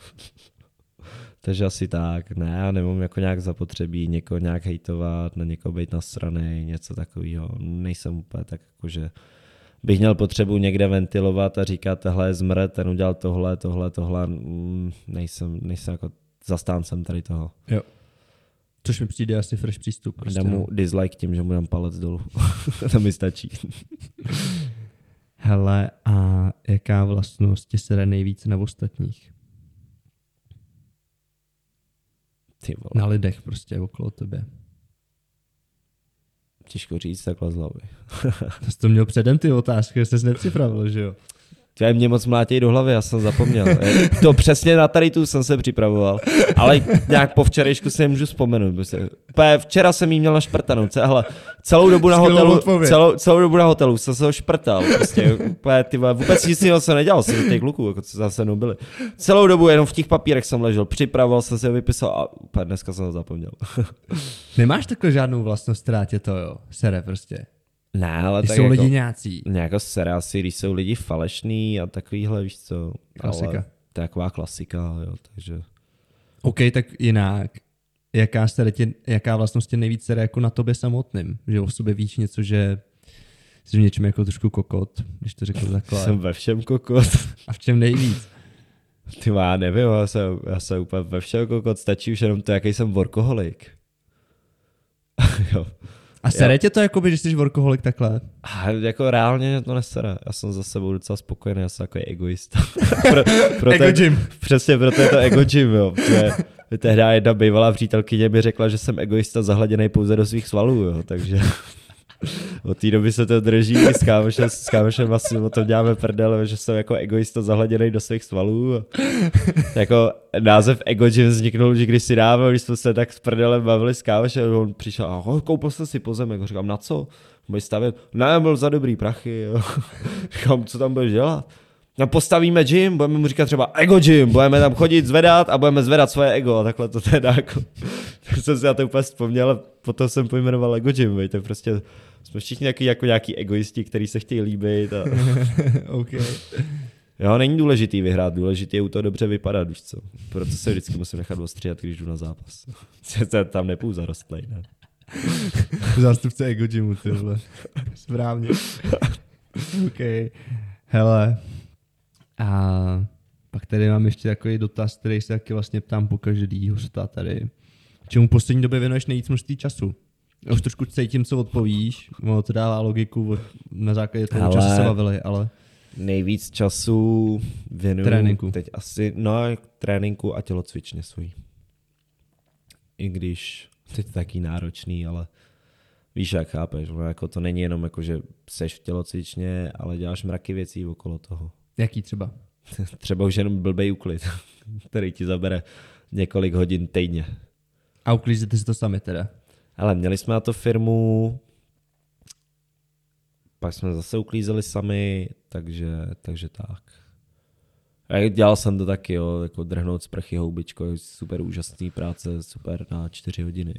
Takže asi tak. Ne, já nemám jako nějak zapotřebí někoho nějak hejtovat, na někoho být nasranej, něco takového. Nejsem úplně tak jako, že bych měl potřebu někde ventilovat a říkat, tohle je zmrt, ten udělal tohle. Nejsem jako zastáncem tady toho. Jo. Což mi přijde asi fresh přístup. Prostě, dám mu dislike tím, že mu dám palec dolů. To mi stačí. Hele, a jaká vlastnost tě sere nejvíc na ostatních? Ty vole. Na lidech prostě okolo tebe. Těžko říct takhle z hlavy. To jsi to měl předem ty otázky, jsi nepřipravil, že jo? Mě moc mlátěj do hlavy, já jsem zapomněl. To přesně na tady tu jsem se připravoval, ale nějak po včerejšku si nemůžu vzpomenout. Včera jsem jí měl našprtanou, hele, celou dobu na hotelu jsem se ho šprtal. Prostě, vůbec nic jiného jsem nedělal, jsem těch kluků, jako co zase byli. Celou dobu jenom v těch papírech jsem ležel, připravoval jsem se ho vypisal a dneska jsem ho zapomněl. Nemáš takhle žádnou vlastnost, která tě to sere prostě? Ne, ale tak jsou jako, lidi nějací. Nějako sere asi, když jsou lidi falešný a takovýhle, víš co. Klasika. Ale to je taková klasika, jo, takže. OK, tak jinak. Jaká vlastnost tě nejvíc sere jako na tobě samotným? Že o sobě víš něco, že jsi v něčem jako trošku kokot, když to řekl takhle. Jsem ve všem kokot. A v čem nejvíc? Ty já nevím, já jsem úplně ve všem kokot, stačí už jenom to, jaký jsem workoholik. Jo. A sere tě to, jakoby, že jsi workoholik takhle? A jako reálně to nesere. Já jsem za sebou docela spokojený, já jsem takový egoista. Ego gym. Přesně, proto je to ego gym, jo. Tehdy jedna bývalá přítelkyně mi řekla, že jsem egoista zahladěnej pouze do svých svalů, jo, takže od té doby se to drží, s kámošem vlastně o tom děláme prdel, že jsem jako egoista zahladěnej do svých svalů. Jako název ego gym vzniknul, že když si dával, když jsme se tak s prdelem bavili s kámošem, on přišel a koupil jsem si pozemek, říkám, na co? Můj stavět? Ne, byl za dobrý prachy, jo. Říkám, co tam budeš dělat? No, postavíme gym, budeme mu říkat třeba ego gym, budeme tam chodit, zvedat a budeme zvedat svoje ego a takhle to teda jako, tak jsem si na to úplně vzpomněl a potom jsem pojmenoval ego gym, vej, to prostě jsme všichni jako nějaký egoisti, kteří se chtějí líbit a. Okay. Jo, není důležitý vyhrát, důležitý je u toho dobře vypadat, víš co, proto se vždycky musím nechat ostříhat, když jdu na zápas. Tam nepůjdu zarostlej, ne? Zástupce ego gymu, tyhle. Správně. OK. Hele. A pak tady mám ještě takový dotaz, který se taky vlastně ptám po každý hosta tady. Čemu v poslední době věnuješ nejvíc množství času? Já už trošku cítím, co odpovíš, ono to dává logiku na základě toho, času se bavili, ale. Nejvíc času věnuju tréninku. Teď asi, tréninku a tělocvičně svojí. I když teď je taky náročný, ale víš, jak chápeš, jako to není jenom jako, že seš v tělocvičně, ale děláš mraky věcí okolo toho. Jaký třeba? Třeba už jenom blbej úklid, který ti zabere několik hodin týdně. A uklízíte si to sami teda? Ale měli jsme na to firmu, pak jsme zase uklízeli sami, takže tak. A dělal jsem to taky, jo, jako drhnout sprchy, houbičko, super úžasný práce, super na 4 hodiny.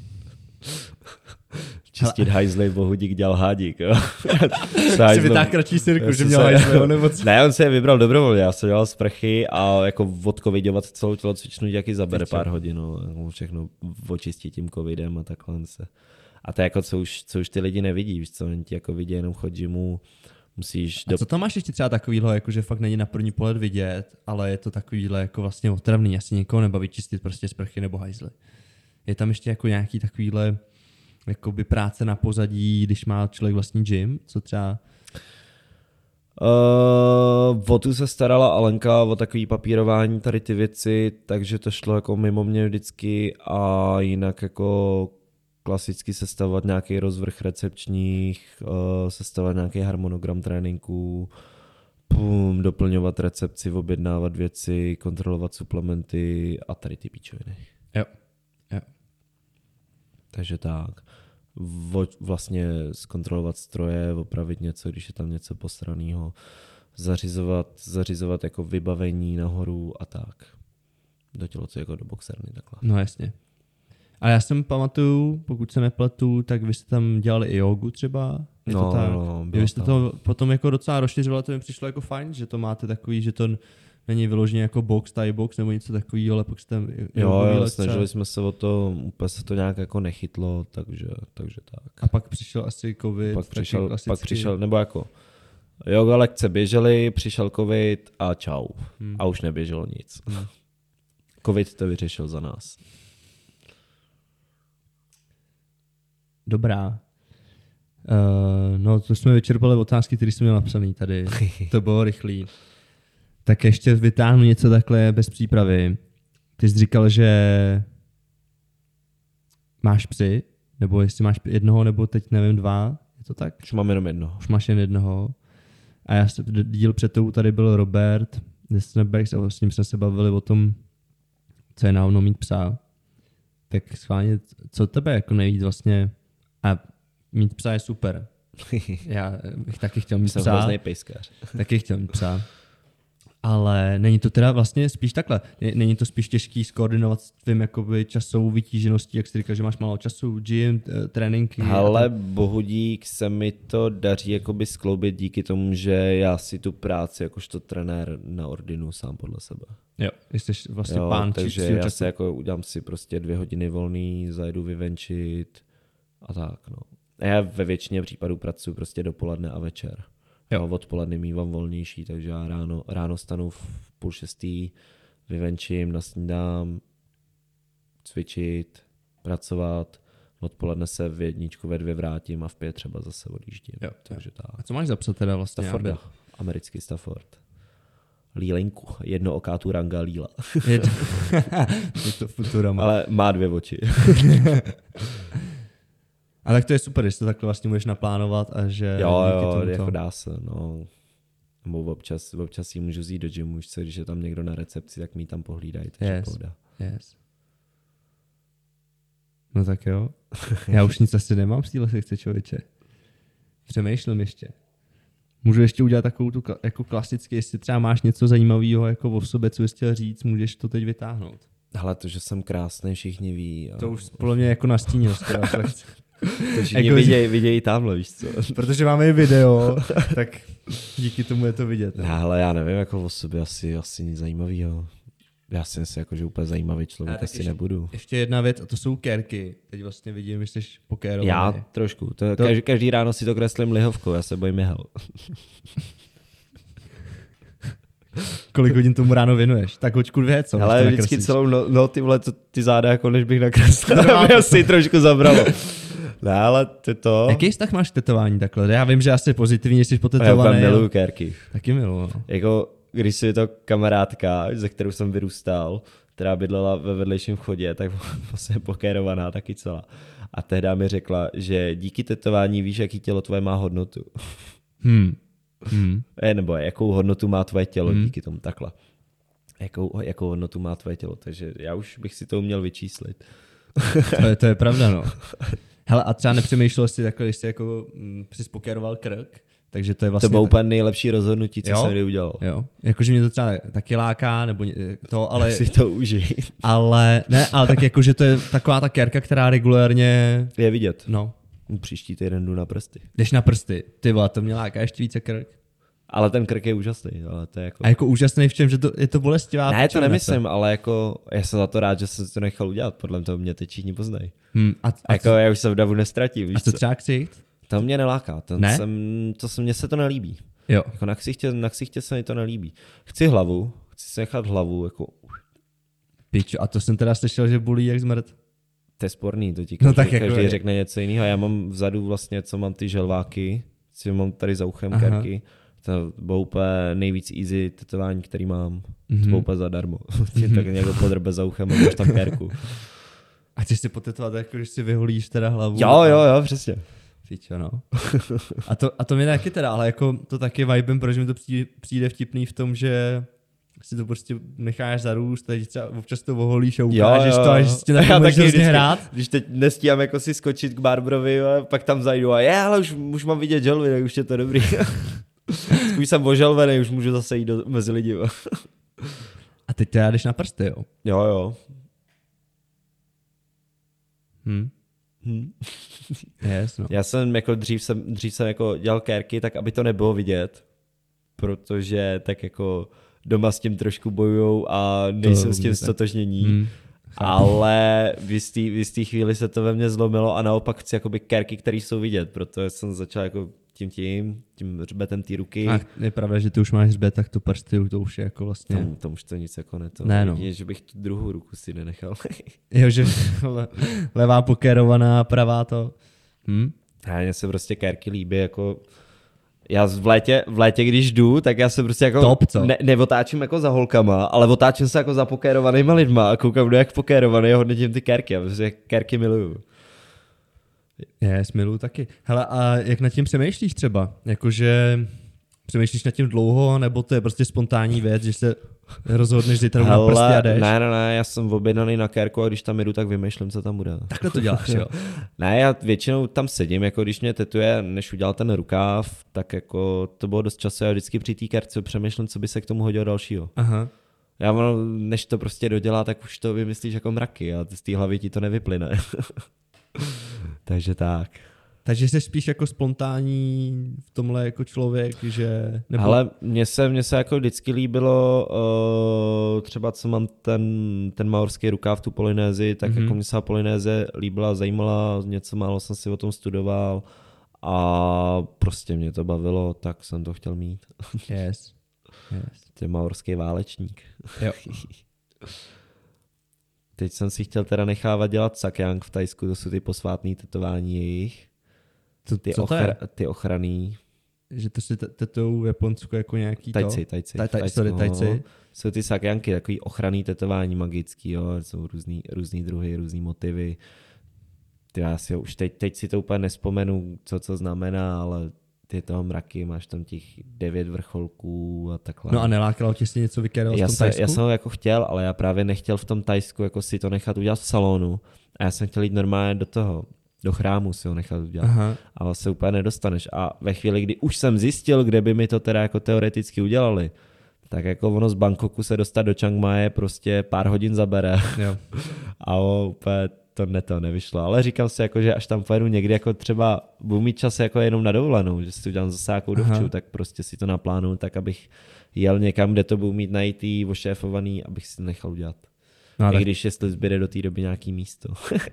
Čistit hajzly, bohudík dělal hádík, jo. Jsi vytáhl kratší sirku, že měl hajzly, nebo co? Ne, on se je vybral dobrovolně, já jsem dělal sprchy a jako odcovidovat celou tělocvičnu taky zabere pár hodin, no, všechno očistit tím covidem a takhle se. A to je jako, co už ty lidi nevidí, víš co, oni ti jako vidí jenom chod gymu, musíš. A co tam máš ještě třeba takovýhle, jako že fakt není na první pohled vidět, ale je to takovýhle jako vlastně otravný, asi někoho nebaví čistit prostě sprchy nebo hajzly. Je tam ještě jako nějaký takovýhle jakoby práce na pozadí, když má člověk vlastní gym, co třeba? O tu se starala Alenka, o takový papírování, tady ty věci, takže to šlo jako mimo mě vždycky a jinak jako klasicky sestavovat nějaký rozvrh recepčních, sestavovat nějaký harmonogram tréninků, doplňovat recepci, objednávat věci, kontrolovat suplementy a tady ty píčoviny. Jo. Takže tak. Vlastně zkontrolovat stroje, opravit něco, když je tam něco posranýho, zařizovat jako vybavení nahoru a tak. Do tělocvičny jako do boxerny takhle. No jasně. Ale já jsem pamatuju, pokud se nepletu, tak vy jste tam dělali i jogu třeba. Vy jste to potom jako docela rozšiřovali, to mi přišlo jako fajn, že to máte takový, že to není vyloženě jako box, Thai box nebo něco takového, ale pak jste jo, snažili jsme se o to, úplně se to nějak jako nechytlo, takže tak. A pak přišel asi covid. Pak přišel, nebo jako yoga lekce běžely, přišel covid a čau. A už neběželo nic. Covid to vyřešil za nás. Dobrá. No to jsme vyčerpali otázky, které jsem měl napsaný tady. To bylo rychlý. Tak ještě vytáhnu něco takhle bez přípravy. Ty jsi říkal, že máš psy, nebo jestli máš jednoho, nebo teď nevím 2, je to tak? Už mám jenom jednoho. Už máš jen jednoho. A díl před tou tady byl Robert ze Snapbacks a s ním jsme se bavili o tom, co je na hovno mít psa. Tak schválně, co tebe jako nejvíc vlastně, a mít psa je super. Já bych taky chtěl mít Jsem psa. hrozný pejskař. Taky chtěl mít psa. Ale není to teda vlastně spíš takhle. Není to spíš těžký skoordinovat s tvým jakoby časovou vytížeností, jak jsi říkal, že máš málo času, gym, tréninky. Ale bohudík se mi to daří jakoby skloubit díky tomu, že já si tu práci jakožto trenér naordinu sám podle sebe. Jo, jsi vlastně pán. Takže já se jako udělám si prostě 2 hodiny volný, zajedu vyvenčit a tak, no. A já ve většině případů pracuji prostě dopoledne a večer. Jo. A odpoledne mívám volnější, takže já ráno stanu v 5:30, vyvenčím, nasnídám, cvičit, pracovat, odpoledne se v 1, ve 2 vrátím a v 5 třeba zase odjíždím. Jo, takže tak. A co máš za psa teda vlastně? Stafforda, americký Stafford. Lílinku, jednooká Turanga Líla. Je to Futurama. Ale má 2 oči. A tak to je super, že to takhle vlastně můžeš naplánovat a že... Jo, jako dá se, no. Nebo občas jí můžu vzít do gymu, když je tam někdo na recepci, tak mi tam pohlídají, takže pohoda. Yes. No tak jo. Já už nic asi nemám z téhle sekce, člověče. Přemýšlím ještě. Můžu ještě udělat takovou tu jako klasicky, jestli třeba máš něco zajímavého jako o sobě, co bys chtěl říct, můžeš to teď vytáhnout. Hele, to, že jsem krásný, všichni ví. To už podle mě jako nastínil. To všichni vidějí tamhle, víš co. Protože máme i video, tak díky tomu je to vidět. Ne? Ale já nevím, jako o sobě asi nic zajímavého. Já si myslím, jako, že úplně zajímavý člověk asi nebudu. Ještě jedna věc, a to jsou kérky. Teď vlastně vidím, že jsi pokérovaný. Já trošku. Každý ráno si to kreslím lihovkou, já se bojím jehel. Kolik hodin tomu ráno věnuješ? Tak hoďku 2, co? Ale vždycky celou ty vole, ty záda, jako než bych nakreslil, mě asi trošku zabralo. Ne, ale to... Jaký vztah máš k tetování takhle? Já vím, že asi pozitivně jsi potetovaný. Já miluju kérky. Taky miluju. No. Jako, když si to kamarádka, ze kterou jsem vyrůstal, která bydlela ve vedlejším vchodě, tak vlastně pokérovaná taky celá. A tehdy mi řekla, že díky tetování víš, jaký tělo tvoje má hodnotu. Nebo jakou hodnotu má tvoje tělo díky tomu takhle. Jakou hodnotu má tvoje tělo, takže já už bych si to uměl vyčíslit. To je pravda, no. Hele, a třeba nepřemýšlel jsi takhle, když jsi jako přispokéroval krk, takže to je vlastně... To bylo úplně nejlepší rozhodnutí, co jsem kdy udělal. Jo, jakože mě to třeba taky láká, nebo to, ale... Si to užij. Ale tak jakože to je taková ta kérka, která regulérně... Je vidět. No. Příští týden jdu na prsty. Jdeš na prsty, ty vole, to mě láká ještě více krk. Ale ten krk je úžasný. Ale to je jako... A jako úžasný v čem, že je to bolestivá? Ne, to nemyslím, ale jako já jsem za to rád, že jsem to nechal udělat. Podle toho mě teď všichni poznají. A jako já už se v davu nestratím. A co třeba ksicht? To mě neláká. Mně se to nelíbí. Jo. Jako na ksichtě se mi to nelíbí. Chci hlavu, chci se nechat hlavu. Jako... Pičo, a to jsem teda slyšel, že bolí jak zmrt. To je sporný, to ti každý řekne něco jiného. Já mám vzadu vlastně, co mám ty želváky, co mám tady za uchem kerky. To bylo úplně nejvíc easy tetování, který mám. To bylo úplně zadarmo. Tak někdo podrbe za uchem a máš tam kerku. A chceš si potetovat, jako když si vyholíš teda hlavu? Jo, přesně. Pičo, no. A to mě taky teda, ale jako to taky vibem, protože mi to přijde vtipný v tom, že si to prostě necháš zarůst, teď třeba občas to oholíš a ukážeš to, až si na to můžeš hrozně hrát. Když teď nestíhám jako si skočit k barberovi, pak tam zajdu a ale už mám vidět želvy, tak už je to dobrý. Už jsem oželvený, už můžu zase jít mezi lidi. A teď teda jdeš na prsty, jo? Jo. Yes, no. Já jsem jako dřív jsem jako dělal kérky, tak aby to nebylo vidět, protože tak jako doma s tím trošku bojujou a nejsem s tím stotožnění. Ale v jistý chvíli se to ve mně zlomilo a naopak chci jakoby kérky, které jsou vidět, protože jsem začal jako tím hřbetem té ruky. A je pravda, že ty už máš hřbet, tak to prsty, to už je jako vlastně... Tam už to nic jako ne, no. Že bych tu druhou ruku si nenechal. Jo, že levá pokérovaná, pravá to... A mně se prostě kérky líbí, jako... Já v létě, když jdu, tak já se prostě jako... Top, co? Neotáčím jako za holkama, ale otáčím se jako za pokérovanýma lidma a koukám, kdo jak pokérovaný a hodnotím ty kérky. Já prostě kérky miluju. Miluju taky. Hele, a jak nad tím přemýšlíš třeba? Jakože Přemýšlíš nad tím dlouho, nebo to je prostě spontánní věc, že se rozhodneš, že tady na prsty a jdeš? Ne, já jsem objednaný na kérku a když tam jdu, tak vymýšlím, co tam bude. Takhle to děláš, jo? Ne, já většinou tam sedím, jako když mě tetuje, než udělal ten rukáv, tak jako to bylo dost času, já vždycky při té kérce přemýšlím, co by se k tomu hodilo dalšího. Aha. Já než to prostě dodělá, tak už to vymyslíš jako mraky a z té hlavy ti to nevyplyne. Takže tak. Takže jsi spíš jako spontánní v tomhle jako člověk, že... Nebo... Ale mně se jako vždycky líbilo, třeba co mám ten maorský rukáv, tu Polynézii, tak jako mě se ta Polynézie líbila, zajímala, něco málo jsem si o tom studoval a prostě mě to bavilo, tak jsem to chtěl mít. Yes. To maorský válečník. Jo. Teď jsem si chtěl teda nechávat dělat sakyang v Thajsku, to jsou ty posvátný tetování jejich. Ty ochranný. Že to si tetují v Japonsku jako nějaký Tajci. Tajci. Jsou ty sakyanky, takový ochranný tetování magický, jo, jsou různý druhy, různý motivy. Já si už teď si to úplně nespomenu, co znamená, ale ty toho mraky, máš tam těch 9 vrcholků a takhle. No a nelákalo tě si něco vykerovat v tom Thajsku? Já jsem ho jako chtěl, ale já právě nechtěl v tom Thajsku jako si to nechat udělat v salonu a já jsem chtěl jít normálně do chrámu si ho nechat udělat. Aha. Ale se úplně nedostaneš. A ve chvíli, kdy už jsem zjistil, kde by mi to teda jako teoreticky udělali, tak jako ono z Bangkoku se dostat do Chiang Mai prostě pár hodin zabere. Jo. A úplně to nevyšlo. Ale říkám si, jako, že až tam pojedu někdy, jako třeba budu mít čas jako jenom na dovolenou, že si udělám zase nějakou dovču, tak prostě si to naplánuju tak, abych jel někam, kde to budu mít na IT ošéfovaný, abych si to nechal udělat. No, i když jestli zbyde do té doby nějaký místo.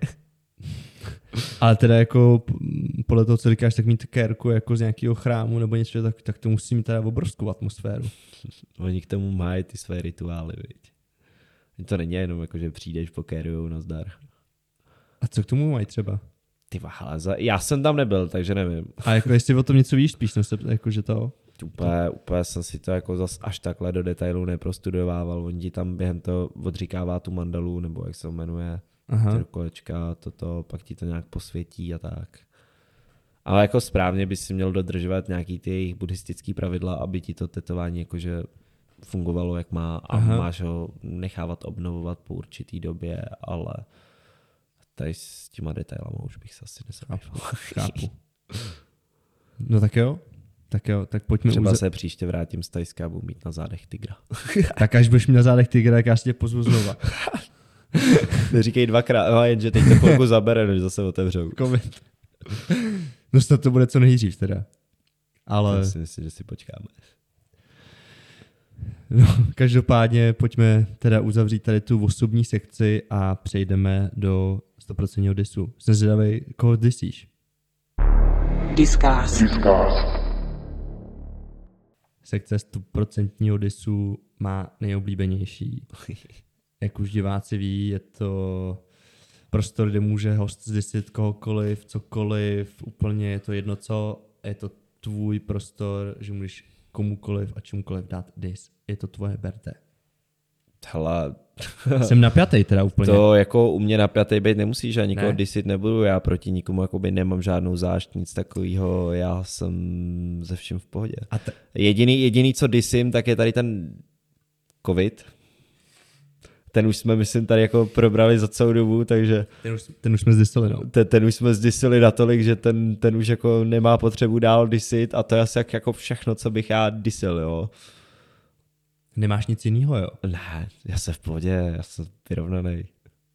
Ale teda jako podle toho, co říkáš, tak mít kérku jako z nějakého chrámu nebo něco, tak to musí mít teda obrovskou atmosféru. Oni k tomu mají ty své rituály, viď. To není jenom jako, že přijdeš po kéru, nazdar. A co k tomu mají třeba? Ty váhle, já jsem tam nebyl, takže nevím. A jako jestli o tom něco víš spíš, jako že to... Úplně jsem si to jako zas až takhle do detailů neprostudovával. On ti tam během toho odříkává tu mandalu, nebo jak se jmenuje, do kolečka, pak ti to nějak posvětí a tak. Ale jako správně bys si měl dodržovat nějaký ty jejich buddhistický pravidla, aby ti to tetování jakože fungovalo jak má a máš ho nechávat obnovovat po určitý době, ale tady s těma detailama už bych se asi nezabýval. Chápu. No tak jo, tak pojďme... Třeba se příště vrátím z Thajska a budu mít na zádech tygra. Tak až budeš mít na zádech tygra, tak já si tě pozvu znova. Neříkej dvakrát, no, jenže teď to chvilku zabere, než zase otevřou. COVID. No snad to bude co nejdřív teda. Ale... Já si myslím, že si počkáme. No, každopádně pojďme teda uzavřít tady tu osobní sekci a přejdeme do 100% disu. Jsem zvědavej, koho disíš? Discuss. Sekce 100% disu má nejoblíbenější. Jak už diváci ví, je to prostor, kde může host zdisit kohokoliv, cokoliv, úplně je to jedno co, je to tvůj prostor, že můžeš komukoliv a čemukoliv dát dis. Je to tvoje, berte. Hele, jsem napjatej teda úplně. To jako u mě napjatej být nemusí, že já nikoho disit nebudu, já proti nikomu jakoby nemám žádnou zášť, nic takového, já jsem ze vším v pohodě. A jediný, co disím, tak je tady ten COVID. Ten už jsme, myslím, tady jako probrali za celou dobu, takže... Ten už jsme zdisili, no. Ten už jsme zdisili natolik, že ten už jako nemá potřebu dál disit a to je asi jako všechno, co bych já disil, jo. Nemáš nic jiného, jo? Ne, já jsem v pohodě, já jsem vyrovnaný.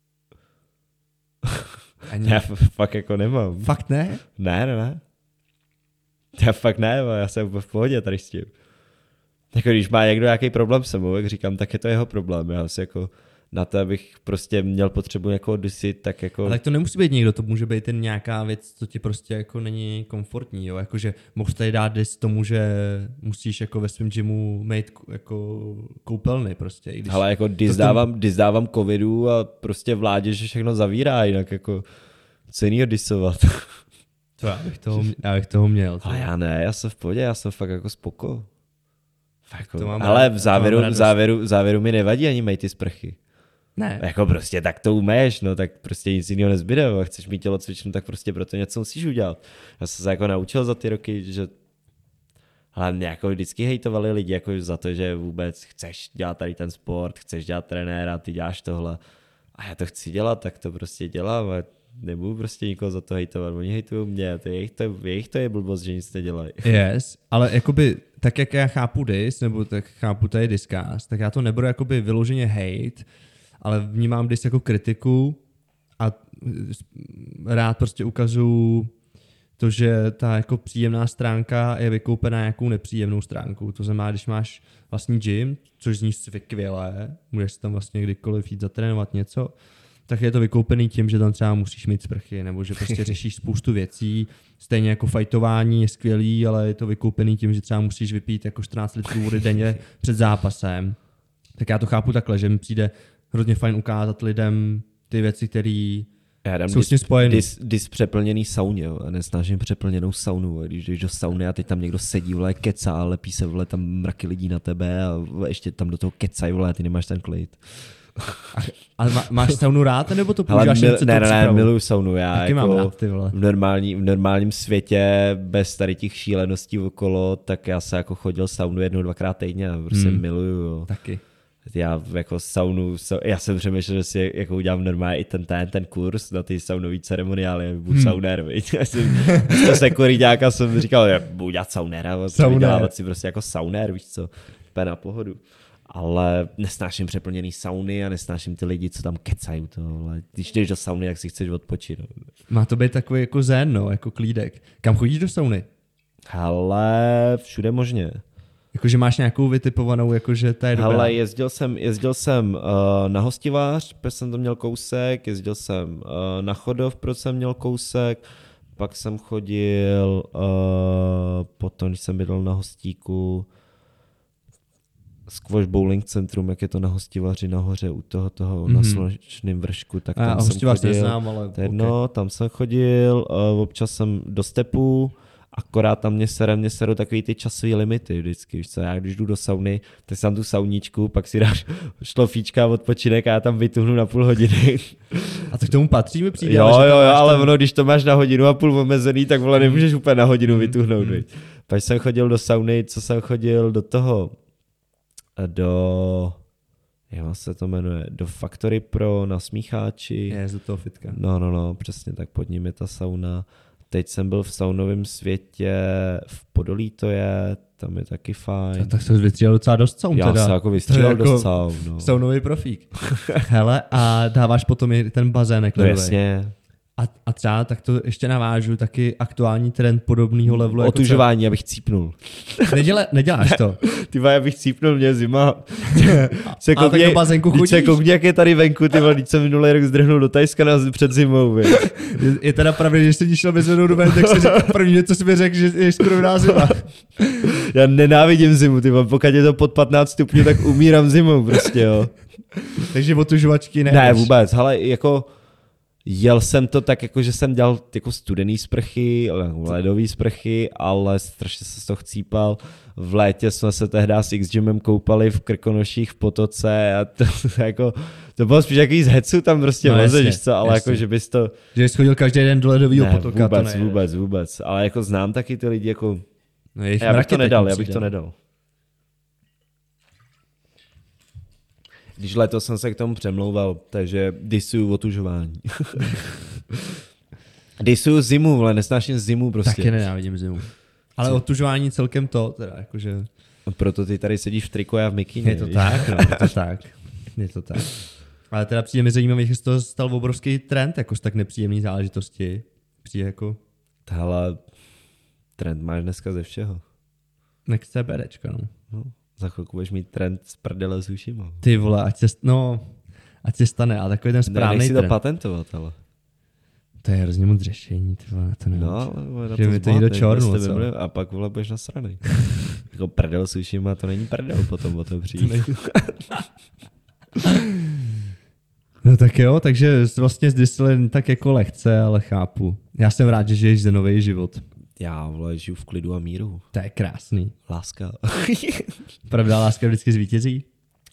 Já fakt jako nemám. Fakt ne? Ne. Já fakt ne, já jsem v pohodě tady s tím. Jako když má někdo nějaký problém se mnou, jak říkám, tak je to jeho problém. Já si jako na to, abych prostě měl potřebu někoho dusit, tak jako... Ale tak to nemusí být někdo, to může být jen nějaká věc, co ti prostě jako není komfortní, jo, jakože mohl tady dát dis tomu, že musíš jako ve svém gymu mít jako koupelny prostě. I když ale jako dis dávám covidu a prostě vládě, že všechno zavírá, jinak jako co jinýho disovat. To já bych toho měl. Ale já ne, já jsem v pohodě, já jsem fakt jako spoko. Jako, ale v závěru mi nevadí ani mít ty sprchy. Ne. Jako prostě tak to umeš, no tak prostě nic jiného nezbyde, a chceš mít tělocvičnu, tak prostě proto něco musíš udělat. Já jsem se jako naučil za ty roky, že Ale mě jako vždycky hejtovali lidi jako za to, že vůbec chceš dělat tady ten sport, chceš dělat trenéra, ty děláš tohle. A já to chci dělat, tak to prostě dělám a nebudu prostě nikoho za to hejtovat. Oni hejtují mě, jejich to je blbost, že nic nedělají. Yes, ale jakoby tak jak já chápu dis, nebo tak chápu tady Discast, tak já to neberu jakoby vyloženě hate, ale vnímám dis jako kritiku a rád prostě ukazuju to, že ta jako příjemná stránka je vykoupená nějakou nepříjemnou stránkou. To znamená, když máš vlastní gym, což zní skvěle, můžeš tam vlastně kdykoliv jít zatrénovat něco, tak je to vykoupený tím, že tam třeba musíš mít sprchy, nebo že prostě řešíš spoustu věcí. Stejně jako fajtování je skvělý, ale je to vykoupený tím, že třeba musíš vypít jako 14 litrů vody denně před zápasem. Tak já to chápu takhle, že mi přijde hrozně fajn ukázat lidem ty věci, které jsou s tím spojený. Dis přeplněný sauně, jo, a nesnáším přeplněnou saunu, jo. Když jdeš do sauny a teď tam někdo sedí, vole, kecá a lepí se, vole, tam mraky lidí na tebe a ještě tam do toho kecají, vole, a ty nemáš ten klid. Ale máš saunu rád, nebo to používáš jen Ne, miluju saunu, já taky jako mám rád, ty vole. v normálním světě, bez tady těch šíleností okolo, tak já se jako chodil saunu 1-2krát týdně a prostě miluju, jo. Taky. Já jako saunu, já jsem přemýšlel, že si jako udělám normálně i ten kurz na ty saunový ceremoniály, budu saunér, viď. Já jsem to sekuriťáka jsem říkal, že budu dělat saunéra, vydělávat si prostě jako saunér, víš co, úplně na pohodu. Ale nesnáším přeplněný sauny a nesnáším ty lidi, co tam kecají tohle. Když jdeš do sauny, tak si chceš odpočinout. Má to být takový jako zen, no, jako klídek. Kam chodíš do sauny? Ale všude možně. Jakože máš nějakou vytipovanou, jakože to je dobrá. Ale jezdil jsem na Hostivář, protože jsem to měl kousek, jezdil jsem na Chodov, protože jsem měl kousek, pak jsem chodil, potom, když jsem bydlel na Hostíku, Squash Bowling Centrum, jak je to na Hostivaři nahoře u toho na Slunečném vršku, tak tam jsem chodil. Neznám, ale to jedno, tam jsem chodil, občas jsem do stepu, akorát tam mě serou takový ty časový limity vždycky, víš co, já když jdu do sauny, tak jsem tu sauníčku, pak si dáš šlofíčka odpočinek a já tam vytuhnu na půl hodiny. A to k tomu patří mi přijde? Jo, ale ono, když to máš na hodinu a půl omezený, tak vole nemůžeš úplně na hodinu vytuhnout, víš. Pak jsem chodil do sauny, co jsem chodil do toho, jak se to jmenuje, do Factory Pro na Smícháči. Je, do toho fitka. No, přesně tak, pod ním je ta sauna. Teď jsem byl v saunovém světě, v Podolí to je, tam je taky fajn. A tak jsem vystřílel docela dost saun teda. Já jsem jako vystřílel dost saun. No. Saunový profík. Hele, a dáváš potom i ten bazének ledový. No jasně. A třeba tak to ještě navážu, taky aktuální trend podobného levelu. Otužování, abych cípnul. Neděláš to. Ty vole, abych cípnul, mě zima. Ale tak do bazénku chodíš. Se koukni, jak je tady venku, ty vole, když jsem minulý rok zdrhnul do Tajska před zimou. Je teda pravda, že jsi šel vyzvednout do ven, tak si řekl první, co jsi mi řekl, že je skoro zima. Já nenávidím zimu, ty vole, pokud je to pod 15 stupňů, tak umírám zimou prostě, jo. Takže otužovačky ne. Ne, vůbec, ale jako jel jsem to tak, jako že jsem dělal jako studený sprchy, ledový sprchy, ale strašně se z toho chcípal. V létě jsme se tehdy s X-Gymem koupali v Krkonoších v potoce a to bylo spíš jaký z hecu tam prostě lezeš, co, ale jasně. Jako, že bys to... Že jsi chodil každý den do ledového potoka. Vůbec, ale jako znám taky ty lidi, jako... No, já bych to nedal. Když letos jsem se k tomu přemlouval, takže disuju otužování. Disuju zimu, ale nesnáším zimu prostě. Taky nenávidím zimu. Ale otužování celkem to, teda jakože... Proto ty tady sedíš v triku a já v mikině. Je to tak, no, je to tak. Ale teda přijde mi zajímavý, že z toho stal obrovský trend, jako z tak nepříjemný záležitosti. Přijde jako... Hele, trend máš dneska ze všeho. Next CBDčka, no. Za chvilku budeš mít trend z prdele s ušima. Ty vole, ať se stane, a takový ten správný trend. Nechci to patentovat, ale. To je hrozně moc řešení, ty vole, to nevím. No, ale na že mi to jde do čornu, a pak vole budeš nasranej. Jako prdel s ušima, to není prdel potom o to přijít. No tak jo, takže vlastně zdysili tak jako lehce, ale chápu. Já jsem rád, že žiješ za nový život. Já vole, žiju v klidu a míru. To je krásný. Láska. Pravda, láska vždycky zvítězí?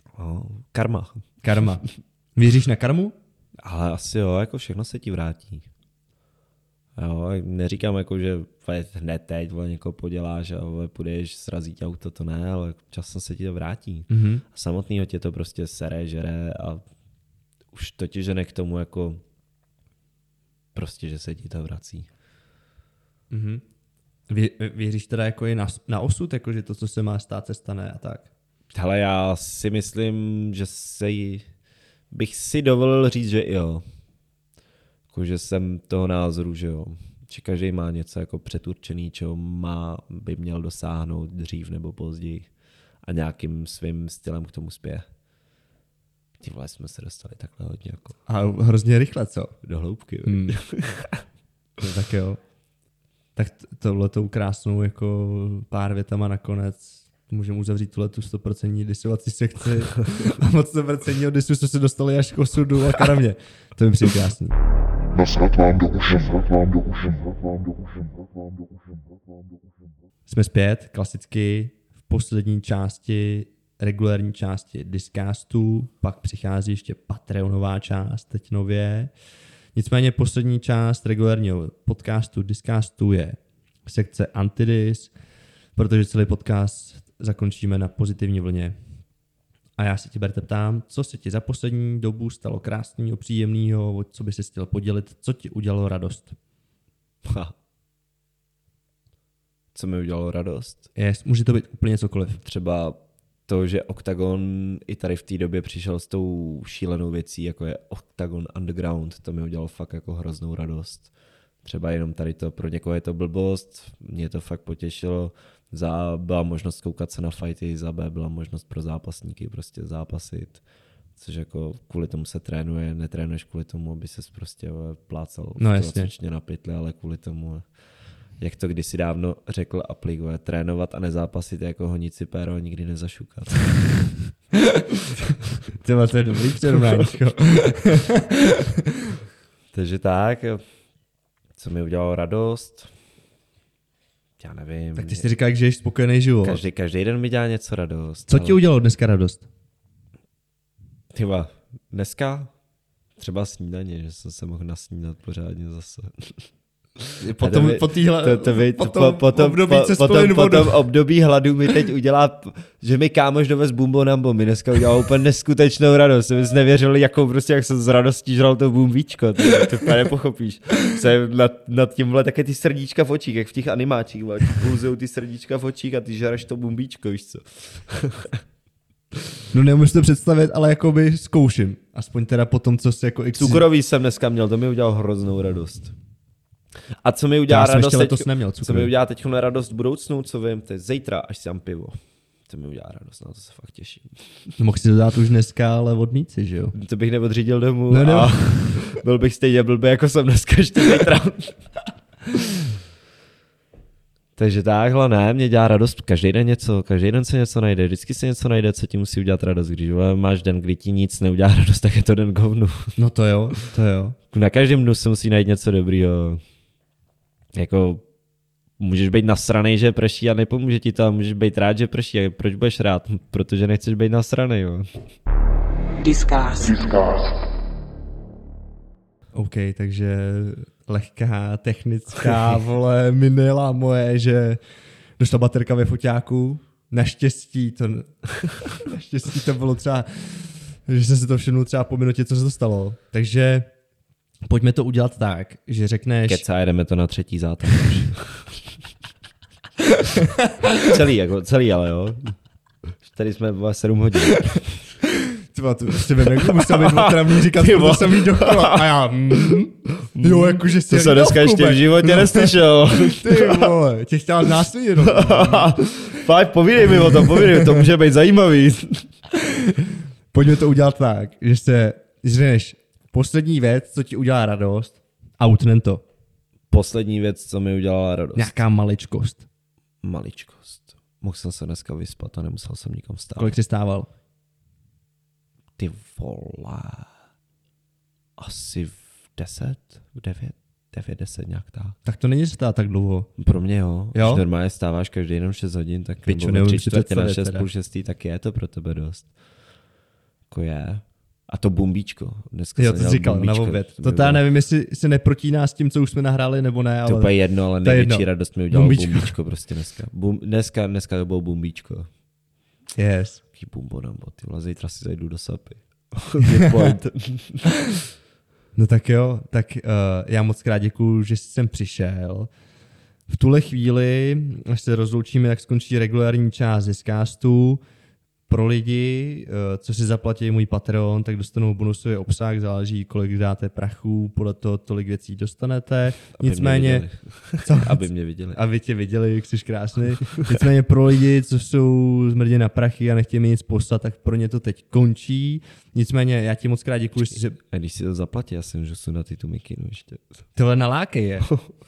Karma. Věříš na karmu? Ale asi jo, jako všechno se ti vrátí. Jo, neříkám jako, že hned teď někoho poděláš a půjdeš srazit auto, to ne, ale časem se ti to vrátí. Mm-hmm. A samotnýho tě to prostě sere, žere a už to tě žene k tomu jako prostě, že se ti to vrací. Mm-hmm. Věříš teda jako i na osud, jako že to, co se má stát, se stane a tak? Hele, já si myslím, že bych si dovolil říct, že jo. Jako, že jsem toho názoru, že jo. Že každý má něco jako předurčený, čeho by měl dosáhnout dřív nebo později a nějakým svým stylem k tomu spěje. Ty vole, jsme se dostali takhle hodně jako... A hrozně rychle, co? Do hloubky. Tak jo. Tak tohletou krásnou jako pár větama nakonec můžeme uzavřít tuhletu 100% disovací sekci a moc 100% disu jsme se dostali až k osudu a karamě. To mi přijde krásný. Nasrat vám do uši. Jsme zpět, klasicky v poslední části, regulární části Discastu, pak přichází ještě Patreonová část, teď nově. Nicméně poslední část regulárního podcastu Discastu je sekce Antidis, protože celý podcast zakončíme na pozitivní vlně. A já se tě, Berte, ptám, co se ti za poslední dobu stalo krásného, příjemného, o co by se chtěl podělit, co ti udělalo radost? Co mi udělalo radost? Může to být úplně cokoliv. Třeba to, že Octagon i tady v té době přišel s tou šílenou věcí, jako je Octagon Underground, to mi udělalo fakt jako hroznou radost. Třeba jenom tady to, pro někoho je to blbost, mě to fakt potěšilo. Byla možnost koukat se na fighty, za B byla možnost pro zápasníky prostě zápasit, což jako kvůli tomu se trénuje, netrénuješ kvůli tomu, aby ses prostě plácal na pytli, ale kvůli tomu, jak to kdysi dávno řekl Aplik, trénovat a nezápasit jako honit si péro a nikdy nezašukat. To je dobrý přirovnání. Takže tak, co mi udělalo radost? Já nevím. Tak ty jsi říkal, že jsi spokojený život. Každý den mi dělá něco radost. Co ti udělalo dneska radost? Tyva, dneska třeba snídaně, že jsem se mohl nasnídat pořádně zase. Potom období hladu mi teď udělá, že mi kámoš dovez Bumbonambo, mi dneska udělal úplně neskutečnou radost. Jsem si nevěřil, jak jsem z radostí žral to bumbíčko, to úplně nepochopíš. Jsem nad tímhle také ty srdíčka v očích, jak v těch animáčích, pulzujou ty srdíčka v očích a ty žereš to bumbíčko, víš co. No nemůžu to představit, ale jakoby zkouším. Aspoň teda po tom, co se jako... Cukrový jsem dneska měl, to mi udělalo hroznou radost. A co mi udělá radost co mi udělá teď radost v budoucnu, co vím, to je zítra, až si dám pivo. To mi udělá radost, na to se fakt těším. No, mohl si to dát už dneska, ale odmít si, že jo? To bych neodřídil domů a byl bych stejně blbý, jako jsem dneska ještě zítra. Takže takhle ne, mě dělá radost každý den se něco najde, vždycky se něco najde, co ti musí udělat radost. Když máš den, kdy ti nic neudělá radost, tak je to den hovnu. No to jo. Na každém dnu se musí najít něco dobrýho. Jako můžeš být nasranej, že prší a nepomůže ti to, a můžeš být rád, že prší. A proč budeš rád? Protože nechceš být nasranej, jo. Discast. OK, takže lehká, technická, vole, minela moje, že došla baterka ve foťáku. Naštěstí to bylo třeba, že jsem si to všimnul třeba po minutě, co se to stalo. Takže pojďme to udělat tak, že řekneš... Keca, jedeme to na třetí zátah. celý, ale jo. Tady jsme 7 hodin. Tyba, to prostě vím, jak musel být otravný říkat, to jsem jít dokola. A já, jo, jakože si... To jsem dneska ještě v životě neslyšel. Ty vole, tě chtěl následně. Fakt, povídej mi o tom, to může být zajímavý. Pojďme to udělat tak, že se řekneš poslední věc, co ti udělá radost, a utnem to. Poslední věc, co mi udělala radost. Nějaká maličkost. Mohl jsem se dneska vyspat a nemusel jsem nikam vstát. Kolik jsi stával? Ty vole. Asi v 9, nějak tak. Tak to není stát tak dlouho. Pro mě jo. Když normálně stáváš každý den 6 hodin, tak Pičo, nebo 3/4 na 6, půl 6, tak je to pro tebe dost. Jako je. A to bumbíčko. Dneska Jo, jsem to dělal jsi říkal, na bumbíčko. oběd. To mi teda bylo- nevím, jestli se neprotíná s tím, co už jsme nahráli, nebo ne, To ale... úplně jedno, ale to je největší jedno. radost mi udělalo Bumbíčko. bumbíčko prostě dneska. Dneska to bylo bumbíčko. Yes. Taký bumbonambo, ty vole, zítra si zajdu do sapy. Good point. No tak jo, tak já moc krát děkuju, že jsem přišel. V tuhle chvíli, až se rozloučíme, jak skončí regulární část Discastu. Pro lidi, co si zaplatí můj Patreon, tak dostanou bonusový obsah, záleží, kolik dáte prachu, podle toho tolik věcí dostanete. Nicméně, Aby mě viděli. aby tě viděli, jak jsi krásný. Nicméně pro lidi, co jsou zmrdě na prachy a nechtějí mi nic poslat, tak pro ně to teď končí. Nicméně já ti moc krát děkuji, že A když si to zaplatí, já si můžu sundat i tu mikinu ještě. tohle nalákej je.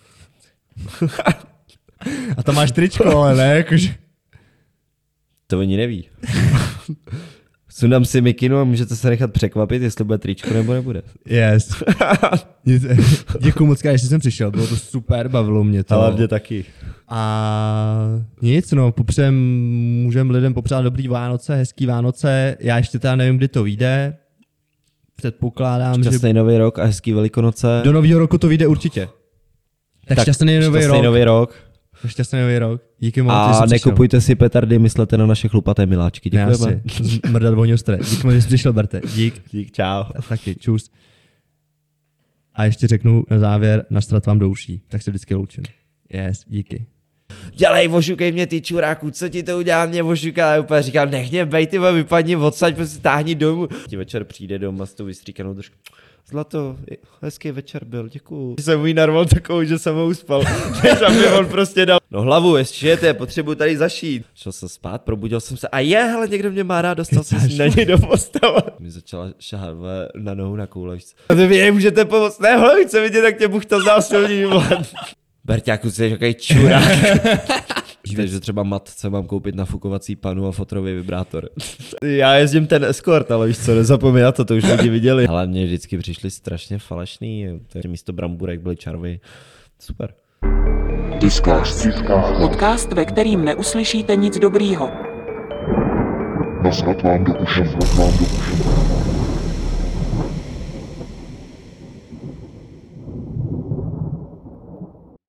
A tam máš tričko, ale ne, jakože... To oni neví. Sundám si mikinu a můžete se nechat překvapit, jestli bude tričko nebo nebude. Yes. Děkuji moc krát, že jsem přišel, bylo to super, bavilo mě to. Ale mě taky. A nic, no, můžeme lidem popřát dobrý Vánoce, hezký Vánoce, já ještě teda nevím, kdy to vyjde, předpokládám, že Šťastný nový rok a hezký Velikonoce. do nového roku to vyjde určitě. Tak šťastný nový rok. nový rok. Šťastný nový rok. Díky moc, že A jsi přišel. nekupujte si petardy, myslete na naše chlupaté miláčky. Děkujeme. Mrdat voňostre. Díky moc, že jsi přišel, Berte. Dík. Dík, čau. A taky, čus. A ještě řeknu na závěr, nastrat vám do uší. Tak se vždycky loučím. Yes, díky. Dělej, vošukej mě ty čuráku, co ti to udělá, mě vošuká, a úplně říkal, nech mě bej, ty vypadni odsaď, prostě táhni domů. Ti večer přijde doma s tou vystříkanou trošku. Zlato, hezký večer byl, děkuju. Jsem mu jí narval takovou, že jsem ho uspal, než aby on prostě dal. No hlavu, jestli žijete, potřebuji tady zašít. Šel jsem spát, probudil jsem se a hele, někdo mě má rád, dostal jsem si na něj do postava. Mi začala šahat na nohu na koulačce. A vy mě můžete pomoct, ne, hele, chce vidět, jak tě Bůh to znásilní, Berťáku, jsi takový čurák. Takže třeba matce mám koupit nafukovací panu a fotrový vibrátor. Já jezdím ten Escort, ale víš co, nezapomeň na to už lidi viděli. Ale mě vždycky přišli strašně falešný, místo bramburek byly čarvy. Super. Discast. Podcast, ve kterým neuslyšíte nic dobrýho. Nasrat vám do ušem.